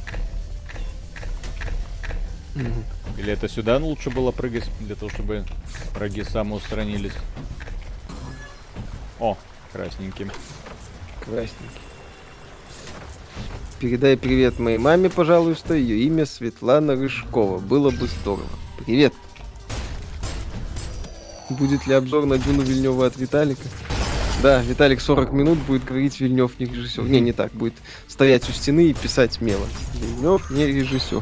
Или это сюда лучше было прыгать, для того, чтобы враги самоустранились? О, красненьким. Красненький. Передай привет моей маме, пожалуйста. Ее имя Светлана Рыжкова. Было бы здорово. Привет. Будет ли обзор на Дюну Вильнёва от Виталика? Да, Виталик 40 минут будет говорить Вильнёв не режиссер. Не так. Будет стоять у стены и писать мелом. Вильнёв не режиссер.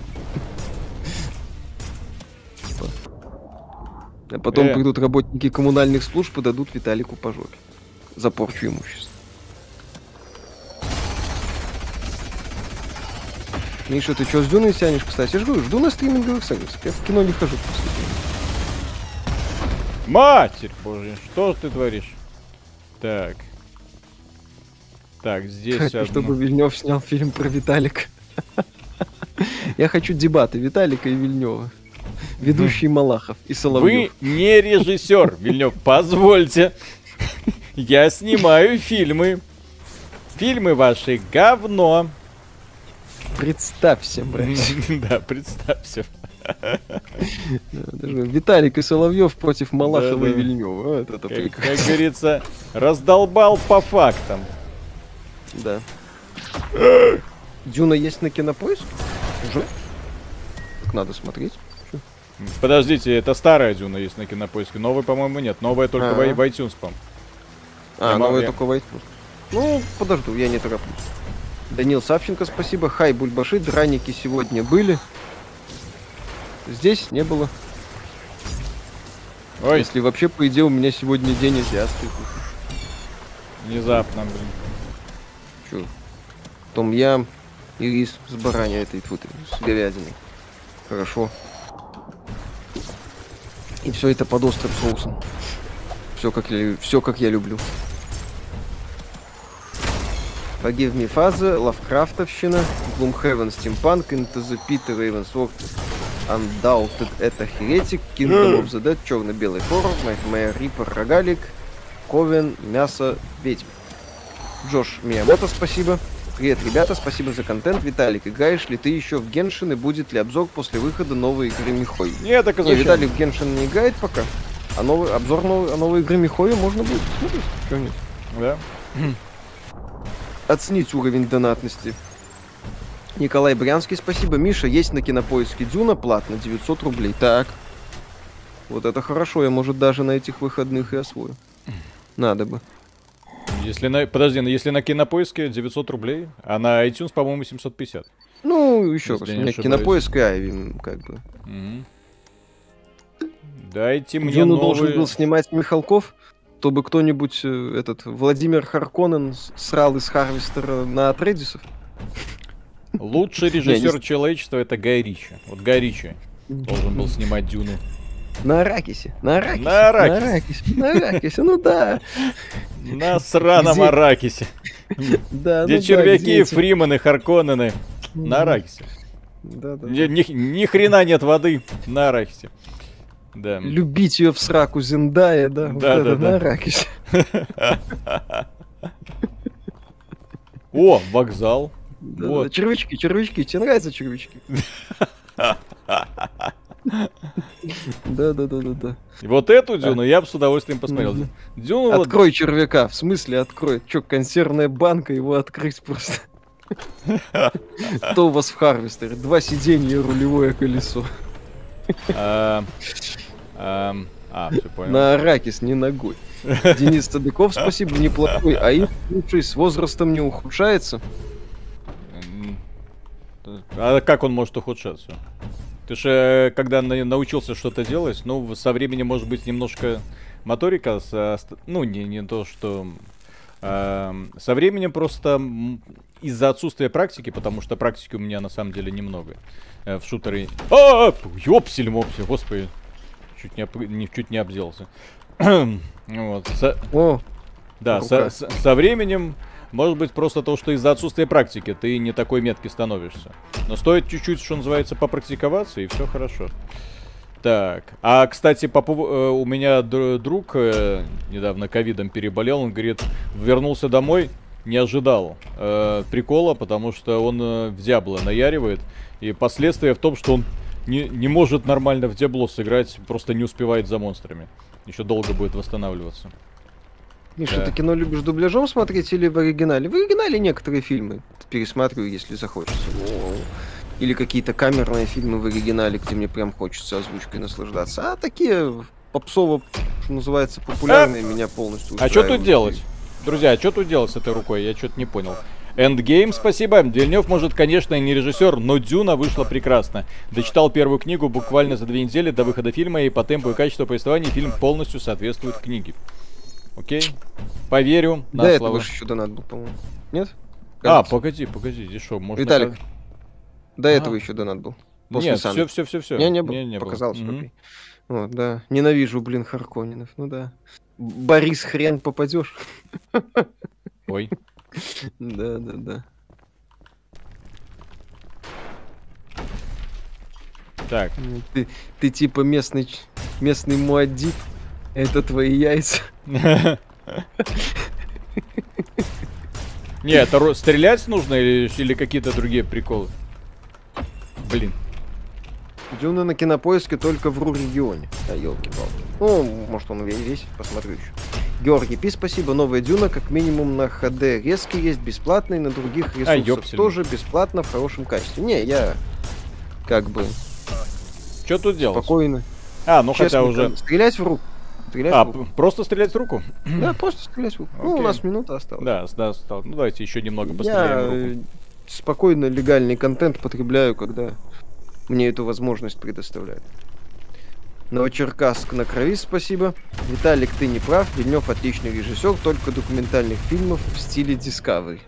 А потом придут работники коммунальных служб и дадут Виталику по жопе. За порчу имущества. Миша, ты что, с Дюной тянешь, кстати? Я же говорю, жду на стриминговых сервисах. Я в кино не хожу после. Матерь божья, что ты творишь? Так. Так, здесь одно... Чтобы Вильнёв снял фильм про Виталика. Я хочу дебаты Виталика и Вильнёва. Ведущий Малахов и Соловьев. Вы не режиссер, Вильнёв, позвольте. Я снимаю фильмы. Фильмы ваши говно. Представься, блядь. Да, представься. Виталик и Соловьев против Малахова и Вильнёва. Как говорится, раздолбал по фактам. Да. Дюна есть на Кинопоиске? Уже? Так надо смотреть. Подождите, это старая Дюна есть на Кинопоиске. Новой, по-моему, нет. Новая только в iTunes, по-моему. Новая только в iTunes. Ну, подожду, я не тороплюсь. Данил Савченко, спасибо. Хай, Бульбаши, драники сегодня были. Здесь не было. Ой. Если вообще, по идее, у меня сегодня день азиатской кухни. Внезапно, блин. Чё? Том-ям и рис с бараньей этой с говядиной. Хорошо. И все это под острым соусом. Все как я люблю. Forgive Me Father, Лавкрафтовщина, Gloomhaven, Steampunk, Into the Pit, Ravensword, Undoubted, это Heretic, Kingdom of the Dead, черно-белый хоррор, Nightmare Reaper, Рогалик, Ковен, Мясо, Ведьм. Джош Миямото, спасибо. Привет, ребята, спасибо за контент. Виталик, играешь ли ты еще в Геншин и будет ли обзор после выхода новой игры Михой? Нет, так не, Виталик в Геншин не играет пока. А обзор новой игры Михою можно будет смотреть. Чего нет? Да. Оценить уровень донатности. Николай Брянский, спасибо. Миша, есть на Кинопоиске Дюна, платно, 900 рублей. Так. Вот это хорошо, я, может, даже на этих выходных и освою. Надо бы. Подожди, если на Кинопоиске 900 рублей, а на iTunes, по-моему, 750. Ну, еще раз, у меня Кинопоиск и Айви, как бы. Дайте мне Дюну новые... должен был снимать Михалков, чтобы кто-нибудь, Владимир Харконнен срал из Харвестера на Атредисов. Лучший режиссер человечества — это Гай Ричи. Вот Гай Ричи должен был снимать Дюну. На Аракисе. На Аракисе, ну да. На сраном Аракисе. Да, где червяки, фримены, Харконнены. На Аракисе. Ни хрена нет воды на Аракисе. Да. Любить ее в сраку Зендая, да? Да. На Аракисе. О, вокзал. Вот. Червячки, тебе нравятся червячки? Да. Вот эту Дюну я бы с удовольствием посмотрел. Дюну открой червяка, в смысле открой? Че, консервная банка, его открыть просто? Что у вас в Харвестере? 2 сиденья и рулевое колесо. Все понял. На Аракис, не ногой. Денис Тадыков, спасибо, неплохой. А их лучший с возрастом не ухудшается? А как он может ухудшаться? Ты же, когда научился что-то делать, ну, со временем, может быть, немножко моторика, ну, не то, что... со временем просто из-за отсутствия практики, потому что практики у меня на самом деле немного в шутере. Ёпсель-мопсель, господи. Чуть не обделался. Вот. Да, со временем... Может быть, просто то, что из-за отсутствия практики ты не такой меткий становишься. Но стоит чуть-чуть, что называется, попрактиковаться, и все хорошо. Так, а, кстати, у меня друг недавно ковидом переболел, он говорит, вернулся домой, не ожидал прикола, потому что он в Диабло наяривает, и последствия в том, что он не может нормально в Диабло сыграть, просто не успевает за монстрами. Еще долго будет восстанавливаться. Миша, ты кино любишь дубляжом смотреть или в оригинале? В оригинале некоторые фильмы пересматриваю, если захочется. Или какие-то камерные фильмы в оригинале, где мне прям хочется озвучкой наслаждаться. А такие попсово, что называется, популярные, меня полностью устраивают. А что тут делать? Друзья, а что тут делать с этой рукой? Я что-то не понял. Endgame, спасибо. Вильнёв, может, конечно, и не режиссер, но Дюна вышла прекрасно. Дочитал первую книгу буквально за 2 недели до выхода фильма, и по темпу и качеству повествования фильм полностью соответствует книге. Окей. Поверю на слово. слово. Да, это еще донат был, по-моему. Нет? Кажется. Погоди, здесь что, можно... Виталик, до этого еще донат был. После нет, все. Не было. Не показалось. Вот, да. Ненавижу, блин, Харконненов. Ну да. Борис, хрен попадешь. Ой. Да. Так. Ты типа местный муаддиб. Это твои яйца. Не, это стрелять нужно или какие-то другие приколы? Блин. Дюна на Кинопоиске только в РУ-регионе. Да, елки-палки. Ну, может, он весь, посмотрю еще. Георгий Пи, спасибо. Новая Дюна, как минимум, на HD резки есть бесплатный, на других ресурсах тоже бесплатно в хорошем качестве. Не, я как бы... Что тут делать? Спокойно. Ну хотя уже... Стрелять в руку. Просто стрелять в руку? Да, просто стрелять в руку. Ну, у нас минута осталась. Да, осталось. Ну, давайте еще немного постреляем в руку. Спокойно легальный контент потребляю, когда мне эту возможность предоставляют. Новочеркасск на крови, спасибо. Виталик, ты не прав. Вильнёв отличный режиссер, только документальных фильмов в стиле Discovery.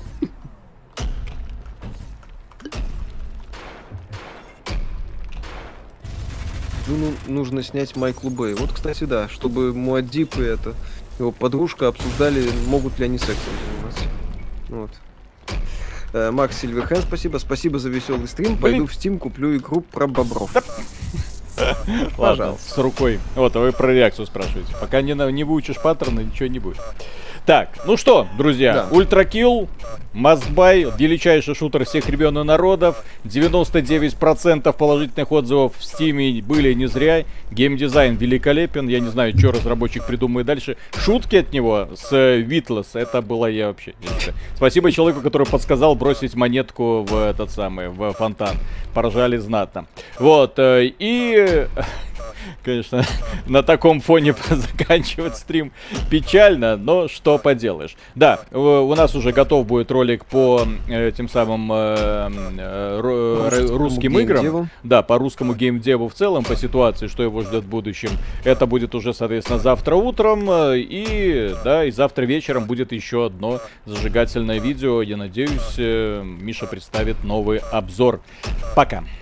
Джуну нужно снять Майклу Бэй. Вот, кстати, да, чтобы Муаддиб и его подружка обсуждали, могут ли они сексом заниматься. Вот. Макс Сильверхенд, спасибо за веселый стрим. Пойду в Steam, куплю игру про бобров. Ладно, с рукой. Вот, а вы про реакцию спрашиваете. Пока не выучишь паттерны, ничего не будет. Так, ну что, друзья, Ультра Килл, must-buy, величайший шутер всех времен и народов. 99% положительных отзывов в Стиме были не зря. Геймдизайн великолепен. Я не знаю, что разработчик придумает дальше. Шутки от него с Витлес, это было я вообще. Спасибо человеку, который подсказал бросить монетку в этот самый, в фонтан. Поржали знатно. Вот, и... Конечно, на таком фоне заканчивать стрим печально, но что поделаешь. Да, у нас уже готов будет ролик по тем самым русским играм. Да, по русскому геймдеву в целом, по ситуации, что его ждет в будущем. Это будет уже, соответственно, завтра утром. И, да, и завтра вечером будет еще одно зажигательное видео. Я надеюсь, Миша представит новый обзор. Пока.